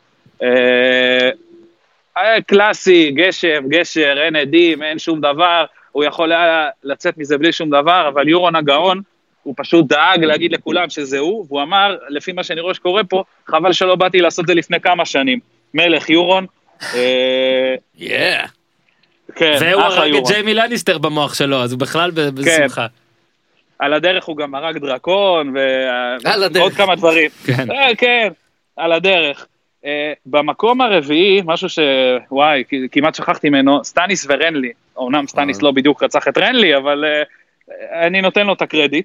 אה, קלאסי, גשם, גשר, אין עדים, אין שום דבר, הוא יכול היה לצאת מזה בלי שום דבר, אבל יורון הגאון, הוא פשוט דאג להגיד לכולם שזה הוא, והוא אמר, לפי מה שאני רואה שקורה פה, חבל שלא באתי לעשות זה לפני כמה שנים. מלך יורון. כן. והוא הרג את ג'יימי לניסטר במוח שלו, אז הוא בכלל בשמחה. על הדרך הוא גם הרג דרקון, ועוד כמה דברים. כן, על הדרך. במקום הרביעי, משהו שוואי, כמעט שכחתי ממנו, סטניס ורנלי. אומנם סטניס לא בדיוק רצח את רנלי, אבל אני נותן לו את הקרדיט.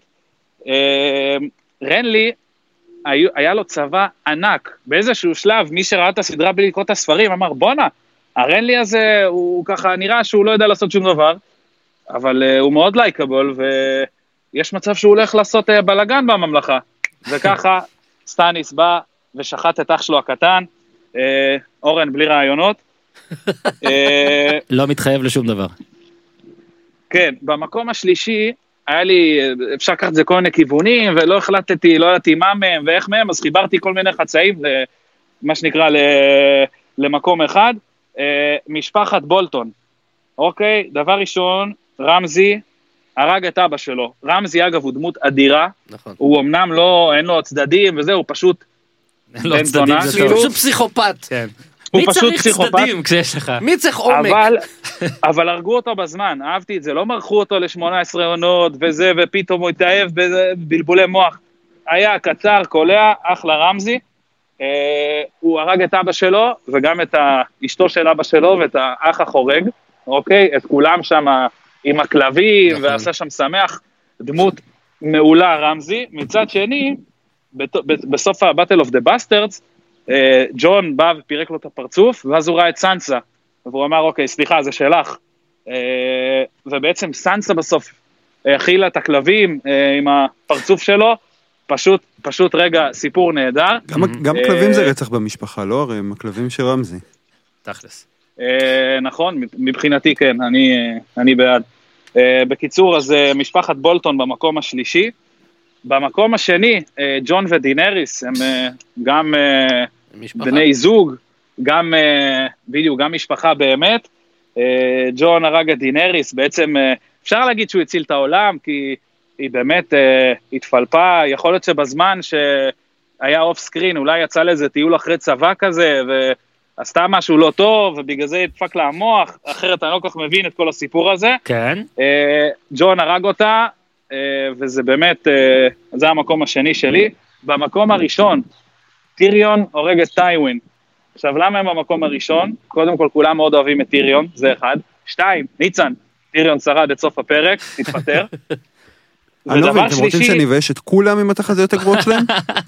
רנלי, היה לו צבא ענק, באיזשהו שלב, מי שראה את הסדרה בלי לקרוא את הספרים, אמר, בונה, הרנלי הזה, הוא ככה נראה שהוא לא יודע לעשות שום דבר, אבל uh, הוא מאוד לייקבול, ויש מצב שהוא הולך לעשות uh, בלגן בממלכה, וככה סטניס בא ושחט את אח שלו הקטן, uh, אורן בלי רעיונות. uh, לא מתחייב לשום דבר. כן, במקום השלישי, היה לי, אפשר לקחת את זה כל מיני כיוונים, ולא החלטתי, לא ידעתי מה מהם ואיך מהם, אז חיברתי כל מיני חצאים, מה שנקרא, למקום אחד, משפחת בולטון. אוקיי, דבר ראשון, רמזי הרג את אבא שלו. רמזי, אגב, הוא דמות אדירה, נכון. הוא אמנם לא, אין לו צדדים וזה, הוא פשוט לא צדדים, זה הוא פשוט פסיכופת. כן. הוא פשוט פסיכופת. מי צריך צדדים כשיש לך? מי צריך עומק? אבל, אבל הרגו אותו בזמן, אהבתי את זה, לא מרחו אותו ל-שמונה עשרה עונות וזה, ופתאום הוא התאהב בבלבולי מוח. היה קצר, קולע, אחלה רמזי, אה, הוא הרג את אבא שלו, וגם את אשתו של אבא שלו, ואת האח החורג, אוקיי? את כולם שם עם הכלבים, ועשה שם שמח, דמות מעולה רמזי. מצד שני, בסוף ה-Battle of the Bastards, ג'ון בא ופירק לו את הפרצוף, ואז הוא ראה את סנסה, והוא אמר, אוקיי, סליחה, זה שלך. ובעצם סנסה בסוף הכילה את הכלבים עם הפרצוף שלו, פשוט, פשוט רגע, סיפור נהדר. גם כלבים זה רצח במשפחה, לא? הרי הם הכלבים של רמזי. תכלס. נכון, מבחינתי כן, אני בעד. בקיצור, אז משפחת בולטון במקום השלישי. במקום השני, ג'ון ודינריס, הם גם בני זוג, גם, בדיוק, גם משפחה באמת. ג'ון הרג את דינריס, בעצם אפשר להגיד שהוא הציל את העולם, כי היא באמת התפלפה, יכול להיות שבזמן שהיה אוף סקרין, אולי יצא לזה טיול אחרי צבא כזה, ועשתה משהו לא טוב, ובגלל זה הדפק לה המוח, אחרת אני לא כל כך מבין את כל הסיפור הזה. כן. ג'ון הרג אותה, וזה באמת, זה המקום השני שלי. במקום הראשון, טיריון הורג את טייווין. עכשיו, למה הם במקום הראשון? קודם כל, כולם מאוד אוהבים את טיריון, זה אחד. שתיים, ניצן, טיריון שרד את סוף הפרק, התפטר. אני לא מבין, אתם רוצים שאני אבייש את כולם עם התחזיות הגרועות שלהם?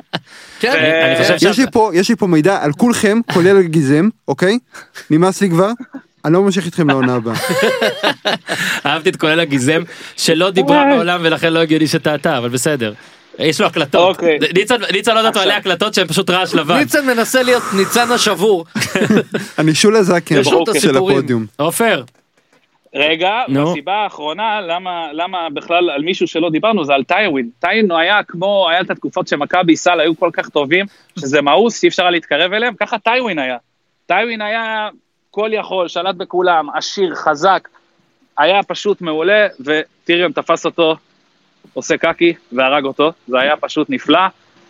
כן, אני חושב ש... יש לי פה מידע על כולכם, כולל גיזם, אוקיי? נמאס לי כבר, אני לא ממשיך איתכם לעונה הבאה. אהבתי את כולל הגיזם, שלא דיברה מעולם ולכן לא הגיוני שטעתה, אבל בסדר. יש לו הקלטות. ניצן לא יודעת עלי הקלטות שהן פשוט רעש לבן. ניצן מנסה להיות ניצן השבור. אני שולה זקן של הפודיום. עופר. רגע, בסיבה האחרונה, למה, למה בכלל על מישהו שלא דיברנו, זה על טייווין. טייווין היה כמו, היה את התקופות שמכבי סל היו כל כך טובים, שזה מאוס, שאי אפשר להתקרב אליהם, ככה טייווין היה. טייווין היה כל יכול, שלט בכולם, עשיר, חזק, היה פשוט מעולה, וטיריון תפס אותו, עושה קקי, והרג אותו, זה היה פשוט נפלא.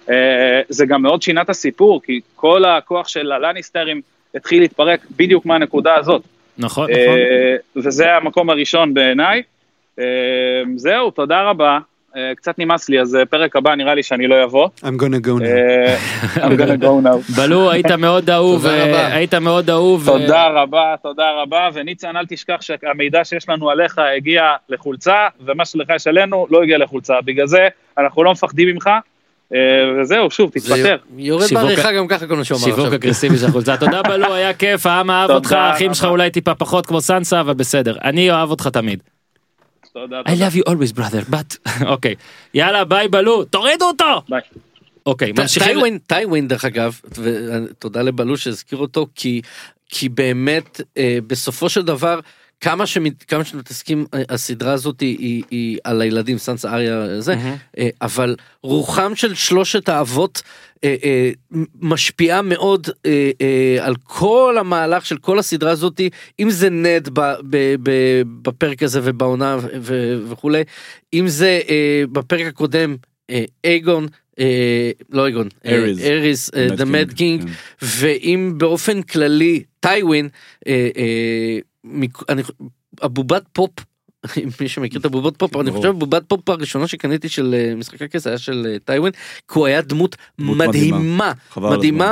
זה גם מאוד שינה את הסיפור, כי כל הכוח של הלניסטרים התחיל להתפרק בדיוק מהנקודה הזאת. נכון, נכון. וזה המקום הראשון בעיניי. זהו, תודה רבה. קצת נמאס לי, אז פרק הבא נראה לי שאני לא אבוא. I'm gonna go now. I'm gonna go now. בלו, היית מאוד אהוב, היית מאוד אהוב. תודה רבה, תודה רבה, וניצן, אל תשכח שהמידע שיש לנו עליך הגיע לחולצה, ומה שלך יש עלינו לא הגיע לחולצה. בגלל זה אנחנו לא מפחדים ממך, וזהו, שוב, תתפטר. יורד בעריכה גם ככה כל מה שאומר עכשיו. שיווק אגרסיבי של חולצה. תודה בלו, היה כיף, העם אהב אותך, האחים שלך אולי טיפה פחות כמו סנסה, אבל בסדר. אני אוהב אותך תמיד. I love you always brother, but, אוקיי. יאללה, ביי בלו, תורידו אותו! ביי. אוקיי, ממשיכים. טייווין, דרך אגב, ותודה לבלו שהזכיר אותו, כי באמת, בסופו של דבר, כמה שמתעסקים, הסדרה הזאת היא על הילדים, סנסה אריה זה, אבל רוחם של שלושת האבות משפיעה מאוד על כל המהלך של כל הסדרה הזאת, אם זה נד בפרק הזה ובעונה וכולי, אם זה בפרק הקודם, אייגון, לא אייגון, אריס, the mad king, ואם באופן כללי, טייווין, הבובת פופ, מי שמכיר את הבובות פופ, אני חושב בובת פופ הראשונה שקניתי של משחק הכס היה של טייווין, כי הוא היה דמות מדהימה, מדהימה,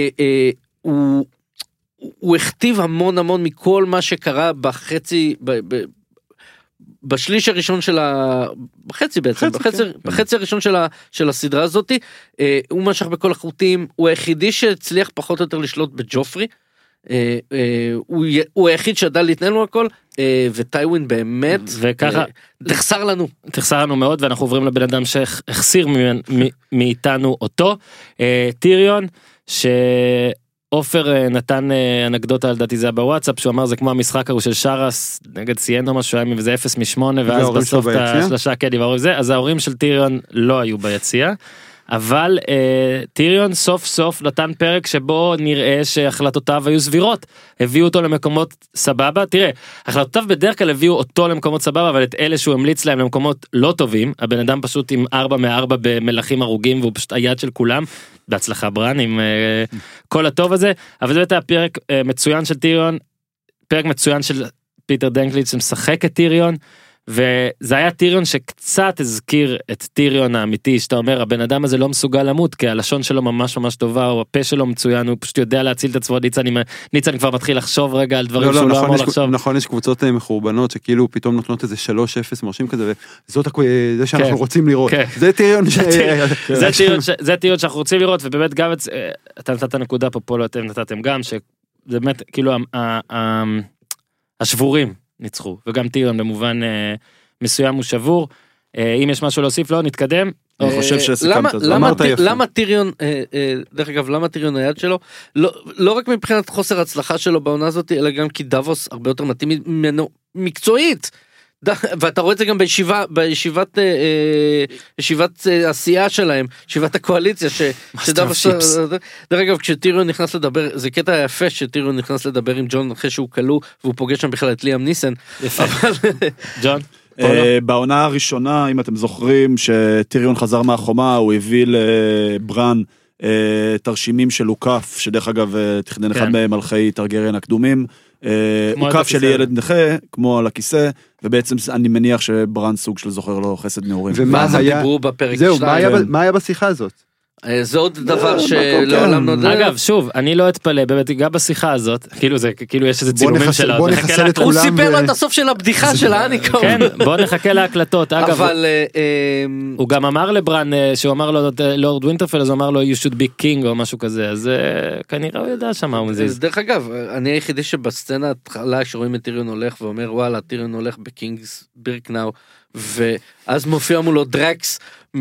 הוא הכתיב המון המון מכל מה שקרה בחצי, בשליש הראשון של ה... בחצי בעצם, בחצי הראשון של הסדרה הזאת, הוא משך בכל החוטים, הוא היחידי שהצליח פחות או יותר לשלוט בג'ופרי, הוא היחיד שידע להתנהל לו הכל, וטייווין באמת תחסר לנו תחסר לנו מאוד, ואנחנו עוברים לבן אדם שהחסיר מאיתנו אותו, טיריון, שעופר נתן אנקדוטה על דעתי זה בוואטסאפ, שהוא אמר זה כמו המשחק ההוא של שרס נגד סיינדו משהו, היה וזה אפס משמונה, ואז בסוף את השלושה קדי וההורים זה, אז ההורים של טיריון לא היו ביציאה, אבל אה, טיריון סוף סוף נתן פרק שבו נראה שהחלטותיו היו סבירות, הביאו אותו למקומות סבבה, תראה, החלטותיו בדרך כלל הביאו אותו למקומות סבבה, אבל את אלה שהוא המליץ להם למקומות לא טובים, הבן אדם פשוט עם ארבע מארבע במלכים הרוגים, והוא פשוט היד של כולם, בהצלחה ברן עם אה, כל הטוב הזה, אבל זה באמת היה פרק אה, מצוין של טיריון, פרק מצוין של פיטר דנקליץ' שמשחק את טיריון, וזה היה טיריון שקצת הזכיר את טיריון האמיתי, שאתה אומר, הבן אדם הזה לא מסוגל למות, כי הלשון שלו ממש ממש טובה, או הפה שלו מצוין, הוא פשוט יודע להציל את עצמו, ניצן, ניצן כבר מתחיל לחשוב רגע על דברים שהוא לא אמור לחשוב. נכון, יש קבוצות מחורבנות, שכאילו פתאום נותנות איזה שלוש אפס מרשים כזה, וזאת זה שאנחנו רוצים לראות. זה טיריון זה טיריון שאנחנו רוצים לראות, ובאמת גם, אתה נתת נקודה פה, פה לא אתם נתתם גם, שבאמת, כאילו, השבורים ניצחו, וגם טיריון במובן מסוים הוא שבור. אם יש משהו להוסיף, לא, נתקדם. אני חושב שסיכמת את זה. למה טיריון, דרך אגב, למה טיריון היד שלו, לא רק מבחינת חוסר הצלחה שלו בעונה הזאת, אלא גם כי דאבוס הרבה יותר מתאים ממנו מקצועית. ואתה רואה את זה גם בישיבה, בישיבת, ישיבת עשייה שלהם, ישיבת הקואליציה, שדאבוס, דרך אגב, כשטיריון נכנס לדבר, זה קטע יפה שטיריון נכנס לדבר עם ג'ון אחרי שהוא קלו, והוא פוגש שם בכלל את ליאם ניסן. יפה. ג'ון? בעונה הראשונה, אם אתם זוכרים, שטיריון חזר מהחומה, הוא הביא לברן תרשימים של לוקף, שדרך אגב תכנן אחד ממלכי טרגריאן הקדומים, לוקף של ילד נכה, כמו על הכיסא, ובעצם אני מניח שברן סוג של זוכר לו חסד נעורים. ומה זה דיברו בפרק זהו, מה היה בשיחה הזאת? זה עוד דבר שלעולם נודע. אגב, שוב, אני לא אתפלא, באמת, גם בשיחה הזאת, כאילו זה, כאילו יש איזה צילומים שלה. בוא נחסל את הוא כולם. סיפר לו את הסוף של הבדיחה של האניקום. כן, בוא נחכה להקלטות. אגב, אבל הוא גם אמר לברן, שהוא אמר לו, לורד ווינטרפל, אז הוא אמר לו, you should be king, או משהו כזה, אז כנראה הוא יודע שמה הוא מזיז. דרך אגב, אני היחידי שבסצנה התחלה, שרואים את טיריון הולך, ואומר, וואלה, טיריון הולך בקינגס בירקנאו, ואז מופיע מולו דרקס,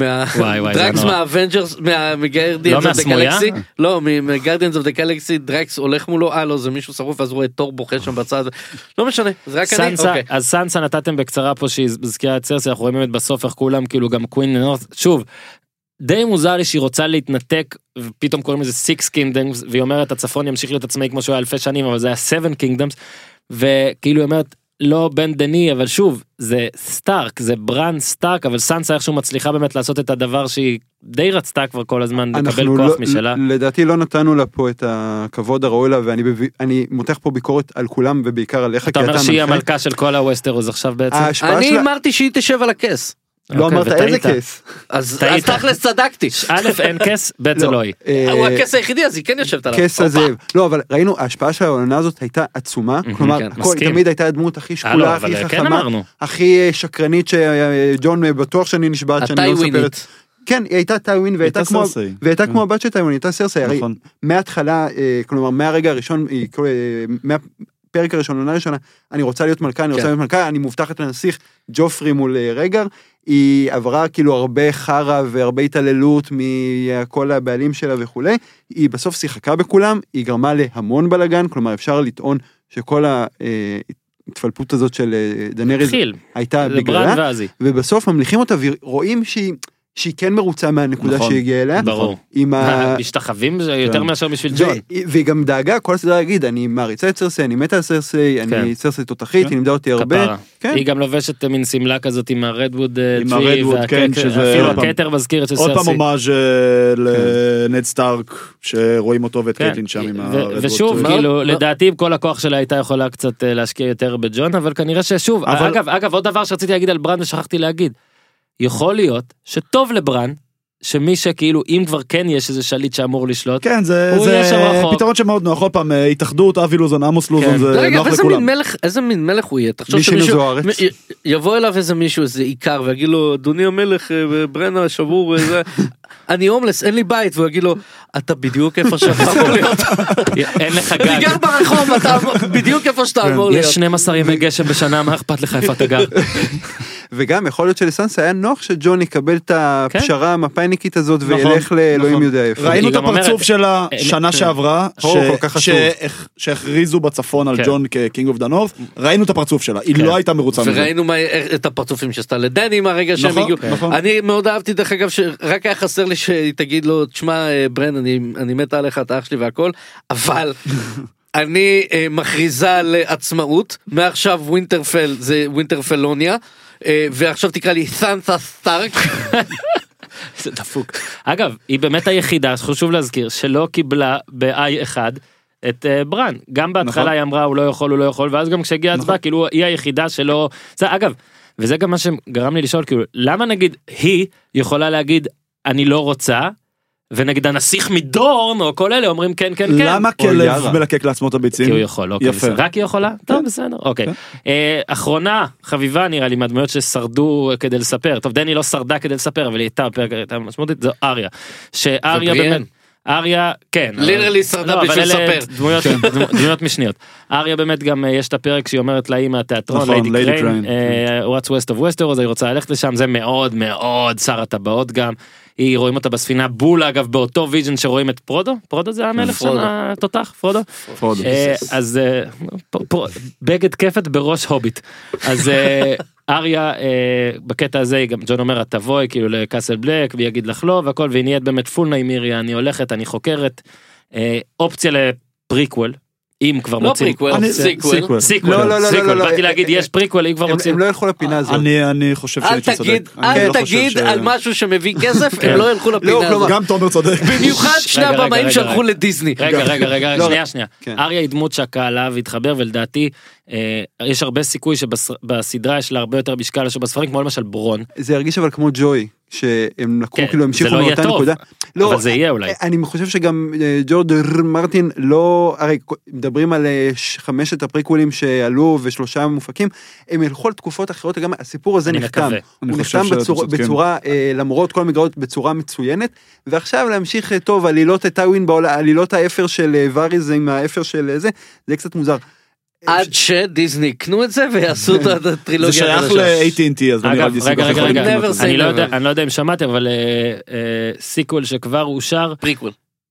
דרקס מהאבנג'רס, מגרדיאנס אוף דה גלקסי, לא, מגרדיאנס אוף דה גלקסי, דרקס הולך מולו, אה לא, זה מישהו שרוף, אז רואה תור בוכה שם בצד, לא משנה, זה רק אני, אוקיי. אז סנסה נתתם בקצרה פה שהיא מזכירה את סרסי, אנחנו רואים באמת בסוף איך כולם, כאילו גם קווין נורת', שוב, די מוזר לי שהיא רוצה להתנתק, ופתאום קוראים לזה סיקס קינגדמס, והיא אומרת, הצפון ימשיך להיות עצמאי כמו שהוא היה אלפי שנים, אבל זה היה סבן קינגדמס, וכאילו היא אומרת, לא בן דני, אבל שוב, זה סטארק, זה ברן סטארק, אבל סנסה איכשהו מצליחה באמת לעשות את הדבר שהיא די רצתה כבר כל הזמן, לקבל כוח לא, משלה. לדעתי לא נתנו לה פה את הכבוד הראוי לה, ואני אני מותח פה ביקורת על כולם, ובעיקר עליך. אתה אומר שהיא המלכה של כל הווסטרוז עכשיו בעצם? אני אמרתי שהיא תשב על הכס. לא אמרת איזה כס. אז תכלס צדקתי. א' אין כס, ב' זה לא היא. הוא הכס היחידי, אז היא כן יושבת עליו. כס הזה. לא, אבל ראינו, ההשפעה של העונה הזאת הייתה עצומה, כלומר, תמיד הייתה הדמות הכי שקולה, הכי חכמה, הכי שקרנית, שג'ון בטוח שאני נשבעת שאני לא מספרת. כן, היא הייתה טאווין, והייתה כמו הבת של טאווין, היא הייתה סרסי, הרי מההתחלה, כלומר, מהרגע הראשון, פרק הראשון, עונה ראשונה, אני רוצה להיות מלכה, אני רוצה להיות מלכה, אני מובטחת לנסיך ג'ופרי מול רגר, היא עברה כאילו הרבה חרה והרבה התעללות מכל הבעלים שלה וכו'. היא בסוף שיחקה בכולם, היא גרמה להמון בלגן, כלומר אפשר לטעון שכל ההתפלפות הזאת של דנריז הייתה בגללה, ובסוף ממליכים אותה ורואים שהיא שהיא כן מרוצה מהנקודה נכון, שהגיעה אליה. ברור. עם ה... משתחווים זה יותר כן. מאשר בשביל ג'ון. והיא גם דאגה, כל הסדרה להגיד, אני מעריצה את סרסי, אני מתה על סרסי, כן. אני סרסי תותחית, כן. היא נמדה אותי הרבה. כן. היא גם לובשת מין סמלה כזאת עם הרדווד עם הרדווד, כן, שזה... אפילו הכתר מזכיר את של סרסי. עוד פעם הומאז' לנד סטארק, שרואים אותו ואת קייטלין שם עם הרדווד. ושוב, כאילו, לדעתי, כל הכוח שלה הייתה יכולה קצת להשקיע יותר בג'ון, אבל כנראה ששוב, אגב, אגב, עוד דבר שרציתי להגיד על ברן ושכחתי להגיד. יכול להיות שטוב לברן, שמי שכאילו, אם כבר כן יש איזה שליט שאמור לשלוט, כן, זה, זה פתרון שמאוד נוח, עוד פעם, התאחדות, אבי לוזון, עמוס לוזון, כן. זה רגע, נוח איזה לכולם. מין מלך, איזה מין מלך הוא יהיה? תחשוב שמישהו, יבוא אליו איזה מישהו, איזה עיקר, ויגיד לו, אדוני המלך, ברנה, שבור, איזה... אני הומלס, אין לי בית, והוא יגיד לו, אתה בדיוק איפה שאתה אמור להיות. אין לך גג. אני גר ברחוב, אתה בדיוק איפה שאתה אמור להיות. יש שנים עשר ימי גשם בשנה, מה אכפת לך איפה אתה גר? וגם יכול להיות שלסנסה היה נוח שג'ון יקבל את הפשרה המפאיניקית הזאת וילך לאלוהים יודע איפה. ראינו את הפרצוף שלה שנה שעברה, שהכריזו בצפון על ג'ון כקינג אוף דה נורת', ראינו את הפרצוף שלה, היא לא הייתה מרוצה מזה. וראינו את הפרצופים שעשתה לדני מהרגע שהם הגיעו. אני מאוד אהבתי דרך אגב שרק היה חסר לי שתגיד לו, תשמע ברן, אני מתה עליך, אתה אח שלי והכל, אבל... אני מכריזה לעצמאות, מעכשיו ווינטרפל זה ווינטרפלוניה, ועכשיו תקרא לי סנסה סטארק. זה דפוק. אגב, היא באמת היחידה, חשוב להזכיר, שלא קיבלה ב-איי אחד את ברן. גם בהתחלה היא אמרה, הוא לא יכול, הוא לא יכול, ואז גם כשהגיעה הצבעה, כאילו היא היחידה שלא... אגב, וזה גם מה שגרם לי לשאול, כאילו, למה נגיד היא יכולה להגיד, אני לא רוצה, ונגיד הנסיך מדורן, או כל אלה אומרים כן, כן, כן. למה כלב מלקק לעצמו את הביצים? כי הוא יכול, אוקיי, בסדר. רק היא יכולה? טוב, בסדר, אוקיי. אחרונה, חביבה נראה לי, מהדמויות ששרדו כדי לספר, טוב, דני לא שרדה כדי לספר, אבל היא הייתה בפרק, הייתה משמעותית, זו אריה. שאריה באמת, אריה, כן. ליטרלי שרדה בשביל לספר. דמויות משניות. אריה באמת גם יש את הפרק שהיא אומרת לה עם התיאטרון, ליידי קריין, What's West of Westeros, אז היא רוצה ללכת לשם, זה מאוד מאוד שר הטבעות גם. היא רואים אותה בספינה בול, אגב, באותו ויז'ן שרואים את פרודו, פרודו זה המלך שם, התותח, פרודו? פרודו. אז בגד כפת בראש הוביט. אז אריה, בקטע הזה, גם ג'ון אומר, תבואי כאילו לקאסל בלק, ויגיד לך לא, והכל, והיא נהיית באמת פול נאימיריה, אני הולכת, אני חוקרת, אופציה לפריקוול, אם כבר מוצאים. לא פריקוול, סיקוול. סיקוול, סיקוול, באתי להגיד, יש פריקוול, אם כבר רוצים. הם לא ילכו לפינה הזאת. אני חושב שאני צודק. אל תגיד על משהו שמביא כסף, הם לא ילכו לפינה הזאת. גם תומר צודק. במיוחד שני הבמאים שהלכו לדיסני. רגע, רגע, רגע, שנייה, שנייה. אריה היא דמות שהקהלה והתחבר, ולדעתי, יש הרבה סיכוי שבסדרה יש לה הרבה יותר משקל שבספרים, כמו למשל ברון. זה הרגיש אבל כמו ג'וי. שהם לקחו כאילו המשיכו מאותה נקודה. לא, אבל זה יהיה אולי. אני חושב שגם ג'ורג' מרטין לא, הרי מדברים על חמשת הפריקוולים שעלו ושלושה מופקים, הם ילכו על תקופות אחרות, גם הסיפור הזה נחתם. הוא נחתם בצורה, למרות כל המגרעות, בצורה מצוינת, ועכשיו להמשיך טוב, עלילות טאווין, עלילות האפר של וריז עם האפר של זה, זה קצת מוזר. עד שדיזני יקנו את זה ויעשו את הטרילוגיה. זה שייך ל-איי טי אנד טי, אז אגב, רגע, רגע, רגע, אני לא יודע אם שמעתם, אבל סיקוול שכבר אושר. פריקוול.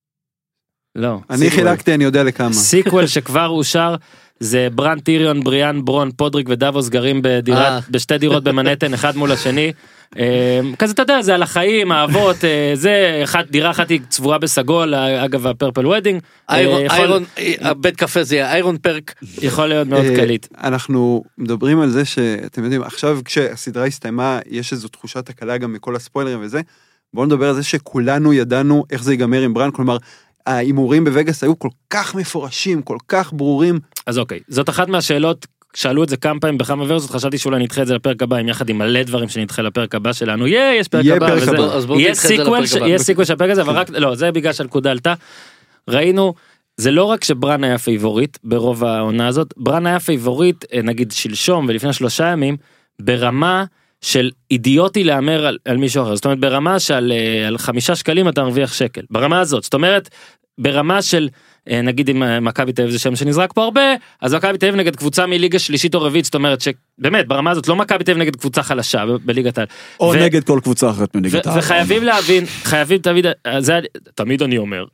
לא. אני חילקתי, אני יודע לכמה. סיקוול שכבר אושר, זה ברן טיריון, בריאן, ברון, פודריק ודאבוס גרים בשתי דירות במנהטן, אחד מול השני. כזה אתה יודע, זה על החיים, האבות, זה, דירה אחת היא צבורה בסגול, אגב הפרפל וודינג. איירון, בית קפה זה איירון פרק. יכול להיות מאוד קליט. אנחנו מדברים על זה שאתם יודעים, עכשיו כשהסדרה הסתיימה, יש איזו תחושת הקלה גם מכל הספוילרים וזה, בואו נדבר על זה שכולנו ידענו איך זה ייגמר עם ברן, כלומר, האימורים בווגאס היו כל כך מפורשים, כל כך ברורים. אז אוקיי, זאת אחת מהשאלות, שאלו את זה כמה פעמים בכמה ורסות, חשבתי שאולי נדחה את זה לפרק הבא, עם יחד עם מלא דברים שנדחה לפרק הבא שלנו, יהיה, יש פרק הבא, יש סיקוול, יש סיקוול של הפרק הזה, אבל רק, לא, זה בגלל שהנקודה עלתה, ראינו, זה לא רק שברן היה פייבוריט, ברוב העונה הזאת, ברן היה פייבוריט, נגיד שלשום ולפני שלושה ימים, ברמה של אידיוטי לאמר על, על מישהו אחר, זאת אומרת ברמה שעל על חמישה שקלים אתה מרוויח שקל, ברמה הזאת, זאת אומרת ברמה של נגיד אם מכבי תל אביב זה שם שנזרק פה הרבה, אז מכבי תל אביב נגד קבוצה מליגה שלישית או רביעית, זאת אומרת שבאמת ברמה הזאת לא מכבי תל אביב נגד קבוצה חלשה בליגת העל. או ו- נגד כל קבוצה אחרת מליגת העל. וחייבים להבין, חייבים תמיד, זה תמיד אני אומר,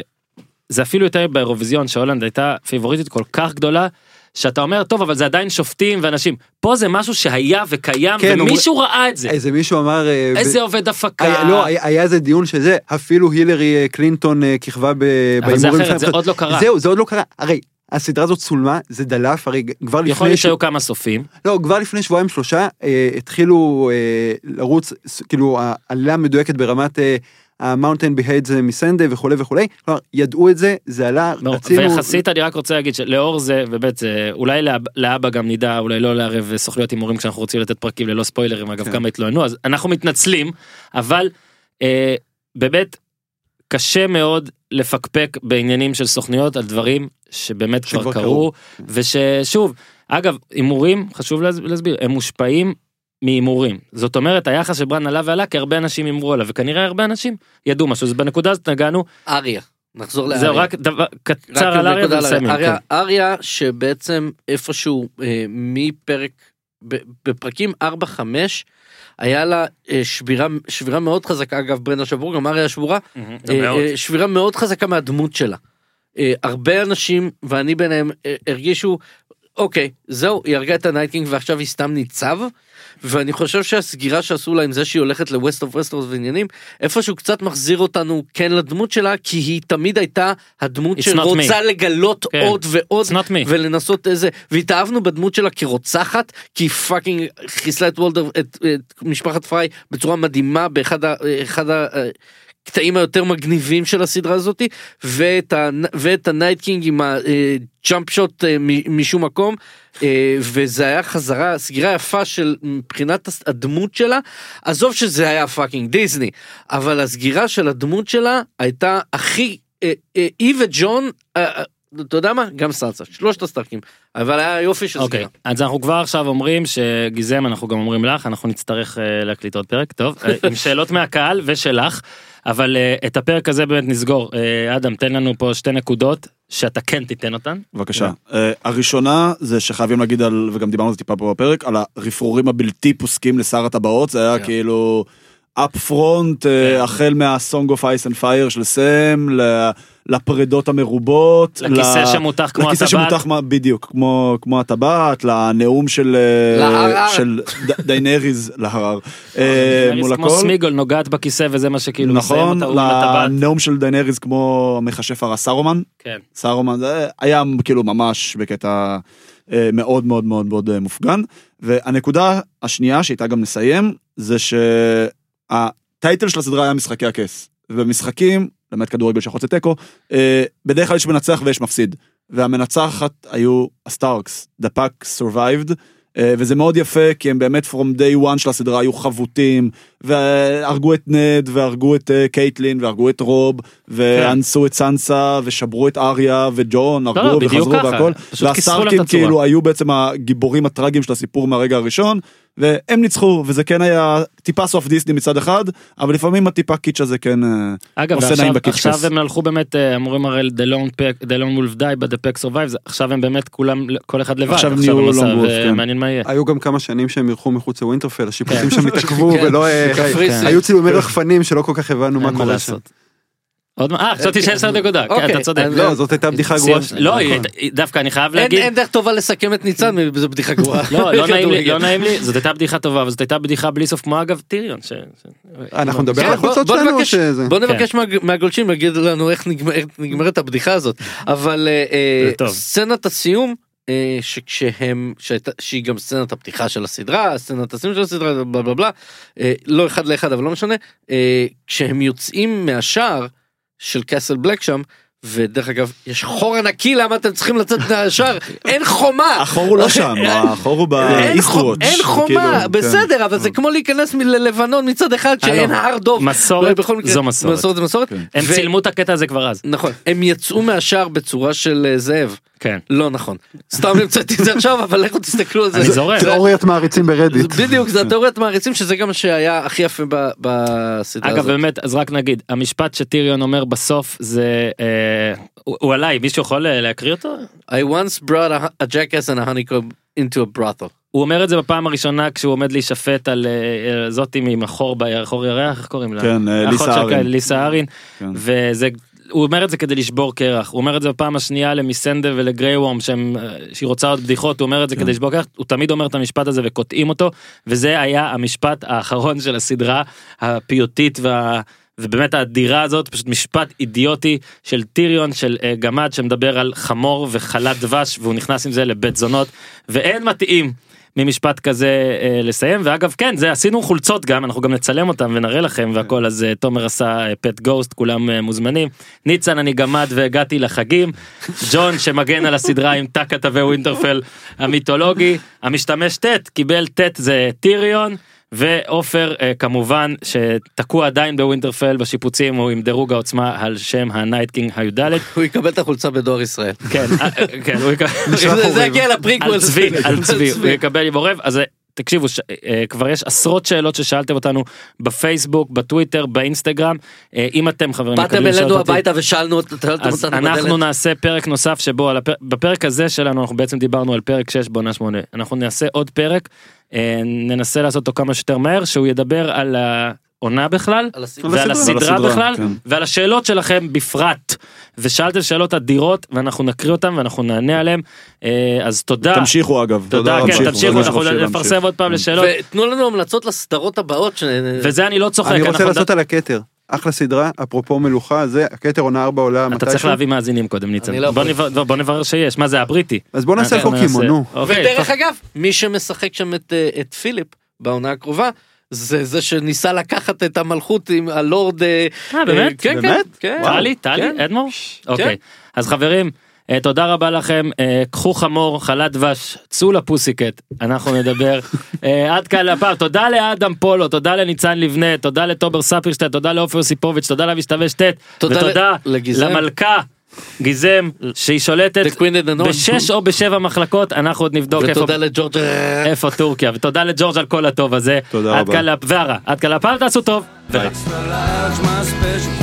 זה אפילו יותר באירוויזיון שהולנד הייתה פייבוריטית כל כך גדולה, שאתה אומר, טוב, אבל זה עדיין שופטים ואנשים. פה זה משהו שהיה וקיים, כן, ומישהו אומר, ראה את זה. איזה מישהו אמר... איזה ב... עובד הפקה. היה, לא, היה, היה איזה דיון שזה, אפילו הילרי קלינטון כיכבה בהימורים. אבל זה אחרת, זה עוד לא קרה. זהו, זה עוד לא קרה. הרי, הסדרה הזאת צולמה, זה דלף, הרי כבר לפני... יכול להיות שהיו כמה סופים. לא, כבר לפני שבועיים שלושה, אה, התחילו אה, לרוץ, כאילו, העלילה מדויקת ברמת... אה, המאונטן בהיידס מסנדה וכולי וכולי, כלומר, ידעו את זה, זה עלה, רצינו... ויחסית אני רק רוצה להגיד שלאור זה, ובאמת זה, אולי לאבא גם נדע, אולי לא לערב סוכנויות הימורים כשאנחנו רוצים לתת פרקים ללא ספוילרים, אגב כמה התלוננו, אז אנחנו מתנצלים, אבל אה, באמת קשה מאוד לפקפק בעניינים של סוכנויות על דברים שבאמת כבר קרו, וששוב, אגב, הימורים, חשוב להסביר, הם מושפעים מאימורים. זאת אומרת, היחס של ברן עלה ועלה, כי הרבה אנשים אימרו עליו, וכנראה הרבה אנשים ידעו משהו. אז בנקודה הזאת נגענו... אריה. נחזור לאריה. זהו, רק דבר קצר על אריה ולסיימים. אריה שבעצם איפשהו מפרק, בפרקים ארבע חמש, היה לה שבירה, שבירה מאוד חזקה, אגב ברנה שבור, גם אריה שבורה, שבירה מאוד חזקה מהדמות שלה. הרבה אנשים, ואני ביניהם, הרגישו, אוקיי, זהו, היא הרגה את הנייטקינג ועכשיו היא סתם ניצב, ואני חושב שהסגירה שעשו לה עם זה שהיא הולכת ל-West of Westeros ועניינים, איפשהו קצת מחזיר אותנו כן לדמות שלה, כי היא תמיד הייתה הדמות שרוצה לגלות okay. עוד ועוד, ולנסות איזה, והתאהבנו בדמות שלה כרוצחת, כי היא פאקינג חיסלה את וולדר, את, את משפחת פריי בצורה מדהימה, באחד ה... אחד ה הקטעים היותר מגניבים של הסדרה הזאת, ואת, ה, ואת הנייט קינג עם הג'אמפ שוט משום מקום, וזה היה חזרה, סגירה יפה של מבחינת הדמות שלה, עזוב שזה היה פאקינג דיסני, אבל הסגירה של הדמות שלה הייתה הכי, היא וג'ון, אתה יודע מה? גם סנסה, שלושת הסטארקים, אבל היה יופי של סגירה. אז אנחנו כבר עכשיו אומרים שגיזם, אנחנו גם אומרים לך, אנחנו נצטרך להקליט עוד פרק, טוב, עם שאלות מהקהל ושלך, אבל את הפרק הזה באמת נסגור. אדם, תן לנו פה שתי נקודות שאתה כן תיתן אותן. בבקשה. הראשונה זה שחייבים להגיד על, וגם דיברנו על זה טיפה פה בפרק, על הרפרורים הבלתי פוסקים לשר הטבעות, זה היה כאילו up front, החל מה-Song of Ice and Fire של סם, לפרדות המרובות, לכיסא שמותח כמו הטבעת. לכיסא שמותח בדיוק, כמו הטבעת, לנאום של דיינריז, להרר. דיינריז כמו סמיגול נוגעת בכיסא וזה מה שכאילו מסיים אותה הוא לטבעת. לנאום של דיינריז כמו המכשף הרע סארומן. כן. סארומן, זה היה כאילו ממש בקטע מאוד מאוד מאוד מאוד מופגן. והנקודה השנייה שאיתה גם נסיים, זה שהטייטל של הסדרה היה משחקי הכס. ובמשחקים, למעט כדורגל שחוצה טקו, בדרך כלל יש מנצח ויש מפסיד. והמנצחת היו הסטארקס, The Pack Survived, וזה מאוד יפה, כי הם באמת from day one של הסדרה היו חבוטים, והרגו את נד, והרגו את קייטלין, והרגו את רוב, ואנסו את סנסה, ושברו את אריה, וג'ון, הרגו וחזרו והכל. והסטארקים כאילו היו בעצם הגיבורים הטרגיים של הסיפור מהרגע הראשון, והם ניצחו, וזה כן היה טיפה סוף דיסני מצד אחד, אבל לפעמים הטיפה קיץ' הזה כן עושה נעים בקיץ'. עכשיו הם הלכו באמת, אמורים הרי The Lone Wolf Die, but the Pack Survives, עכשיו הם באמת כולם, כל אחד לבד. עכשיו הם נהיו Lone Wolf, מעניין מה יהיה. היו גם כמה שנים שהם ירחו מחוץ לווינטרפל, השיפוטים שם התעכבו, ולא היו צילומי רחפנים שלא כל כך הבנו מה קורה שם. עוד מה, אה, חשבתי שיש עוד נקודה, אתה צודק. לא, זאת הייתה בדיחה גרועה. לא, דווקא אני חייב להגיד. אין דרך טובה לסכם את ניצן, זו בדיחה גרועה. לא, לא נעים לי, לא נעים לי, זאת הייתה בדיחה טובה, אבל זאת הייתה בדיחה בלי סוף כמו אגב טיריון. אנחנו נדבר על החוצות שלנו. בוא נבקש מהגולשים להגיד לנו איך נגמרת הבדיחה הזאת. אבל סצנת הסיום, שכשהם, שהיא גם סצנת הפתיחה של הסדרה, סצנת הסיום של הסדרה, בלה בלה בלה, לא אחד לאחד, אבל לא משנה, כשהם יוצאים מהשער, של קאסל בלק שם, ודרך אגב, יש חור ענקי, למה אתם צריכים לצאת מהשער? אין חומה! החור הוא לא שם, החור הוא באיסטרוץ'. אין חומה, בסדר, אבל זה כמו להיכנס ללבנון מצד אחד, שאין הר דוב. מסורת, זו מסורת. מסורת זה מסורת. הם צילמו את הקטע הזה כבר אז. נכון, הם יצאו מהשער בצורה של זאב. כן. לא נכון. סתם נמצאתי את זה עכשיו, אבל לכו תסתכלו על זה. אני זורם. תיאוריית מעריצים ברדיט. בדיוק, זה התיאוריית מעריצים, שזה גם שהיה הכי יפה בסדרה הזאת. אגב, באמת, אז רק נגיד, המשפט שטיריון אומר בסוף, זה, הוא עליי, מישהו יכול להקריא אותו? I once brought a jackass and a honeycomb into a brothel. הוא אומר את זה בפעם הראשונה, כשהוא עומד להישפט על זאתי עם החור בירחור ירח, איך קוראים לה? כן, ליסה ארין. ליסה ארין, וזה... הוא אומר את זה כדי לשבור קרח, הוא אומר את זה בפעם השנייה למיסנדה ולגריי וורם, שהיא רוצה עוד בדיחות, הוא אומר את זה כדי לשבור קרח, הוא תמיד אומר את המשפט הזה וקוטעים אותו, וזה היה המשפט האחרון של הסדרה הפיוטית וה... ובאמת האדירה הזאת, פשוט משפט אידיוטי של טיריון, של גמד שמדבר על חמור וחלת דבש, והוא נכנס עם זה לבית זונות, ואין מתאים ממשפט כזה אה, לסיים, ואגב כן, זה עשינו חולצות גם, אנחנו גם נצלם אותם ונראה לכם והכל, אז אה, תומר עשה פט גוסט, כולם אה, מוזמנים, ניצן אני גמד והגעתי לחגים, ג'ון שמגן על הסדרה עם תא כתבי ווינטרפל המיתולוגי, המשתמש טט, קיבל טט זה טיריון, ואופר אה, כמובן שתקוע עדיין בווינטרפל בשיפוצים, הוא עם דירוג העוצמה על שם הנייט קינג היודלת. הוא יקבל את החולצה בדואר ישראל. כן, כן, הוא יקבל. זה יגיע לפריקוול. על צבי, על צבי, הוא יקבל עם עורב, אז תקשיבו, כבר יש עשרות שאלות ששאלתם אותנו בפייסבוק, בטוויטר, באינסטגרם, אם אתם חברים... באתם אלינו הביתה ושאלנו אותנו בדלת. אז אנחנו נעשה פרק נוסף שבו, בפרק הזה שלנו אנחנו בעצם דיברנו על פרק שש בעונה שמונה, אנחנו נעשה עוד פרק, ננסה לעשות אותו כמה שיותר מהר, שהוא ידבר על העונה בכלל, ועל הסדרה בכלל, ועל השאלות שלכם בפרט, ושאלתם שאלות אדירות, ואנחנו נקריא אותם, ואנחנו נענה עליהם, אז תודה. תמשיכו אגב. תודה, כן, תמשיכו, אנחנו נפרסם עוד פעם לשאלות. ותנו לנו המלצות לסדרות הבאות. וזה אני לא צוחק. אני רוצה לעשות על הכתר. אחלה סדרה, אפרופו מלוכה, זה, הכתר עונה ארבע עולה מתישהו. אתה צריך להביא מאזינים קודם, ניצן. בוא נברר שיש, מה זה, הבריטי? אז בוא נעשה פוקימון, נו. ודרך אגב, מי שמשחק שם את פיליפ, בעונה הקרובה, זה זה שניסה לקחת את המלכות עם הלורד... אה, באמת? כן, באמת? כן. טלי, טלי, אדמור? אוקיי. אז חברים, תודה רבה לכם, קחו חמור, חלת דבש, צאו לפוסיקט, אנחנו נדבר עד כאן לפעם, תודה לאדם פולו, תודה לניצן לבנה, תודה לטובר ספירשטיין, תודה לאופי יוסיפוביץ', תודה למשתמש טט, ותודה למלכה גיזם, שהיא שולטת בשש או בשבע מחלקות, אנחנו עוד נבדוק איפה טורקיה, ותודה לג'ורג' על כל הטוב הזה, תודה רבה. וערה, עד כאן לפעם, תעשו טוב, ביי.